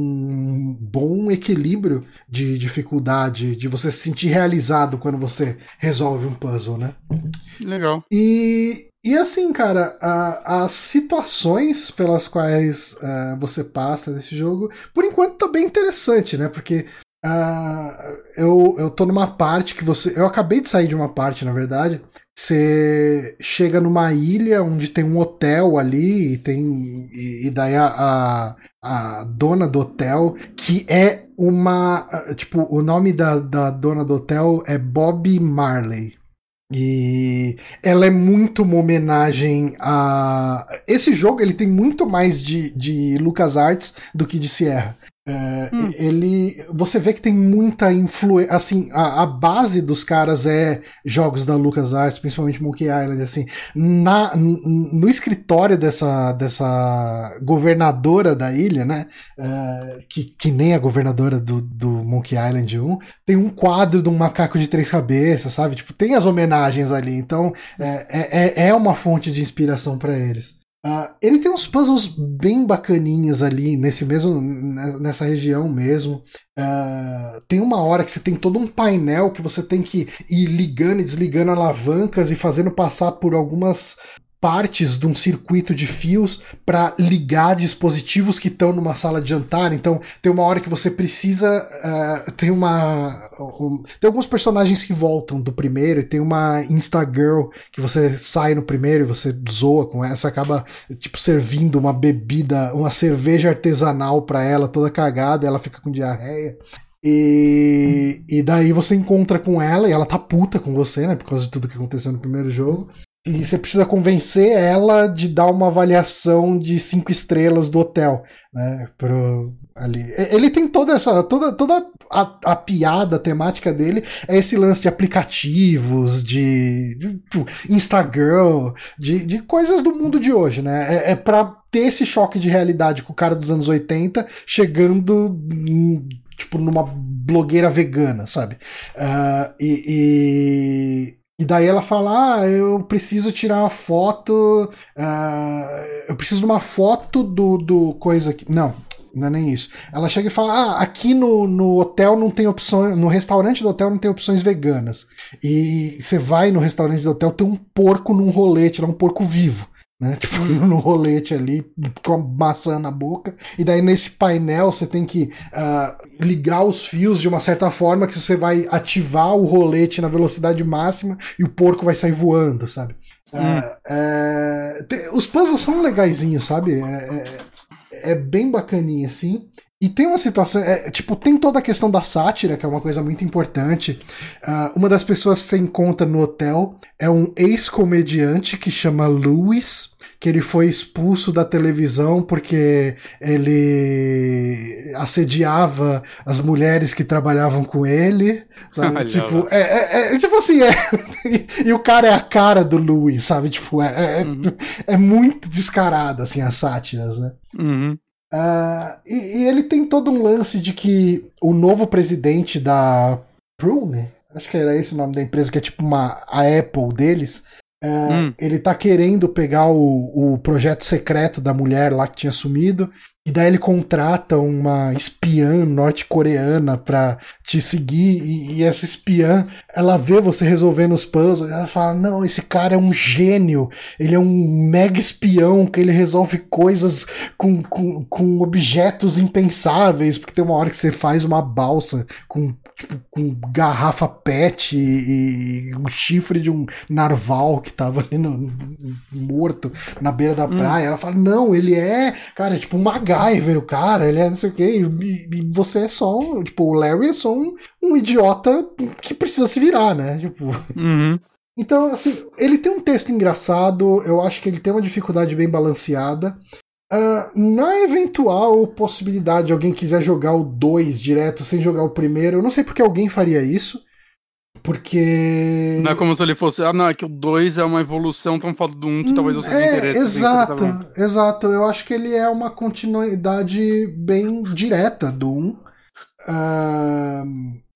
um bom equilíbrio de dificuldade, de você se sentir realizado quando você resolve um puzzle, né? Legal. E... E assim, cara, a, as situações pelas quais uh, você passa nesse jogo, por enquanto tá bem interessante, né? Porque uh, eu, eu tô numa parte que você... Eu acabei de sair de uma parte, na verdade. Você chega numa ilha onde tem um hotel ali, e tem e, e daí a, a, a dona do hotel, que é uma... Tipo, o nome da, da dona do hotel é Bob Marley. E ela é muito uma homenagem a... Esse jogo ele tem muito mais de, de LucasArts do que de Sierra. É, hum. Ele, você vê que tem muita influência, assim, a, a base dos caras é jogos da LucasArts, principalmente Monkey Island, assim, na, no escritório dessa, dessa governadora da ilha, né, é, que, que nem a governadora do, do Monkey Island um, tem um quadro de um macaco de três cabeças, sabe, tipo, tem as homenagens ali, então é, é, é uma fonte de inspiração para eles. Uh, ele tem uns puzzles bem bacaninhas ali nesse mesmo, nessa região mesmo. Uh, tem uma hora que você tem todo um painel que você tem que ir ligando e desligando alavancas e fazendo passar por algumas partes de um circuito de fios para ligar dispositivos que estão numa sala de jantar. Então tem uma hora que você precisa uh, tem uma um, tem alguns personagens que voltam do primeiro e tem uma Instagirl que você sai no primeiro e você zoa com essa, acaba tipo servindo uma bebida, uma cerveja artesanal para ela toda cagada, ela fica com diarreia. E, e daí você encontra com ela e ela tá puta com você, né, por causa de tudo que aconteceu no primeiro jogo. E você precisa convencer ela de dar uma avaliação de cinco estrelas do hotel, né? Pro, ali. Ele tem toda essa. Toda, toda a, a piada, a temática dele é esse lance de aplicativos, de, de Instagram, de, de coisas do mundo de hoje, né? É, é pra ter esse choque de realidade com o cara dos anos oitenta chegando. Tipo, numa blogueira vegana, sabe? Uh, e. e... E daí ela fala, ah, eu preciso tirar uma foto, uh, eu preciso de uma foto do, do coisa aqui. Não, não é nem isso. Ela chega e fala, ah, aqui no, no hotel não tem opções, no restaurante do hotel não tem opções veganas. E você vai no restaurante do hotel, tem um porco num rolete, um porco vivo. Né? Tipo, no rolete ali, com a maçã na boca. E daí nesse painel você tem que uh, ligar os fios de uma certa forma que você vai ativar o rolete na velocidade máxima e o porco vai sair voando, sabe? Hum. Uh, é, tem, os puzzles são legaisinhos, sabe? É, é, é bem bacaninha, assim. E tem uma situação, é, tipo, tem toda a questão da sátira, que é uma coisa muito importante. Uh, uma das pessoas que você encontra no hotel é um ex-comediante que chama Louis, que ele foi expulso da televisão porque ele assediava as mulheres que trabalhavam com ele, sabe? tipo, é, é, é, tipo assim, é, e o cara é a cara do Louis, sabe? Tipo, é, é, uhum. é muito descarado, assim, as sátiras, né? Uhum. Uh, e, e ele tem todo um lance de que o novo presidente da Prune, acho que era esse o nome da empresa, que é tipo uma, a Apple deles, É, Hum. Ele tá querendo pegar o, o projeto secreto da mulher lá que tinha sumido. E daí ele contrata uma espiã norte-coreana pra te seguir. E, e essa espiã, ela vê você resolvendo os puzzles. E ela fala: não, esse cara é um gênio. Ele é um mega espião que ele resolve coisas com, com, com objetos impensáveis. Porque tem uma hora que você faz uma balsa com, tipo, com garrafa pet e, e um chifre de um narval que tava ali no, no, morto na beira da praia. Hum. Ela fala: não, ele é, cara, é tipo um MacGyver, o cara, ele é não sei o quê. E, e você é só, tipo, o Larry é só um, um idiota que precisa se virar, né? Tipo. Uhum. Então, assim, ele tem um texto engraçado, eu acho que ele tem uma dificuldade bem balanceada. Uh, na eventual possibilidade de alguém quiser jogar o dois direto sem jogar o primeiro, eu não sei porque alguém faria isso. Porque. Não é como se ele fosse. Ah, não, é que o dois é uma evolução tão foda do um que talvez você se interesse. É, exato, exato. Eu acho que ele é uma continuidade bem direta do um. Uh,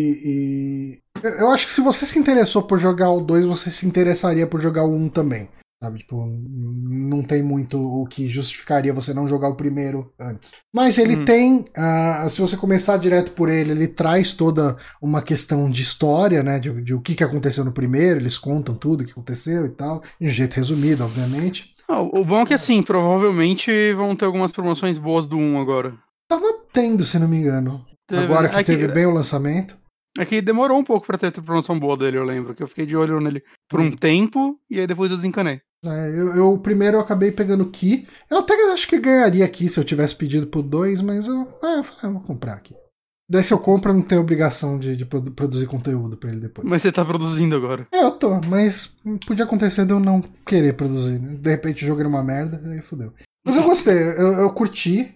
e, e. Eu acho que se você se interessou por jogar o dois, você se interessaria por jogar o um também. Sabe? Tipo, não tem muito o que justificaria você não jogar o primeiro antes. Mas ele hum. tem, uh, se você começar direto por ele, ele traz toda uma questão de história, né? De, de o que, que aconteceu no primeiro, eles contam tudo o que aconteceu e tal, de um jeito resumido, obviamente. Ah, o bom é que, assim, provavelmente vão ter algumas promoções boas do um agora. Tava tendo, se não me engano. Teve, agora que é teve que... bem o lançamento. É que demorou um pouco pra ter promoção boa dele, eu lembro. Que eu fiquei de olho nele por um hum. tempo e aí depois eu desencanei. É, eu, eu primeiro eu acabei pegando Ki. Eu até acho que ganharia aqui se eu tivesse pedido pro dois, mas eu, é, eu falei, ah, vou comprar aqui. Daí se eu compro, eu não tenho obrigação de, de produzir conteúdo pra ele depois. Mas você tá produzindo agora. É, eu tô, mas podia acontecer de eu não querer produzir, né? De repente o jogo era uma merda, aí fodeu. Mas eu gostei, eu, eu curti.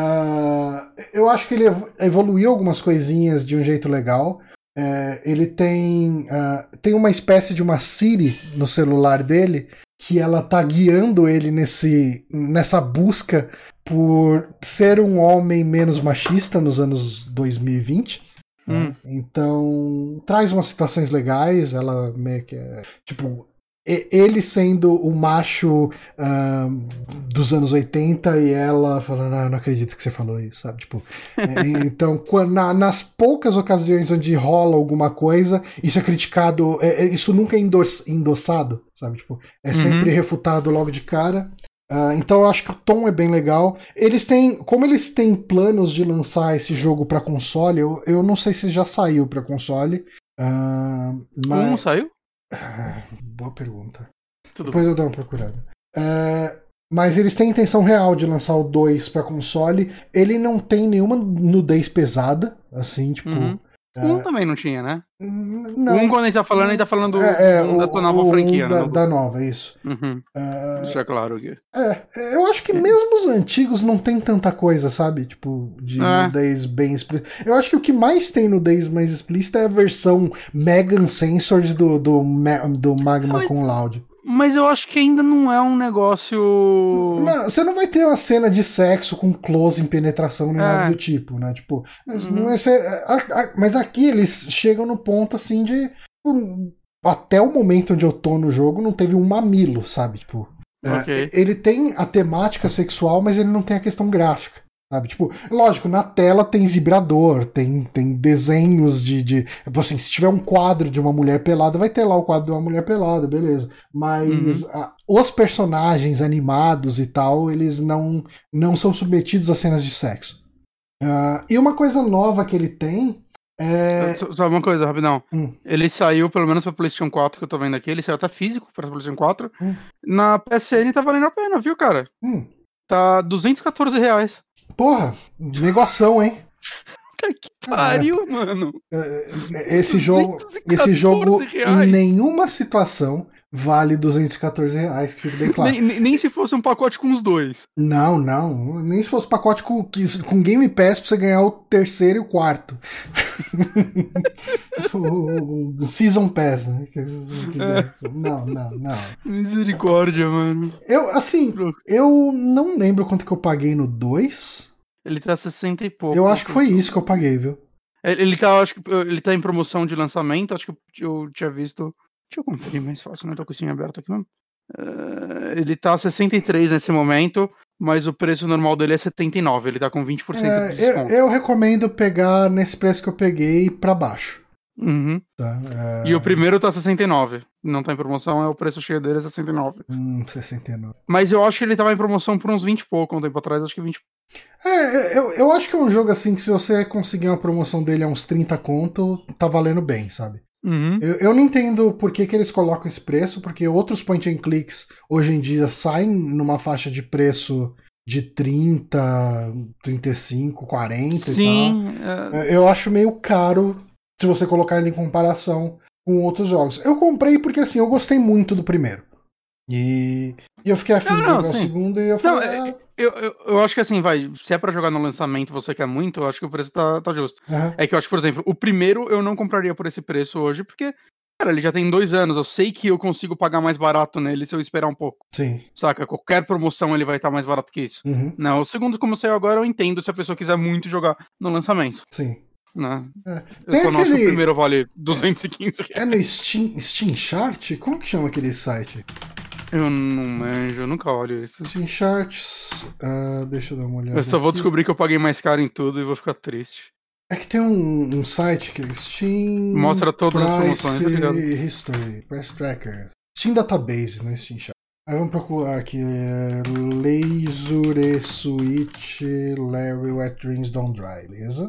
Uh, eu acho que ele evoluiu algumas coisinhas de um jeito legal. Uh, ele tem, uh, tem uma espécie de uma Siri no celular dele que ela tá guiando ele nesse, nessa busca por ser um homem menos machista nos anos dois mil e vinte. Hum. Né? Então, traz umas situações legais, ela meio que é, tipo, ele sendo o macho uh, dos anos oitenta e ela falando, ah, eu não acredito que você falou isso, sabe? Tipo, é, então, quando, na, nas poucas ocasiões onde rola alguma coisa, isso é criticado, é, isso nunca é endossado, sabe? Tipo, é uhum. sempre refutado logo de cara. Uh, então eu acho que o tom é bem legal. Eles têm, como eles têm planos de lançar esse jogo para console, eu, eu não sei se já saiu para console. Uh, mas... Como saiu? Ah, boa pergunta. Tudo Depois bem. eu dou uma procurada. É, mas eles têm intenção real de lançar o dois pra console. Ele não tem nenhuma nudez pesada, assim, tipo. Uhum. É... Um também não tinha, né? Não. Um, quando a gente tá falando, a gente tá falando é, é, um da tua o, nova o, franquia, da, né? Da nova, isso. Uhum. É... Deixa claro aqui. É, eu acho que mesmo os antigos não tem tanta coisa, sabe? Tipo, de é. nudez bem explícita. Eu acho que o que mais tem nudez mais explícita é a versão Mega Uncensored do, do, do Magma Mas... Cum Laude. Mas eu acho que ainda não é um negócio... Não, você não vai ter uma cena de sexo com close em penetração nem é. nada do tipo, né? Tipo, mas, uhum. não é ser, a, a, mas aqui eles chegam no ponto assim de... Um, até o momento onde eu tô no jogo não teve um mamilo, sabe? Tipo, okay. é, ele tem a temática sexual, mas ele não tem a questão gráfica. Sabe? Tipo, lógico, na tela tem vibrador, tem, tem desenhos de, de. Assim, se tiver um quadro de uma mulher pelada, vai ter lá o quadro de uma mulher pelada, beleza. Mas uhum. a, os personagens animados e tal, eles não, não são submetidos a cenas de sexo. Uh, e uma coisa nova que ele tem é. Só uma coisa, rapidão. Hum. Ele saiu, pelo menos pra PlayStation quatro, que eu tô vendo aqui, ele saiu até físico pra PlayStation quatro. Hum. Na P S N tá valendo a pena, viu, cara? Hum. Tá duzentos e quatorze reais. Porra, negoção, hein? Que pariu, é. mano. Esse jogo, esse jogo em nenhuma situação vale duzentos e quatorze reais, que fica bem claro. Nem, nem se fosse um pacote com os dois. Não, não. Nem se fosse pacote com, com Game Pass pra você ganhar o terceiro e o quarto. o, o Season Pass, né? É. Não, não, não. Misericórdia, mano. Eu, assim, eu não lembro quanto que eu paguei no dois. Ele tá sessenta e pouco. Eu acho que foi isso que eu paguei, viu? Ele tá, acho que ele tá em promoção de lançamento, acho que eu tinha visto Deixa eu conferir mais fácil, não tô com o Steam aberto aqui mesmo. Uh, ele tá sessenta e três nesse momento, mas o preço normal dele é setenta e nove, ele tá com vinte por cento É, de desconto. eu, eu recomendo pegar nesse preço que eu peguei pra baixo. Uhum. Tá, é... E o primeiro tá sessenta e nove. Não tá em promoção, é o preço cheio dele é sessenta e nove. Hum, sessenta e nove. Mas eu acho que ele tava em promoção por uns vinte e pouco, um tempo atrás, acho que vinte. É, eu, eu acho que é um jogo assim que se você conseguir uma promoção dele a uns trinta conto, tá valendo bem, sabe? Uhum. Eu, eu não entendo por que, que eles colocam esse preço, porque outros point and clicks hoje em dia saem numa faixa de preço de trinta, trinta e cinco, quarenta Sim, e tal. é... Eu acho meio caro se você colocar ele em comparação com outros jogos. Eu comprei porque assim, eu gostei muito do primeiro. E, e eu fiquei afim não, de não, jogar o sim. segundo e eu Não, falei. é, Ah, eu, eu, eu acho que assim, vai, se é pra jogar no lançamento você quer muito, eu acho que o preço tá, tá justo. uhum. É que eu acho que, por exemplo, o primeiro eu não compraria por esse preço hoje, porque, cara, ele já tem dois anos, eu sei que eu consigo pagar mais barato nele se eu esperar um pouco. Sim. Saca? Qualquer promoção ele vai estar mais barato que isso. Uhum. Não, o segundo, como saiu agora, eu entendo se a pessoa quiser muito jogar no lançamento. Sim. Né? É. Eu Tem só não acho que aquele... o primeiro vale duzentos e quinze reais. É no Steam, Steam Chart? Como que chama aquele site? Eu não manjo, eu nunca olho isso. Steam Charts. Uh, deixa eu dar uma olhada. Eu só vou aqui. descobrir que eu paguei mais caro em tudo e vou ficar triste. É que tem um, um site que é Steam. Mostra todas as Price promoções, tá ligado? History, Price Tracker. Steam Database, não é Steam Chart. Aí vamos procurar aqui. É Leisure Switch Larry Wet Dreams Don't Dry, beleza?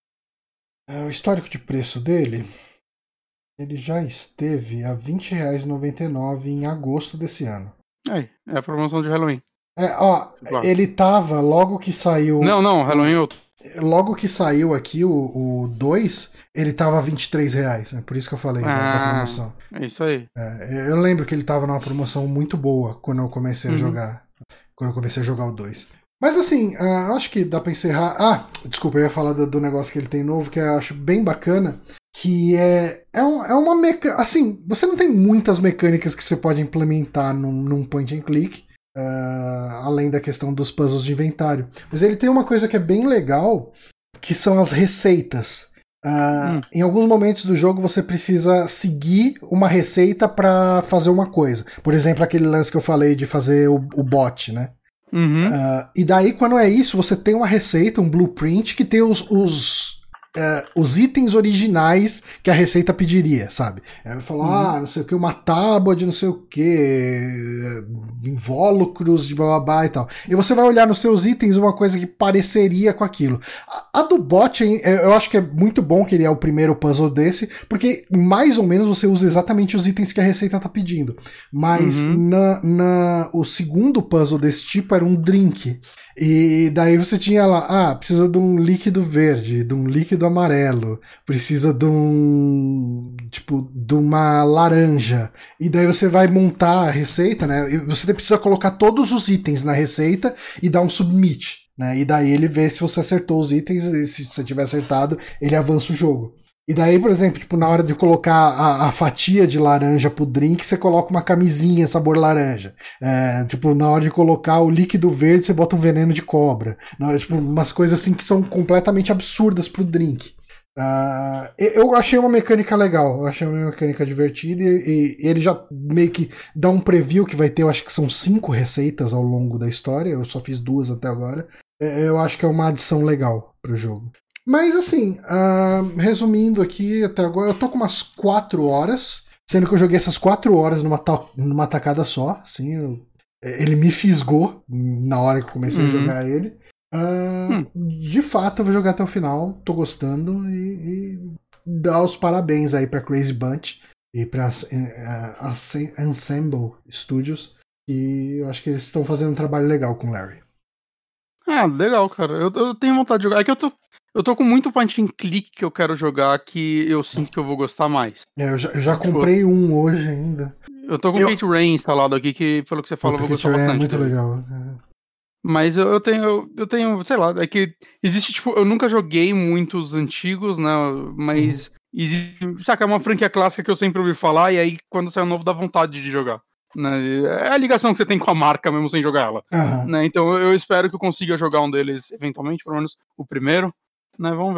É, o histórico de preço dele. Ele já esteve a vinte reais e noventa e nove centavos em agosto desse ano. Aí, é a promoção de Halloween. É, ó, Claro. ele tava logo que saiu. Não, não, Halloween é outro. Logo que saiu aqui o dois, ele tava a vinte e três reais, né? Por isso que eu falei ah, da, da promoção. É isso aí. É, eu lembro que ele tava numa promoção muito boa quando eu comecei Uhum. a jogar. Quando eu comecei a jogar o dois. Mas assim, uh, acho que dá pra encerrar. Ah, desculpa, eu ia falar do, do negócio que ele tem novo, que eu acho bem bacana. Que é, é, um, é uma mecânica. Assim, você não tem muitas mecânicas que você pode implementar num, num point and click. Uh, além da questão dos puzzles de inventário. Mas ele tem uma coisa que é bem legal, que são as receitas. Uh, hum. Em alguns momentos do jogo você precisa seguir uma receita para fazer uma coisa. Por exemplo, aquele lance que eu falei de fazer o, o bot, né? Uhum. Uh, e daí, quando é isso, você tem uma receita, um blueprint, que tem os, os, uh, os itens originais que a receita pediria, sabe? Ela fala, uhum. ah, não sei o que, uma tábua de não sei o que, invólucros de bababá e tal. E você vai olhar nos seus itens uma coisa que pareceria com aquilo. A, a do bot, eu acho que é muito bom que ele é o primeiro puzzle desse, porque mais ou menos você usa exatamente os itens que a receita tá pedindo. Mas uhum. na, na, o segundo puzzle desse tipo era um drink. E daí você tinha lá, ah, precisa de um líquido verde, de um líquido amarelo, precisa de um, tipo, de uma laranja. E daí você vai montar a receita, né? E você precisa colocar todos os itens na receita e dar um submit, né? E daí ele vê se você acertou os itens, e se você tiver acertado, ele avança o jogo. E daí, por exemplo, tipo, na hora de colocar a, a fatia de laranja pro drink, você coloca uma camisinha sabor laranja. É, tipo, na hora de colocar o líquido verde, você bota um veneno de cobra. Não, tipo, umas coisas assim que são completamente absurdas pro drink. Uh, eu achei uma mecânica legal, eu achei uma mecânica divertida e, e ele já meio que dá um preview que vai ter, eu acho que são cinco receitas ao longo da história, eu só fiz duas até agora. Eu acho que é uma adição legal pro jogo. Mas assim, uh, resumindo aqui até agora, eu tô com umas quatro horas, sendo que eu joguei essas quatro horas numa, ta- numa tacada só, assim, eu, ele me fisgou na hora que eu comecei uhum. a jogar ele. Uh, hum. De fato, eu vou jogar até o final, tô gostando e, e dar os parabéns aí pra Crazy Bunch e pra uh, Ensemble Studios, e eu acho que eles estão fazendo um trabalho legal com o Larry. Ah, legal, cara. Eu, eu tenho vontade de jogar. É que eu tô, eu tô com muito point and click que eu quero jogar que eu sinto que eu vou gostar mais. É, eu já, eu já comprei tipo, um hoje ainda. Eu tô com o eu... Kate Rain instalado aqui, que pelo que você falou, eu vou gostar bastante. É muito dele. legal. É. Mas eu, eu tenho, eu tenho, sei lá, é que existe, tipo, eu nunca joguei muitos antigos, né, mas uhum. existe, saca, é uma franquia clássica que eu sempre ouvi falar, e aí quando sai um novo dá vontade de jogar, né, é a ligação que você tem com a marca mesmo sem jogar ela, uhum. né, então eu espero que eu consiga jogar um deles eventualmente, pelo menos o primeiro, né, vamos ver.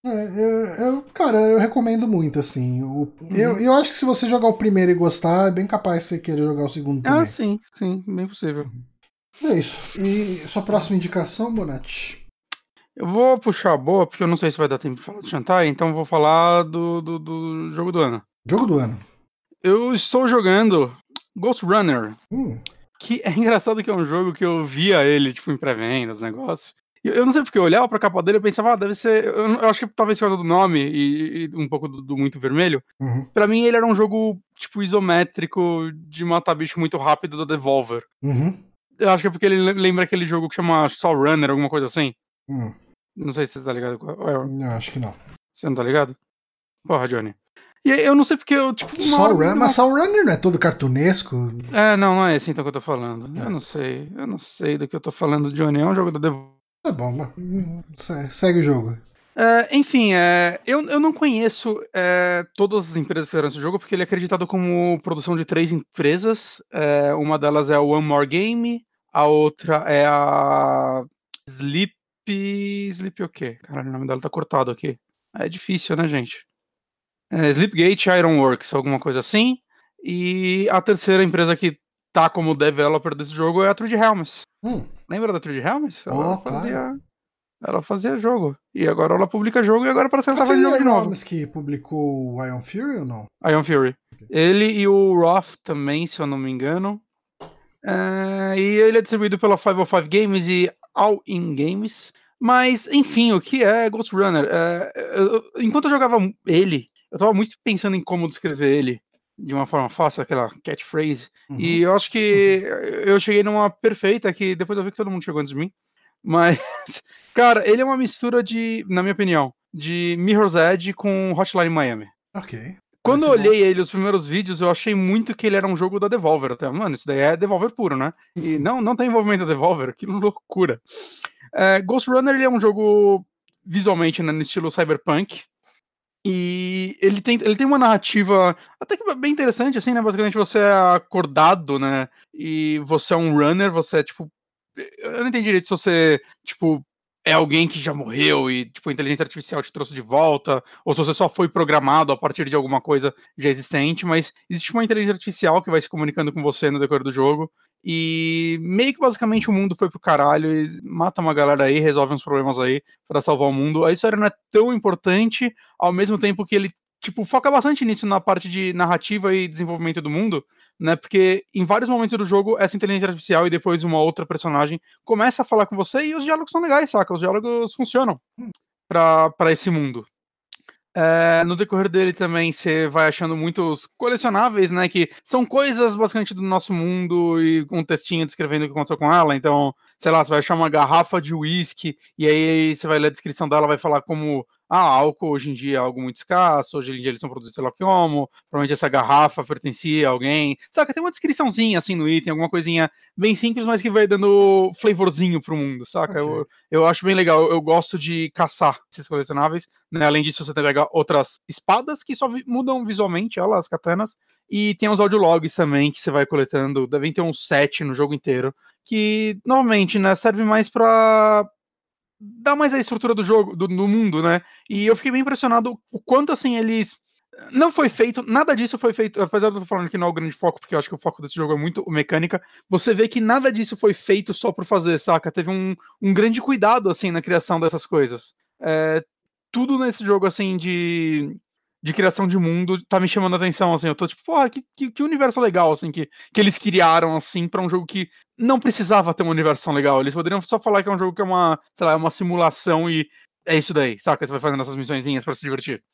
É, eu, eu- cara, eu recomendo muito, assim. O- eu, Uhum. eu acho que se você jogar o primeiro e gostar, é bem capaz de você querer jogar o segundo Ah, também. sim, sim, bem possível. É isso. E sua próxima indicação, Bonatti? Eu vou puxar a boa, porque eu não sei se vai dar tempo de falar de Shantae, então eu vou falar do, do, do jogo do ano. Jogo do ano. Eu estou jogando Ghost Runner, Hum, que é engraçado que é um jogo que eu via ele, tipo, em pré-venda, os negócios. E Eu eu não sei porque eu olhava pra capa dele e pensava, ah, deve ser. Eu, não- eu acho que talvez por causa do nome e, e um pouco do, do muito vermelho. uhum, Pra mim, ele era um jogo, tipo, isométrico de matar bicho muito rápido do Devolver. uhum, Eu acho que é porque ele le- lembra aquele jogo que chama Soul Runner, alguma coisa assim. hum. Não sei se você tá ligado. qual é. Não, acho que não. Você não tá ligado? Porra, Johnny. E aí, eu não sei porque eu, tipo, uma hora Soul me Run, deu mas uma. Soul Runner não é todo cartunesco? É, não, não é esse então que eu tô falando. Eu É, não sei. Eu não sei do que eu tô falando, Johnny. É um jogo da Devolver. tá bom, mas, hum, se- segue o jogo. É, enfim, é, eu, eu não conheço é, todas as empresas que fizeram esse jogo, porque ele é acreditado como produção de três empresas. É, uma delas é a One More Game, a outra é a Sleep. Sleep o quê? Caralho, o nome dela tá cortado aqui. É difícil, né, gente? É, Sleepgate Ironworks, alguma coisa assim. E a terceira empresa que tá como developer desse jogo é a Trude Helmes. Hum, Lembra da Trude Helmes? Ela oh, claro. fazia. Ela fazia jogo. E agora ela publica jogo e agora parece que ela A tá fazendo jogo Taylor de novo. Rams que publicou o Iron Fury ou não? Ion Fury. Ele e o Roth também, se eu não me engano. É, e ele é distribuído pela quinhentos e cinco Games e All In Games. Mas, enfim, o que é Ghost Runner? É, eu- enquanto eu jogava ele, eu tava muito pensando em como descrever ele de uma forma fácil, aquela catchphrase. E Uhum. eu acho que eu cheguei numa perfeita que depois eu vi que todo mundo chegou antes de mim. Mas, cara, ele é uma mistura de, na minha opinião, de Mirror's Edge com Hotline Miami. Ok. Quando eu Parece bom. olhei ele, os primeiros vídeos, eu achei muito que ele era um jogo da Devolver. Até, mano, isso daí é Devolver puro, né? E não, não tem envolvimento da Devolver, que loucura. É, Ghost Runner ele é um jogo visualmente, né, no estilo cyberpunk. E ele tem, ele tem uma narrativa até que bem interessante, assim, né? Basicamente você é acordado, né? E você é um runner, você é tipo. Eu não entendi direito se você, tipo, é alguém que já morreu e, tipo, a inteligência artificial te trouxe de volta, ou se você só foi programado a partir de alguma coisa já existente, mas existe uma inteligência artificial que vai se comunicando com você no decorrer do jogo. E meio que basicamente o mundo foi pro caralho e mata uma galera aí, resolve uns problemas aí pra salvar o mundo. A história não é tão importante, ao mesmo tempo que ele, tipo, foca bastante nisso na parte de narrativa e desenvolvimento do mundo, né? Porque em vários momentos do jogo, essa inteligência artificial e depois uma outra personagem começa a falar com você e os diálogos são legais, saca? Os diálogos funcionam pra, pra esse mundo. É, no decorrer dele também você vai achando muitos colecionáveis, né? Que são coisas basicamente do nosso mundo e com um textinho descrevendo o que aconteceu com ela. Então, sei lá, você vai achar uma garrafa de uísque e aí você vai ler a descrição dela, vai falar como ah, álcool hoje em dia é algo muito escasso, hoje em dia eles são produzidos sei lá como, provavelmente essa garrafa pertencia a alguém. Saca, tem uma descriçãozinha assim no item, alguma coisinha bem simples, mas que vai dando flavorzinho pro mundo, saca? Ok. Eu, eu acho bem legal, eu gosto de caçar esses colecionáveis. Né? Além disso, você pega outras espadas que só vi mudam visualmente, elas, as katanas, e tem os audiologs também que você vai coletando. Devem ter uns sete no jogo inteiro. Que, novamente, né, serve mais pra dar mais a estrutura do jogo, do, do mundo, né? E eu fiquei bem impressionado o quanto, assim, eles. Não foi feito, nada disso foi feito, apesar de eu estar falando que não é o grande foco, porque eu acho que o foco desse jogo é muito mecânica, você vê que nada disso foi feito só por fazer, saca? Teve um, um grande cuidado, assim, na criação dessas coisas. É, tudo nesse jogo, assim, de, de criação de mundo tá me chamando a atenção, assim, eu tô tipo, porra, que, que, que universo legal, assim, que, que eles criaram, assim, pra um jogo que não precisava ter uma universo tão legal, eles poderiam só falar que é um jogo que é uma, sei lá, é uma simulação e é isso daí, saca? Você vai fazendo essas missõezinhas pra se divertir.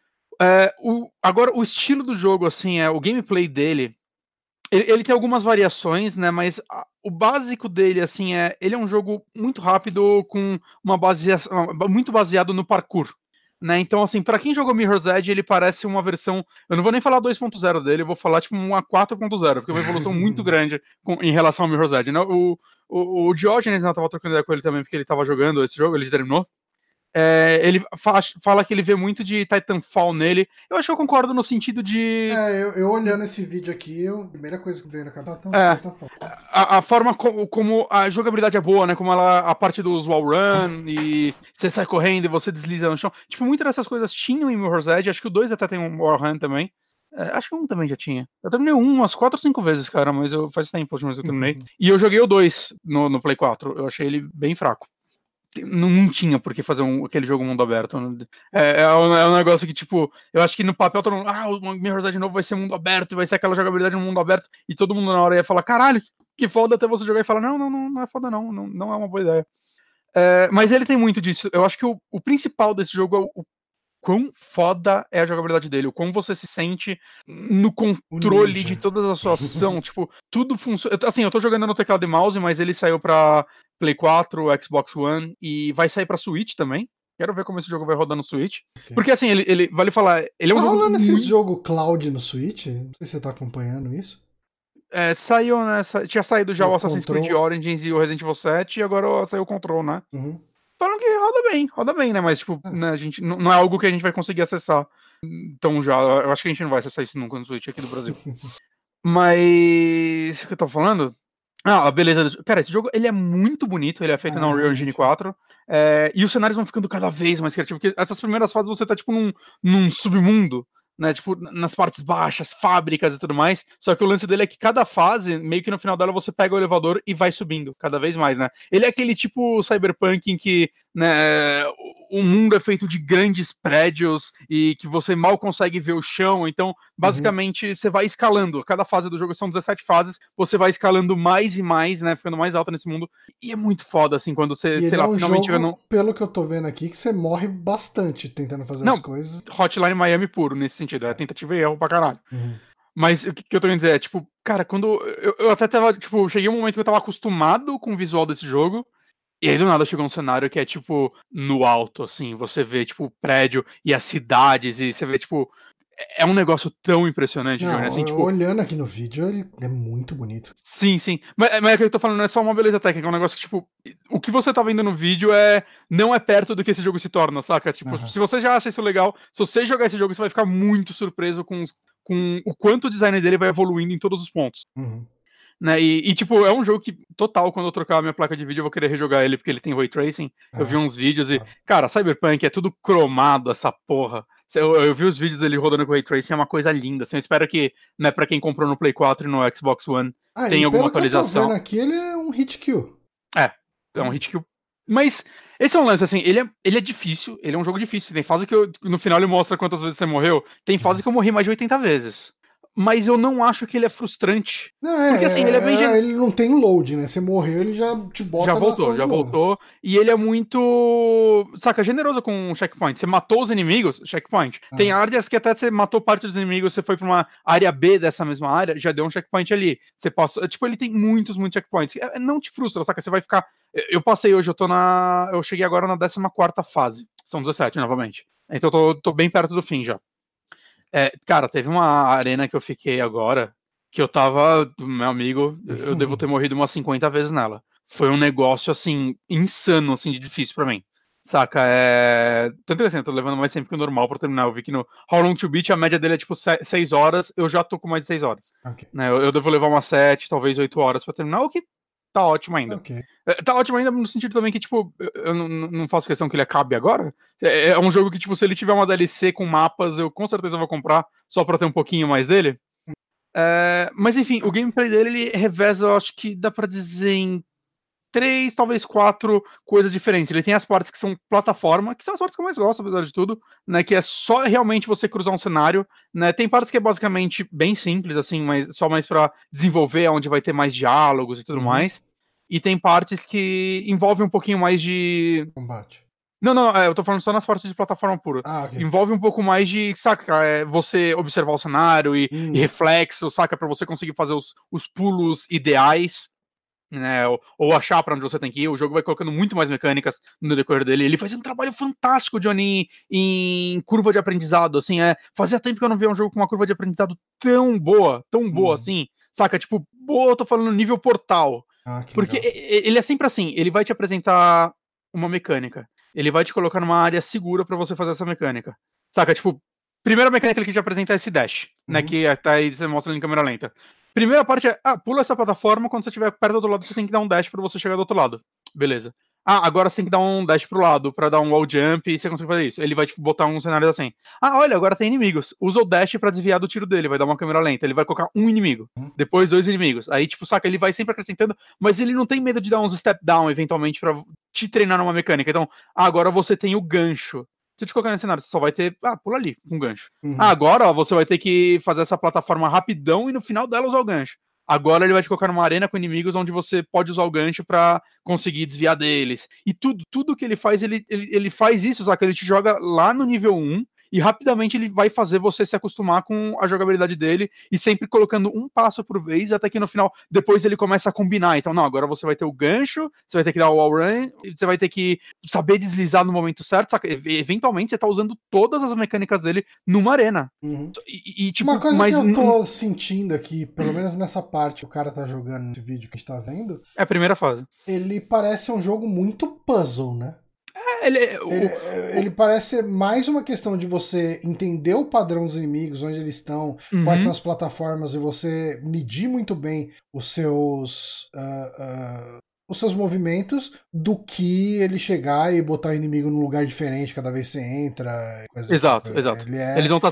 É, o, agora, o estilo do jogo, assim, é o gameplay dele. Ele, ele tem algumas variações, né? Mas a, o básico dele, assim, é. Ele é um jogo muito rápido, com uma base muito baseado no parkour. Né? Então, assim, pra quem jogou Mirror's Edge, ele parece uma versão. Eu não vou nem falar dois ponto zero dele, eu vou falar tipo uma quatro ponto zero, porque é uma evolução muito grande com, em relação ao Mirror's Edge. Né? O, o, o Diógenes, né, eu tava trocando ideia com ele também, porque ele tava jogando esse jogo, ele terminou. É, ele fa fala que ele vê muito de Titanfall nele. Eu acho que eu concordo no sentido de... É, eu, eu olhando esse vídeo aqui, eu, a primeira coisa que veio na cabeça é, é Titanfall. A, a forma como, como a jogabilidade é boa, né? Como ela, a parte dos wall run e você sai correndo e você desliza no chão. Tipo, muitas dessas coisas tinham em Mirror's Edge. Acho que o dois até tem um wall run também. É, acho que um também já tinha. Eu terminei um umas quatro ou cinco vezes, cara, mas eu, faz tempo que eu terminei. E eu joguei o dois no, no Play quatro. Eu achei ele bem fraco. Não, não tinha por que fazer um, aquele jogo mundo aberto. É, é, um, é um negócio que, tipo, eu acho que no papel todo mundo, ah, o Mirror's Edge novo vai ser mundo aberto, vai ser aquela jogabilidade no mundo aberto, e todo mundo na hora ia falar, caralho, que foda, até você jogar e falar, não, não, não, não é foda não, não, não é uma boa ideia. É, mas ele tem muito disso. Eu acho que o, o principal desse jogo é o, o quão foda é a jogabilidade dele, o quão você se sente no controle de toda a sua ação, tipo, tudo funciona. Assim, eu tô jogando no teclado e mouse, mas ele saiu pra Play quatro, Xbox One e vai sair pra Switch também. Quero ver como esse jogo vai rodar no Switch. Okay. Porque assim, ele, ele vale falar, ele é um tá jogo rolando muito... esse jogo cloud no Switch? Não sei se você tá acompanhando isso. É, saiu, né? Tinha saído já o, o Assassin's Control. Creed Origins e o Resident Evil sete e agora saiu o Control, né? Uhum. Falam que roda bem, roda bem, né? Mas, tipo, ah. né, a gente, não, não é algo que a gente vai conseguir acessar. Então já, eu acho que a gente não vai acessar isso nunca no Switch aqui do Brasil. Mas... o que eu tô falando? Ah, a beleza do... Cara, esse jogo, ele é muito bonito, ele é feito ah, na Unreal Engine quatro. É, e os cenários vão ficando cada vez mais criativos, porque essas primeiras fases você tá, tipo, num, num submundo, né, tipo, nas partes baixas, fábricas e tudo mais, só que o lance dele é que cada fase, meio que no final dela, você pega o elevador e vai subindo, cada vez mais, né. Ele é aquele tipo cyberpunk em que, né, o mundo é feito de grandes prédios e que você mal consegue ver o chão, então, basicamente, uhum. você vai escalando, cada fase do jogo são dezessete fases, você vai escalando mais e mais, né, ficando mais alto nesse mundo, e é muito foda, assim, quando você, e sei lá, é um finalmente jogo, no... pelo que eu tô vendo aqui, que você morre bastante tentando fazer Não, as coisas. Hotline Miami puro, nesse sentido, é tentativa e erro pra caralho. Uhum. Mas o que, que eu tô querendo dizer é, tipo, cara, quando... Eu, eu até tava, tipo, cheguei um momento que eu tava acostumado com o visual desse jogo, e aí do nada chegou um cenário que é, tipo, no alto, assim, você vê, tipo, o prédio e as cidades, e você vê, tipo... É um negócio tão impressionante, não, Johnny, assim, tipo... olhando aqui no vídeo, ele é muito bonito. Sim, sim. Mas, mas é que eu tô falando, não é só uma beleza técnica, é um negócio que, tipo... O que você tá vendo no vídeo é... não é perto do que esse jogo se torna, saca? Tipo, uhum. Se você já acha isso legal, se você jogar esse jogo, você vai ficar muito surpreso com, os, com o quanto o design dele vai evoluindo em todos os pontos. Uhum. Né? E, e, tipo, é um jogo que, total, quando eu trocar a minha placa de vídeo, eu vou querer rejogar ele, porque ele tem Ray Tracing. Ah, eu vi uns vídeos e... Ah. Cara, Cyberpunk é tudo cromado, essa porra. Eu, eu vi os vídeos dele rodando com Ray Tracing, é uma coisa linda. Assim, eu espero que, né, pra quem comprou no Play quatro e no Xbox One, ah, tenha alguma atualização. Que eu tô vendo aqui, ele é um hit kill. É, é um hit kill. Mas esse é um lance, assim, ele é, ele é difícil, ele é um jogo difícil. Tem fase que eu, no final ele mostra quantas vezes você morreu. Tem fase que eu morri mais de oitenta vezes. Mas eu não acho que ele é frustrante. Não, é, porque assim, ele é bem... É, ele não tem load, né? Você morreu, ele já te bota já voltou, já voltou. E ele é muito... saca, generoso com o checkpoint. Você matou os inimigos, checkpoint. Ah. Tem áreas que até você matou parte dos inimigos, você foi pra uma área B dessa mesma área, já deu um checkpoint ali. Você passou... Tipo, ele tem muitos, muitos checkpoints. Não te frustra, saca? Você vai ficar... Eu passei hoje, eu tô na... Eu cheguei agora na décima quarta fase. São dezessete, novamente. Então eu tô, tô bem perto do fim já. É, cara, teve uma arena que eu fiquei agora, que eu tava, meu amigo, eu devo ter morrido umas cinquenta vezes nela. Foi um negócio, assim, insano, assim, de difícil pra mim. Saca, é... Tanto assim, eu tô levando mais tempo que o normal pra terminar. Eu vi que no How Long to Beat a média dele é, tipo, seis horas, eu já tô com mais de seis horas. Okay. Né, eu, eu devo levar umas sete, talvez oito horas pra terminar, o que tá ótimo ainda. Okay. Tá ótimo ainda no sentido também que, tipo, eu não, não faço questão que ele acabe agora. É, é um jogo que, tipo, se ele tiver uma D L C com mapas, eu com certeza vou comprar só pra ter um pouquinho mais dele. É, mas, enfim, o gameplay dele, ele reveza, eu acho que dá pra dizer em três, talvez quatro coisas diferentes. Ele tem as partes que são plataforma, que são as partes que eu mais gosto, apesar de tudo, né, que é só realmente você cruzar um cenário, né, tem partes que é basicamente bem simples, assim, mas só mais pra desenvolver, onde vai ter mais diálogos e tudo uhum. mais, e tem partes que envolvem um pouquinho mais de... combate. Não, não, eu tô falando só nas partes de plataforma pura. Ah, okay. Envolve um pouco mais de, saca, é, você observar o cenário e, hum. e reflexo, saca, pra você conseguir fazer os, os pulos ideais, né, ou, ou achar pra onde você tem que ir. O jogo vai colocando muito mais mecânicas no decorrer dele. Ele faz um trabalho fantástico, Johnny, em, em curva de aprendizado, assim, é, fazia tempo que eu não via um jogo com uma curva de aprendizado tão boa, tão boa, hum. assim, saca, tipo, boa, eu tô falando nível Portal. Ah, porque legal. Ele é sempre assim, ele vai te apresentar uma mecânica. ele vai te colocar numa área segura pra você fazer essa mecânica. Saca? Tipo, primeira mecânica que ele te apresenta é esse dash, uhum. né? Que tá aí, você mostra ele em câmera lenta. Primeira parte é, ah, pula essa plataforma, quando você estiver perto do outro lado, você tem que dar um dash pra você chegar do outro lado. Beleza. Ah, agora você tem que dar um dash pro lado, pra dar um wall jump, e você consegue fazer isso. Ele vai tipo, botar um cenário assim. Ah, olha, agora tem inimigos. Usa o dash pra desviar do tiro dele, vai dar uma câmera lenta. Ele vai colocar um inimigo, depois dois inimigos. Aí, tipo, saca, ele vai sempre acrescentando, mas ele não tem medo de dar uns step down, eventualmente, pra te treinar numa mecânica. Então, ah, agora você tem o gancho. Se eu te colocar nesse cenário, você só vai ter, ah, pula ali, com um gancho. Uhum. Ah, agora, ó, você vai ter que fazer essa plataforma rapidão e no final dela usar o gancho. Agora ele vai te colocar numa arena com inimigos onde você pode usar o gancho pra conseguir desviar deles. E tudo, tudo que ele faz, ele, ele, ele faz isso, saca? Ele te joga lá no nível um e rapidamente ele vai fazer você se acostumar com a jogabilidade dele e sempre colocando um passo por vez, até que no final, depois ele começa a combinar. Então, não, agora você vai ter o gancho, você vai ter que dar o wall run, você vai ter que saber deslizar no momento certo, saca? Eventualmente você tá usando todas as mecânicas dele numa arena. Uhum. E, e, tipo, uma coisa mas... que eu tô sentindo aqui, pelo menos nessa parte que o cara tá jogando nesse vídeo que a gente tá vendo... É a primeira fase. Ele parece um jogo muito puzzle, né? É, ele, ele, o, ele parece ser mais uma questão de você entender o padrão dos inimigos, onde eles estão, uhum. quais são as plataformas, e você medir muito bem os seus uh, uh, os seus movimentos, do que ele chegar e botar o inimigo num lugar diferente cada vez que você entra. Coisa exato, tipo. exato. Ele é, eles vão estar...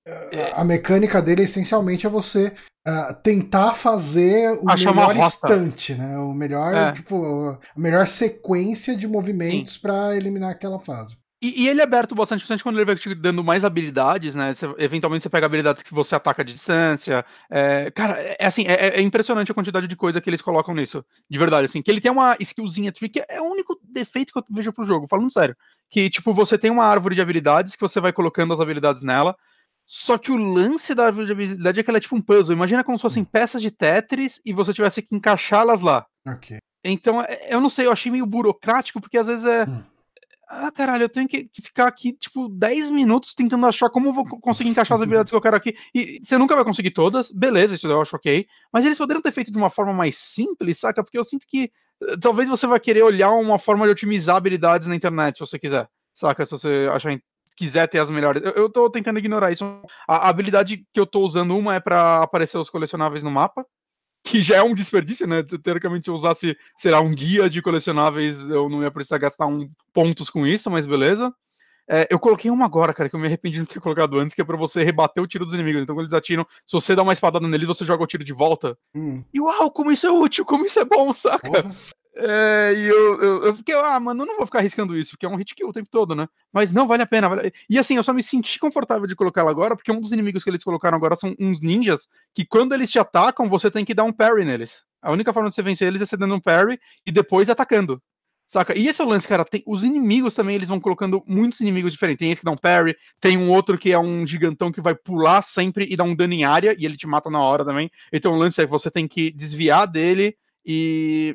A mecânica dele essencialmente é você uh, tentar fazer o Achar melhor instante, né? O melhor, é. tipo, a melhor sequência de movimentos para eliminar aquela fase. E, e ele é aberto bastante, principalmente quando ele vai te dando mais habilidades, né? Você, eventualmente você pega habilidades que você ataca de distância. É, cara, é assim, é, é impressionante a quantidade de coisa que eles colocam nisso. De verdade, assim. Que ele tem uma skillzinha trick, é o único defeito que eu vejo pro jogo, falando sério. Que, tipo, você tem uma árvore de habilidades que você vai colocando as habilidades nela. Só que o lance da árvore de habilidade é que ela é tipo um puzzle. Imagina como se fossem peças de Tetris e você tivesse que encaixá-las lá. Ok. Então, eu não sei, eu achei meio burocrático, porque às vezes é... Hum. Ah, caralho, eu tenho que ficar aqui, tipo, dez minutos tentando achar como eu vou conseguir encaixar as habilidades que eu quero aqui. E você nunca vai conseguir todas, beleza, isso eu acho ok. Mas eles poderiam ter feito de uma forma mais simples, saca? Porque eu sinto que talvez você vai querer olhar uma forma de otimizar habilidades na internet, se você quiser. Saca? Se você achar... quiser ter as melhores. Eu, eu tô tentando ignorar isso. A, a habilidade que eu tô usando, uma é pra aparecer os colecionáveis no mapa, que já é um desperdício, né? Teoricamente, se eu usasse, sei lá, um guia de colecionáveis, eu não ia precisar gastar um, pontos com isso, mas beleza. É, eu coloquei uma agora, cara, que eu me arrependi de não ter colocado antes, que é pra você rebater o tiro dos inimigos. Então, quando eles atiram, se você dá uma espadada neles, você joga o tiro de volta. Hum. E uau, como isso é útil, como isso é bom, saca? Porra. É, e eu, eu, eu fiquei, ah, mano, eu não vou ficar arriscando isso, porque é um hit kill o tempo todo, né? Mas não, vale a pena. Vale... E assim, eu só me senti confortável de colocar ela agora, porque um dos inimigos que eles colocaram agora são uns ninjas, que quando eles te atacam, você tem que dar um parry neles. A única forma de você vencer eles é você dando um parry e depois atacando. Saca? E esse é o lance, cara. Tem... Os inimigos também, eles vão colocando muitos inimigos diferentes. Tem esse que dá um parry, tem um outro que é um gigantão que vai pular sempre e dar um dano em área, e ele te mata na hora também. Então o lance é que você tem que desviar dele e...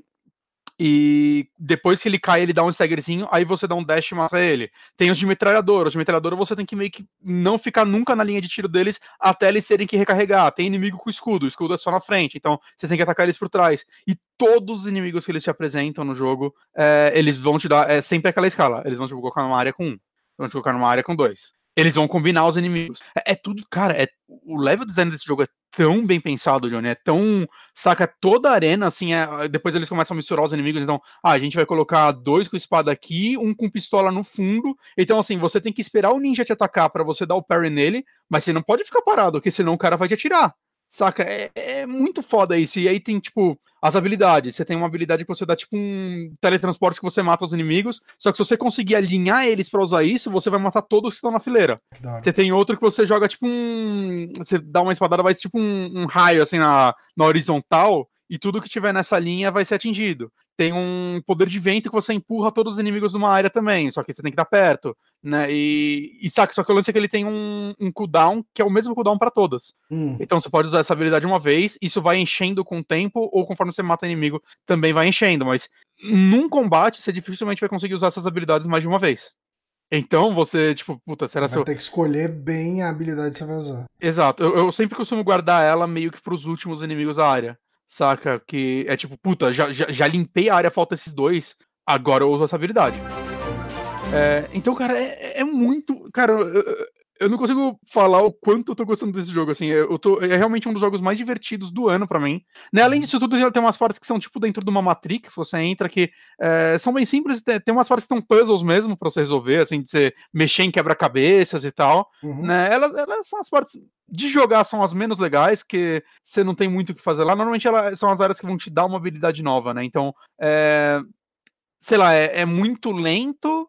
E depois que ele cai, ele dá um staggerzinho, aí você dá um dash e mata ele. Tem os de metralhadora. Os de metralhadora você tem que meio que não ficar nunca na linha de tiro deles até eles terem que recarregar. Tem inimigo com escudo, o escudo é só na frente, então você tem que atacar eles por trás. E todos os inimigos que eles te apresentam no jogo, é, eles vão te dar, é sempre aquela escala. Eles vão te colocar numa área com um, vão te colocar numa área com dois. Eles vão combinar os inimigos. É, é tudo, cara, é, o level design desse jogo é tão bem pensado, Johnny, é tão, saca, toda a arena, assim, é, depois eles começam a misturar os inimigos, então, ah, a gente vai colocar dois com espada aqui, um com pistola no fundo, então, assim, você tem que esperar o ninja te atacar pra você dar o parry nele, mas você não pode ficar parado, porque senão o cara vai te atirar. Saca? É, é muito foda isso. E aí tem, tipo, as habilidades. Você tem uma habilidade que você dá, tipo, um teletransporte que você mata os inimigos. Só que se você conseguir alinhar eles pra usar isso, você vai matar todos que estão na fileira. Claro. Você tem outro que você joga, tipo, um... Você dá uma espadada, vai ser, tipo, um, um raio, assim, na, na horizontal. E tudo que tiver nessa linha vai ser atingido. Tem um poder de vento que você empurra todos os inimigos numa área também, só que você tem que estar perto, né? E, e saca, só que o lance é que ele tem um, um cooldown que é o mesmo cooldown para todas. Hum. Então você pode usar essa habilidade uma vez, isso vai enchendo com o tempo, ou conforme você mata o inimigo, também vai enchendo. Mas num combate, você dificilmente vai conseguir usar essas habilidades mais de uma vez. Então você, tipo, puta, será que vai seu... ter que escolher bem a habilidade que você vai usar. Exato, eu, eu sempre costumo guardar ela meio que pros últimos inimigos da área. Saca? Que é tipo, puta, já, já, já limpei a área, falta esses dois, agora eu uso essa habilidade. É, então, cara, é, é muito... Cara, eu, eu não consigo falar o quanto eu tô gostando desse jogo, assim, eu tô, é realmente um dos jogos mais divertidos do ano pra mim, né, além disso tudo, tem umas partes que são, tipo, dentro de uma Matrix, você entra que é, são bem simples, tem, tem umas partes que são puzzles mesmo pra você resolver, assim, de você mexer em quebra-cabeças e tal, uhum. né, elas, elas são as partes de jogar, são as menos legais, que você não tem muito o que fazer lá, normalmente elas são as áreas que vão te dar uma habilidade nova, né, então, é, sei lá, é, é muito lento.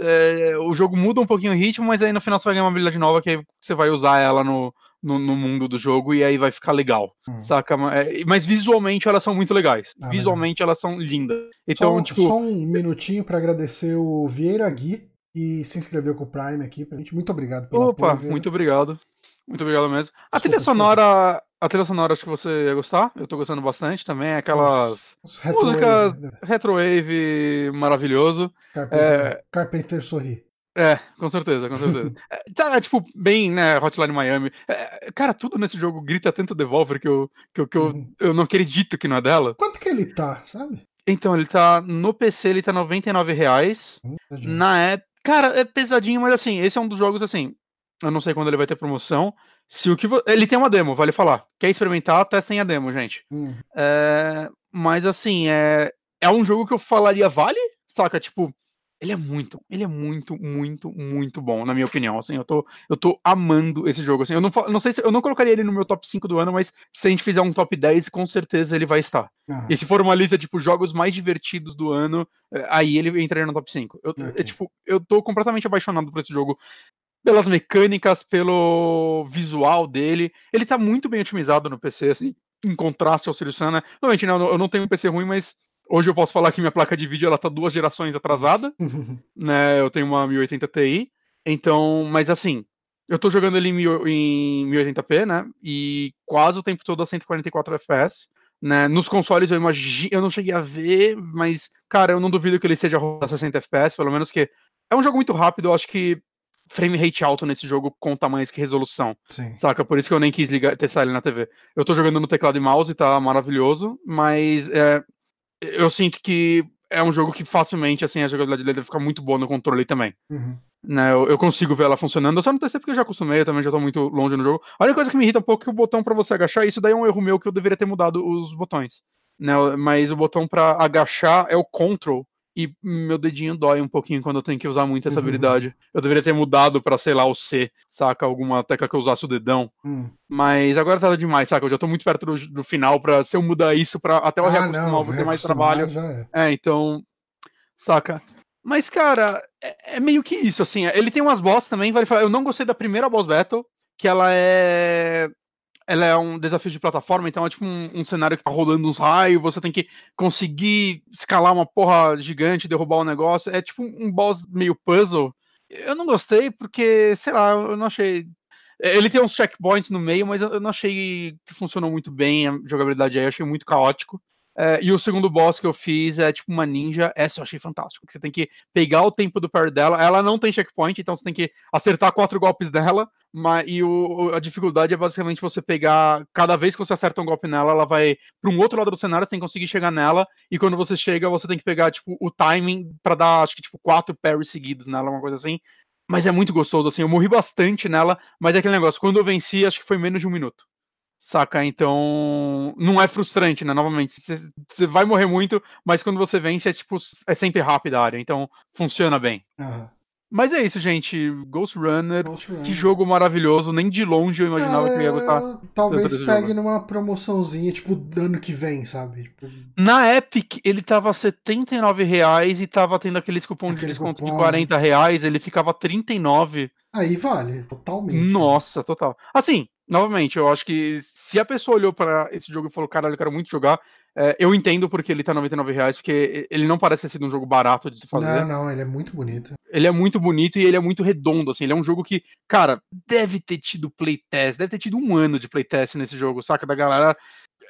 É, o jogo muda um pouquinho o ritmo, mas aí no final você vai ganhar uma habilidade nova que aí você vai usar ela no, no, no mundo do jogo e aí vai ficar legal, hum. saca? É, mas visualmente elas são muito legais. Ah, visualmente legal. Elas são lindas. Então, só, tipo... só um minutinho pra agradecer o Vieira Gui, que se inscreveu com o Prime aqui pra gente. Muito obrigado pelo Opa, apoio, muito obrigado. Muito obrigado mesmo. A desculpa, trilha sonora... Desculpa. A trilha sonora acho que você ia gostar. Eu tô gostando bastante também. Aquelas os, os músicas retro né? retrowave maravilhoso. Carpenter, é... Carpenter sorri. É, com certeza, com certeza. é, tá, é, tipo, bem, né, Hotline Miami. É, cara, tudo nesse jogo grita tanto Devolver que eu, que, eu, que uhum. eu, eu não acredito que não é dela. Quanto que ele tá, sabe? Então, ele tá, no P C ele tá noventa e nove reais. Hum, na época, cara, é pesadinho, mas assim, esse é um dos jogos, assim, eu não sei quando ele vai ter promoção. Se o que vo... Ele tem uma demo, vale falar. Quer experimentar, testem a demo, gente. Hum. É... Mas assim, é... é um jogo que eu falaria vale, saca? Tipo, ele é muito, ele é muito, muito, muito bom, na minha opinião. Assim, eu tô, eu tô amando esse jogo. Assim, eu não, não sei se eu não colocaria ele no meu top cinco do ano, mas se a gente fizer um top dez, com certeza ele vai estar. Ah. E se for uma lista, tipo, jogos mais divertidos do ano, aí ele entraria no top cinco. Eu, okay. é, tipo, eu tô completamente apaixonado por esse jogo. Pelas mecânicas, pelo visual dele. Ele tá muito bem otimizado no P C, assim, em contraste ao Sirius Sam, né? Normalmente, né, eu não tenho um P C ruim, mas hoje eu posso falar que minha placa de vídeo ela tá duas gerações atrasada, né? Eu tenho uma mil e oitenta Ti, então, mas assim, eu tô jogando ele em mil e oitenta p, né? E quase o tempo todo a cento e quarenta e quatro F P S. Né? Nos consoles eu imagino, eu não cheguei a ver, mas, cara, eu não duvido que ele seja rodar sessenta F P S, pelo menos que é um jogo muito rápido, eu acho que frame rate alto nesse jogo conta mais que resolução. Sim. Saca? Por isso que eu nem quis ligar, testar ele na T V. Eu tô jogando no teclado e mouse e tá maravilhoso, mas é, eu sinto que é um jogo que facilmente, assim, a jogabilidade dele fica muito boa no controle também. Uhum. Né, eu, eu consigo ver ela funcionando. Eu só não testei porque eu já acostumei, eu também já tô muito longe no jogo. A única coisa que me irrita um pouco é que o botão pra você agachar, isso daí é um erro meu que eu deveria ter mudado os botões. Né, mas o botão pra agachar é o Control. E meu dedinho dói um pouquinho quando eu tenho que usar muito essa habilidade. Uhum. Eu deveria ter mudado pra, sei lá, o C, saca? Alguma tecla que eu usasse o dedão. Uhum. Mas agora tá demais, saca? Eu já tô muito perto do, do final pra, se eu mudar isso, pra até eu ah, reacostumar, não, vou ter mais trabalho. É. é, então... Saca? Mas, cara, é, é meio que isso, assim. Ele tem umas boss também, vale falar. Eu não gostei da primeira boss battle, que ela é... Ela é um desafio de plataforma, então é tipo um, um cenário que tá rolando uns raios, você tem que conseguir escalar uma porra gigante, derrubar o um negócio. É tipo um boss meio puzzle. Eu não gostei porque, sei lá, eu não achei... Ele tem uns checkpoints no meio, mas eu não achei que funcionou muito bem a jogabilidade aí, eu achei muito caótico. É, e o segundo boss que eu fiz é tipo uma ninja. Essa eu achei fantástico. Você tem que pegar o tempo do parry dela. Ela não tem checkpoint, então você tem que acertar quatro golpes dela. Mas, e o, a dificuldade é basicamente você pegar. Cada vez que você acerta um golpe nela, ela vai para um outro lado do cenário. Você tem que conseguir chegar nela. E quando você chega, você tem que pegar tipo, o timing pra dar, acho que, tipo, quatro parries seguidos nela, uma coisa assim. Mas é muito gostoso, assim. Eu morri bastante nela. Mas é aquele negócio. Quando eu venci, acho que foi menos de um minuto. Saca? Então, não é frustrante, né? Novamente, você vai morrer muito, mas quando você vence, é tipo, é sempre rápida a área, então funciona bem. Uhum. Mas é isso, gente. Ghost Runner, Ghost Runner. Que jogo maravilhoso. Nem de longe eu imaginava Cara, que eu ia gostar. Talvez pegue jogo. Numa promoçãozinha, tipo, do ano que vem, sabe? Na Epic, ele tava setenta e nove reais e tava tendo aqueles cupom Aquele de desconto cupom, de quarenta reais, ele ficava trinta e nove. Aí vale, totalmente. Nossa, total. Assim, novamente, eu acho que se a pessoa olhou pra esse jogo e falou, caralho, eu quero muito jogar, é, eu entendo porque ele tá noventa e nove reais, porque ele não parece ter sido um jogo barato de se fazer. Não, não, ele é muito bonito. Ele é muito bonito e ele é muito redondo, assim, ele é um jogo que, cara, deve ter tido playtest, deve ter tido um ano de playtest nesse jogo, saca? Da galera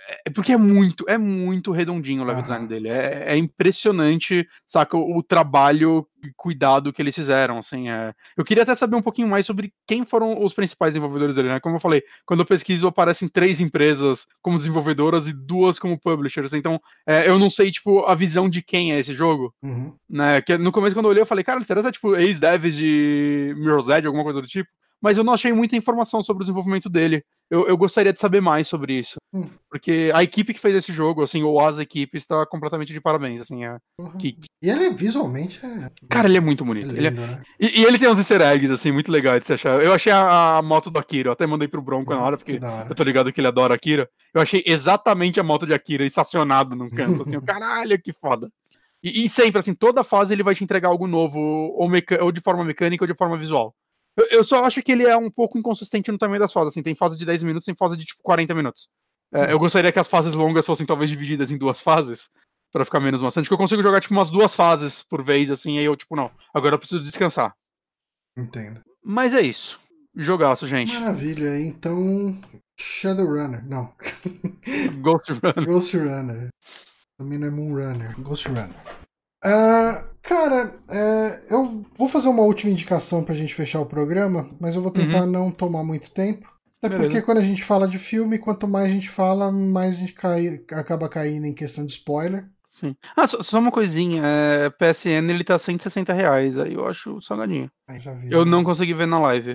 É porque é muito, é muito redondinho o level Aham. design dele. É, é impressionante, saca, o, o trabalho e cuidado que eles fizeram, assim. É... Eu queria até saber um pouquinho mais sobre quem foram os principais desenvolvedores dele, né? Como eu falei, quando eu pesquiso, aparecem três empresas como desenvolvedoras e duas como publishers. Então, é, eu não sei, tipo, a visão de quem é esse jogo. Uhum. Né? Que no começo, quando eu olhei, eu falei, cara, será que é tipo ex-devs de Mirror's Edge, alguma coisa do tipo? Mas eu não achei muita informação sobre o desenvolvimento dele. Eu, eu gostaria de saber mais sobre isso. Hum. Porque a equipe que fez esse jogo, assim, ou as equipes, está completamente de parabéns, assim. É... Uhum. Que, que... E ele visualmente é. Cara, ele é muito É bonito. lindo, Ele é... né? E, e ele tem uns easter eggs, assim, muito legais de se achar. Eu achei a, a moto do Akira, eu até mandei pro Bronco na hora, Que porque da eu hora. tô ligado que ele adora Akira. Eu achei exatamente a moto de Akira estacionado num canto, assim, caralho, que foda. E, e sempre, assim, toda fase ele vai te entregar algo novo, ou, meca... ou de forma mecânica ou de forma visual. Eu, eu só acho que ele é um pouco inconsistente no tamanho das fases, assim, tem fase de dez minutos, tem fase de, tipo, quarenta minutos. É, eu gostaria que as fases longas fossem talvez divididas em duas fases, pra ficar menos maçante, que eu consigo jogar, tipo, umas duas fases por vez, assim, aí eu, tipo, não, agora eu preciso descansar. Entendo. Mas é isso. Jogaço, gente. Maravilha, então. Shadowrunner. Não. Ghost Runner. Ghost Runner. Também não é Moonrunner. Ghost Runner. Uh, cara, é, eu vou fazer uma última indicação pra gente fechar o programa, mas eu vou tentar Uhum. não tomar muito tempo. Até Beleza. porque quando a gente fala de filme, quanto mais a gente fala, mais a gente cai, acaba caindo em questão de spoiler. Sim. Ah, só, só uma coisinha. É, P S N ele tá cento e sessenta reais, aí eu acho salgadinho. Aí já vi. Eu não consegui ver na live.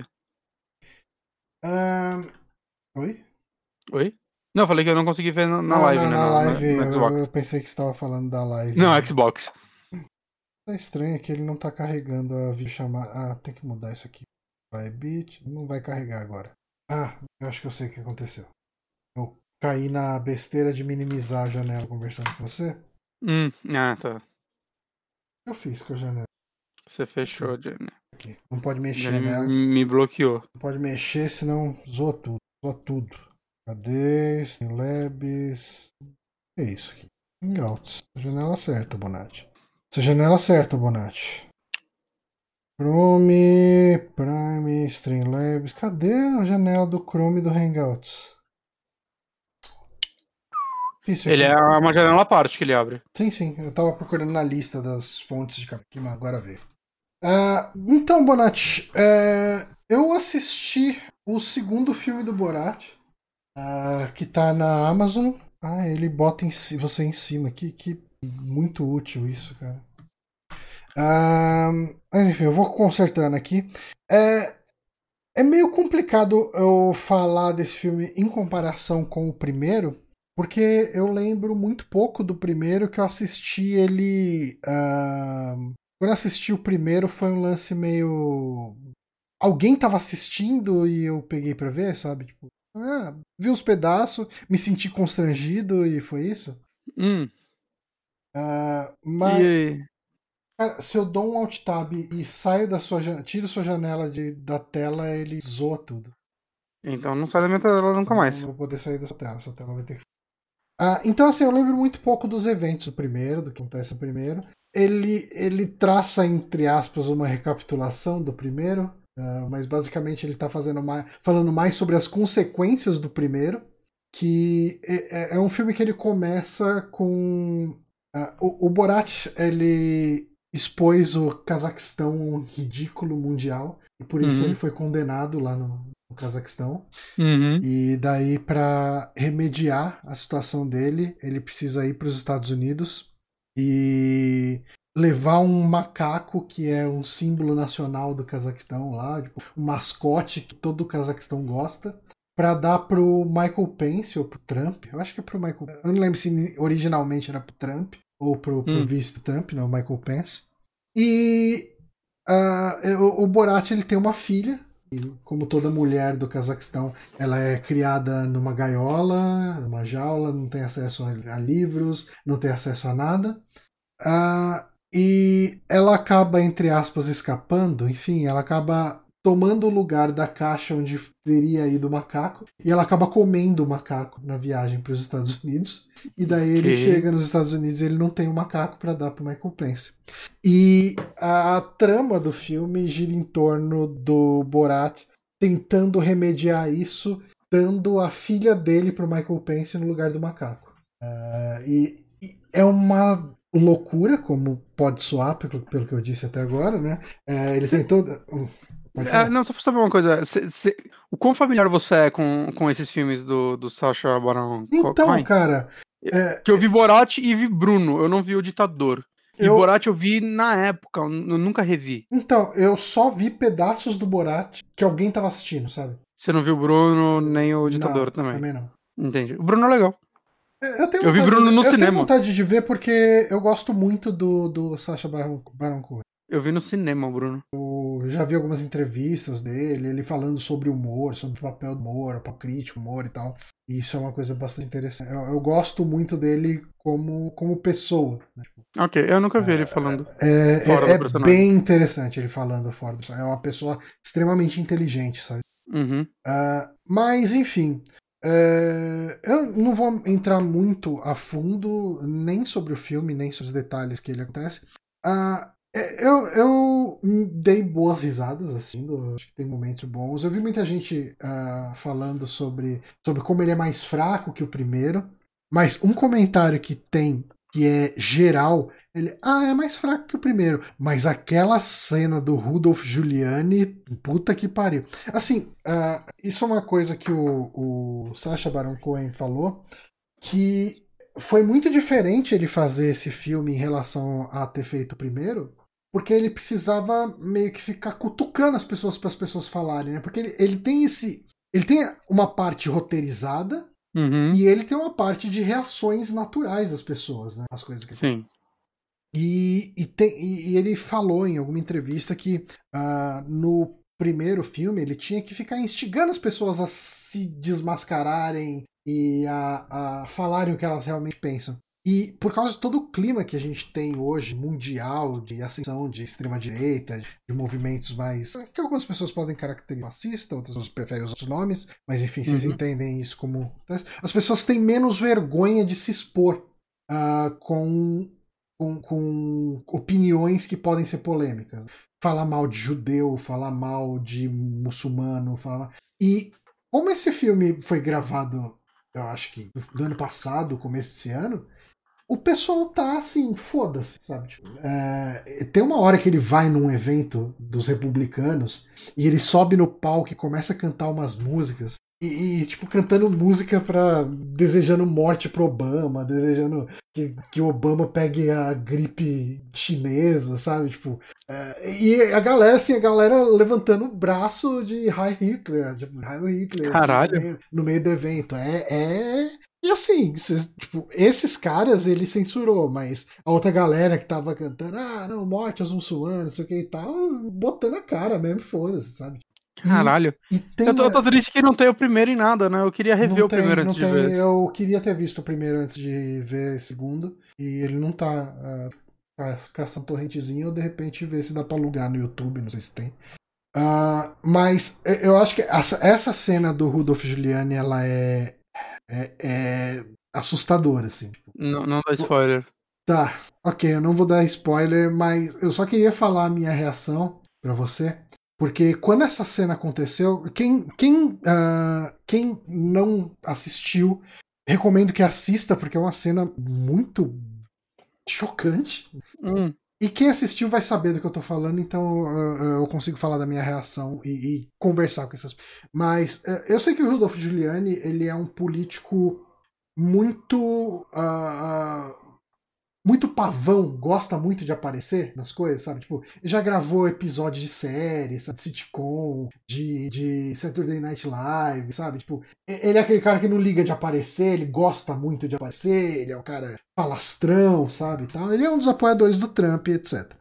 Uh, oi? Oi? Não, eu falei que eu não consegui ver na, na Não, live, não, né? na No, no- live no eu, Xbox. eu pensei que você estava falando da live. Não, Xbox. Tá estranho que ele não tá carregando a videochamada. Ah, tem que mudar isso aqui. Vai bit, não vai carregar agora. Ah, eu acho que eu sei o que aconteceu. Eu caí na besteira de minimizar a janela conversando com você. Hum, ah, tá. Eu fiz com a janela Você fechou, Jenny. aqui. Não pode mexer Jenny nela. me, me bloqueou. Não pode mexer, senão zoa tudo. Zoa tudo. Cadê? Streamlabs. É isso aqui. Hangouts. Janela certa, Bonatti. Essa janela certa, Bonatti. Chrome, Prime, Streamlabs. Cadê a janela do Chrome do Hangouts? Isso Ele aqui. é uma janela à parte que ele abre. Sim, sim. Eu tava procurando na lista das fontes de aqui, mas agora veio. Uh, então, Bonatti, uh, eu assisti o segundo filme do Borat, uh, que tá na Amazon. Ah, ele bota em si, você em cima. Que, que muito útil isso, cara. Uh, mas enfim, eu vou consertando aqui. É, é meio complicado eu falar desse filme em comparação com o primeiro, porque eu lembro muito pouco do primeiro, que eu assisti ele. Uh, quando eu assisti o primeiro foi um lance meio. Alguém tava assistindo e eu peguei pra ver, sabe? Tipo, ah, vi uns pedaços, me senti constrangido e foi isso. Hum. Uh, E mas. aí? Cara, se eu dou um alt tab e saio da sua janela, tiro sua janela de, da tela, ele zoa tudo. Então não sai da minha tela nunca mais. Não vou poder sair dessa tela, essa tela vai ter que. Ah, então, assim, eu lembro muito pouco dos eventos do primeiro, do que acontece no primeiro. Ele, ele traça, entre aspas, uma recapitulação do primeiro, uh, mas basicamente ele está fazendo mais, falando mais sobre as consequências do primeiro, que é, é um filme que ele começa com. Uh, o, o Borat, ele expôs o Cazaquistão um ridículo mundial, e por isso Uhum. ele foi condenado lá no, no Cazaquistão. Uhum. E daí, para remediar a situação dele, ele precisa ir para os Estados Unidos e levar um macaco que é um símbolo nacional do Cazaquistão lá, tipo, um mascote que todo o Cazaquistão gosta, para dar pro Michael Pence ou pro Trump. Eu acho que é pro Michael. Eu não lembro se originalmente era pro Trump ou pro, pro Hum. vice do Trump, não, o Michael Pence. E uh, o, o Borat ele tem uma filha. Como toda mulher do Cazaquistão, ela é criada numa gaiola, numa jaula, não tem acesso a, a livros, não tem acesso a nada. Uh, e ela acaba, entre aspas, escapando, enfim, ela acaba tomando o lugar da caixa onde teria ido o macaco, e ela acaba comendo o macaco na viagem para os Estados Unidos, e daí ele Ok. chega nos Estados Unidos e ele não tem o macaco para dar para o Michael Pence. E a, a trama do filme gira em torno do Borat tentando remediar isso, dando a filha dele pro Michael Pence no lugar do macaco. Uh, e, e é uma loucura, como pode soar, pelo, pelo que eu disse até agora, né? Uh, ele tem toda... Um, é, não, só pra saber uma coisa. Cê, cê, o quão familiar você é com, com esses filmes do, do Sacha Baron Cohen? Então, cara... É, que eu vi Borat e vi Bruno, eu não vi O Ditador. E eu... Borat eu vi na época, eu nunca revi. Então, eu só vi pedaços do Borat que alguém tava assistindo, sabe? Você não viu o Bruno, nem o Ditador não, também? também não. Entendi. O Bruno é legal. Eu, tenho eu vi Bruno de, no eu cinema. Eu tenho vontade de ver porque eu gosto muito do, do Sacha Baron, Baron Cohen. Eu vi no cinema, Bruno. Eu já vi algumas entrevistas dele, ele falando sobre humor, sobre o papel do humor, o papel crítico, humor e tal. E isso é uma coisa bastante interessante. Eu, eu gosto muito dele como, como pessoa. Né? Ok, eu nunca vi é, ele falando é, fora é, do personagem. É bem interessante ele falando fora do personagem. É uma pessoa extremamente inteligente, sabe? Uhum. Uh, mas, enfim... É, eu não vou entrar muito a fundo nem sobre o filme, nem sobre os detalhes que ele acontece. Uh, eu, eu dei boas risadas assistindo, acho que tem momentos bons. Eu vi muita gente uh, falando sobre, sobre como ele é mais fraco que o primeiro, mas um comentário que tem, que é geral, ele, ah, é mais fraco que o primeiro, mas aquela cena do Rudolph Giuliani, puta que pariu. Assim, uh, isso é uma coisa que o, o Sacha Baron Cohen falou, que foi muito diferente ele fazer esse filme em relação a ter feito o primeiro, porque ele precisava meio que ficar cutucando as pessoas para as pessoas falarem, né? Porque ele, ele tem esse, ele tem uma parte roteirizada, uhum. e ele tem uma parte de reações naturais das pessoas, né? As coisas que Sim. E, e, tem, e, ele falou em alguma entrevista que uh, no primeiro filme ele tinha que ficar instigando as pessoas a se desmascararem e a, a falarem o que elas realmente pensam. E por causa de todo o clima que a gente tem hoje, mundial, de ascensão de extrema-direita, de movimentos mais... que algumas pessoas podem caracterizar fascista, outras pessoas preferem os outros nomes, mas enfim, vocês uhum. entendem isso como... As pessoas têm menos vergonha de se expor uh, com... Com, com opiniões que podem ser polêmicas. Falar mal de judeu, falar mal de muçulmano, falar... E como esse filme foi gravado, eu acho que do ano passado, começo desse ano, o pessoal tá assim, foda-se, sabe? Tipo, é, tem uma hora que ele vai num evento dos republicanos e ele sobe no palco e começa a cantar umas músicas E, e, tipo, cantando música pra... desejando morte pro Obama, desejando que, que o Obama pegue a gripe chinesa, sabe? Tipo, é, e a galera, assim, a galera levantando o braço de Heil Hitler, tipo, Heil Hitler, Caralho. Assim, no, meio, no meio do evento. É... é... E assim, cês, tipo, esses caras ele censurou, mas a outra galera que tava cantando, ah, não, morte aos muçulmanos, não sei o que e tal, botando a cara mesmo, foda-se, sabe? Caralho. E, e tem, eu, tô, eu tô triste que não tem o primeiro em nada, né? Eu queria rever não o tem, primeiro não antes tem, de ver. Eu queria ter visto o primeiro antes de ver o segundo. E ele não tá uh, caçando torrentezinho, ou de repente ver se dá pra alugar no YouTube, não sei se tem. Uh, mas eu acho que essa, essa cena do Rudolph Giuliani, ela é, é, é assustadora, assim. Não, não dá spoiler. Tá, ok, eu não vou dar spoiler, mas eu só queria falar a minha reação pra você. Porque quando essa cena aconteceu, quem, quem, uh, quem não assistiu, recomendo que assista, porque é uma cena muito chocante. Hum. E quem assistiu vai saber do que eu tô falando, então uh, eu consigo falar da minha reação e, e conversar com essas... Mas uh, eu sei que o Rudolph Giuliani, ele é um político muito... Uh, muito pavão, gosta muito de aparecer nas coisas, sabe? Tipo, já gravou episódio de série, sabe? De sitcom, de, de Saturday Night Live, sabe? Tipo, ele é aquele cara que não liga de aparecer, ele gosta muito de aparecer, ele é um cara falastrão, sabe? Tal. Ele é um dos apoiadores do Trump, etcétera.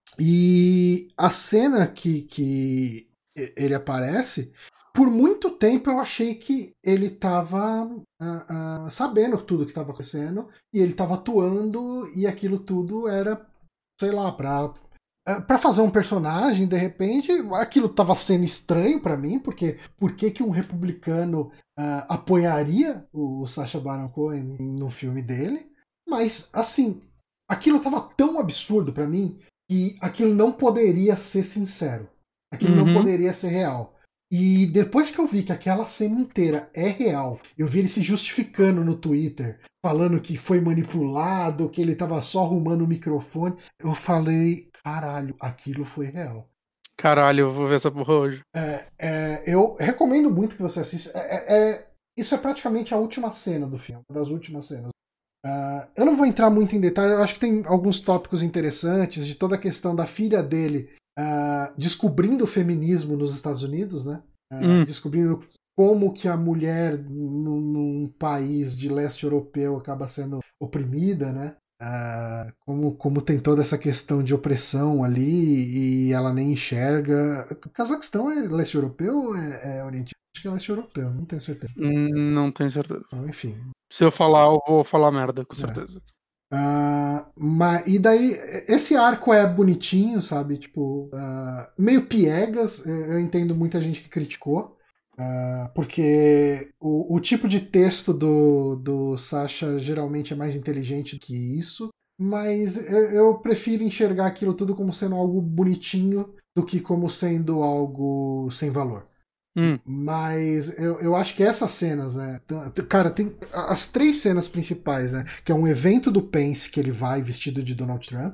E a cena que, que ele aparece... Por muito tempo eu achei que ele tava uh, uh, sabendo tudo que estava acontecendo e ele tava atuando e aquilo tudo era, sei lá, pra, uh, pra fazer um personagem, de repente, aquilo tava sendo estranho para mim, porque por que que um republicano uh, apoiaria o Sacha Baron Cohen no filme dele? Mas, assim, aquilo tava tão absurdo para mim que aquilo não poderia ser sincero. Aquilo uhum. não poderia ser real. E depois que eu vi que aquela cena inteira é real, eu vi ele se justificando no Twitter, falando que foi manipulado, que ele tava só arrumando o microfone, eu falei, caralho, aquilo foi real. Caralho, eu vou ver essa porra hoje. É, é, eu recomendo muito que você assista. É, é, é, isso é praticamente a última cena do filme, uma das últimas cenas. Uh, eu não vou entrar muito em detalhe, eu acho que tem alguns tópicos interessantes de toda a questão da filha dele uh, descobrindo o feminismo nos Estados Unidos, né? Uh, hum. Descobrindo como que a mulher num, num país de leste europeu acaba sendo oprimida, né? Uh, como, como tem toda essa questão de opressão ali e ela nem enxerga. O Cazaquistão é leste europeu ou é, é oriente? Acho que é leste europeu, não tenho certeza. Hum, não tenho certeza. Então, enfim. Se eu falar, eu vou falar merda, com certeza. É. Uh, mas, e daí, esse arco é bonitinho, sabe? Tipo, uh, meio piegas. Eu entendo muita gente que criticou. Uh, porque o, o tipo de texto do, do Sasha geralmente é mais inteligente do que isso. Mas eu, eu prefiro enxergar aquilo tudo como sendo algo bonitinho do que como sendo algo sem valor. Hum. Mas eu, eu acho que essas cenas, né? Cara, tem as três cenas principais, né? Que é um evento do Pence que ele vai vestido de Donald Trump.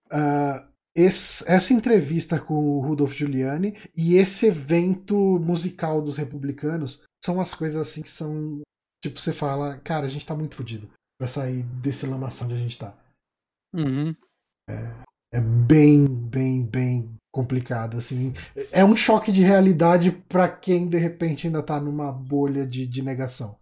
Uh, esse, essa entrevista com o Rudolph Giuliani e esse evento musical dos republicanos são as coisas assim que são. Tipo, você fala, cara, a gente tá muito fodido pra sair desse lamaçal onde a gente tá. Uhum. É, é bem, bem, bem complicado, assim. É um choque de realidade pra quem de repente ainda tá numa bolha de, de negação.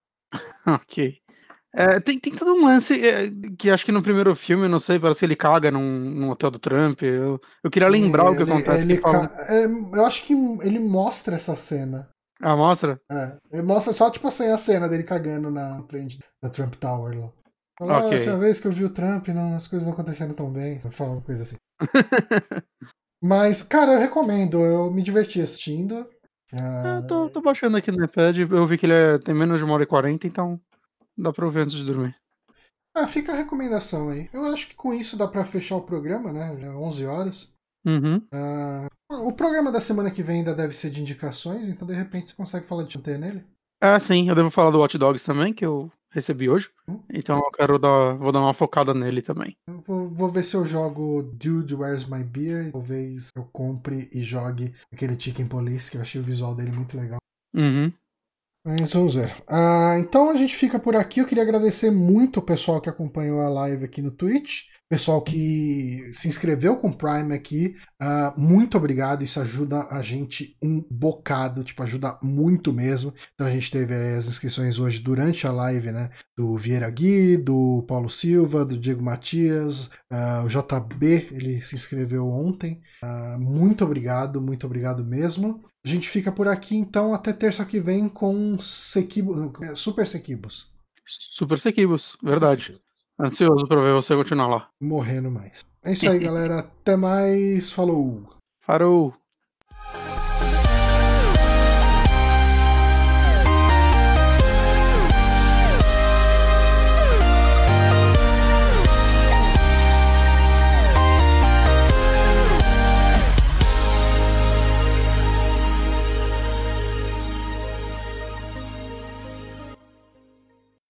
Ok. É, tem, tem todo um lance é, que acho que no primeiro filme, eu não sei, parece que ele caga num, num hotel do Trump. Eu, eu queria Sim, lembrar o que ele, acontece. ele Que fala... ca... é, eu acho que ele mostra essa cena. Ah, mostra? É, ele mostra só, tipo assim, a cena dele cagando na frente da Trump Tower lá. Fala, ah, a última Ok. vez que eu vi o Trump, não, as coisas não aconteceram tão bem. Fala uma coisa assim. Mas, cara, eu recomendo. Eu me diverti assistindo. Eu tô, Uh... tô baixando aqui no iPad. Eu vi que ele é, tem menos de uma hora e quarenta, então dá pra ouvir antes de dormir. Ah, fica a recomendação aí. Eu acho que com isso dá pra fechar o programa, né? Já é onze horas. Uhum. Uh... O programa da semana que vem ainda deve ser de indicações, então de repente você consegue falar de manter nele. Ah, sim. Eu devo falar do Watch Dogs também, que eu recebi hoje. Hum? Então eu quero dar, vou dar uma focada nele também. Eu vou, vou ver se eu jogo Dude, Where's My Beer? Talvez eu compre e jogue aquele Chicken Police, que eu achei o visual dele muito legal. Uhum. Mas vamos ver. Ah, então a gente fica por aqui. Eu queria agradecer muito o pessoal que acompanhou a live aqui no Twitch. Pessoal que se inscreveu com o Prime aqui. Ah, muito obrigado. Isso ajuda a gente um bocado. Tipo, ajuda muito mesmo. Então a gente teve as inscrições hoje durante a live, né? Do Vieira Gui, do Paulo Silva, do Diego Matias, ah, o J B, ele se inscreveu ontem. Ah, muito obrigado, muito obrigado mesmo. A gente fica por aqui, então, até terça que vem com Sequibo, Super Sequibos. Super Sequibus, verdade. Ansioso pra ver você continuar lá. Morrendo mais. É isso aí, galera. Até mais. Falou! Farou!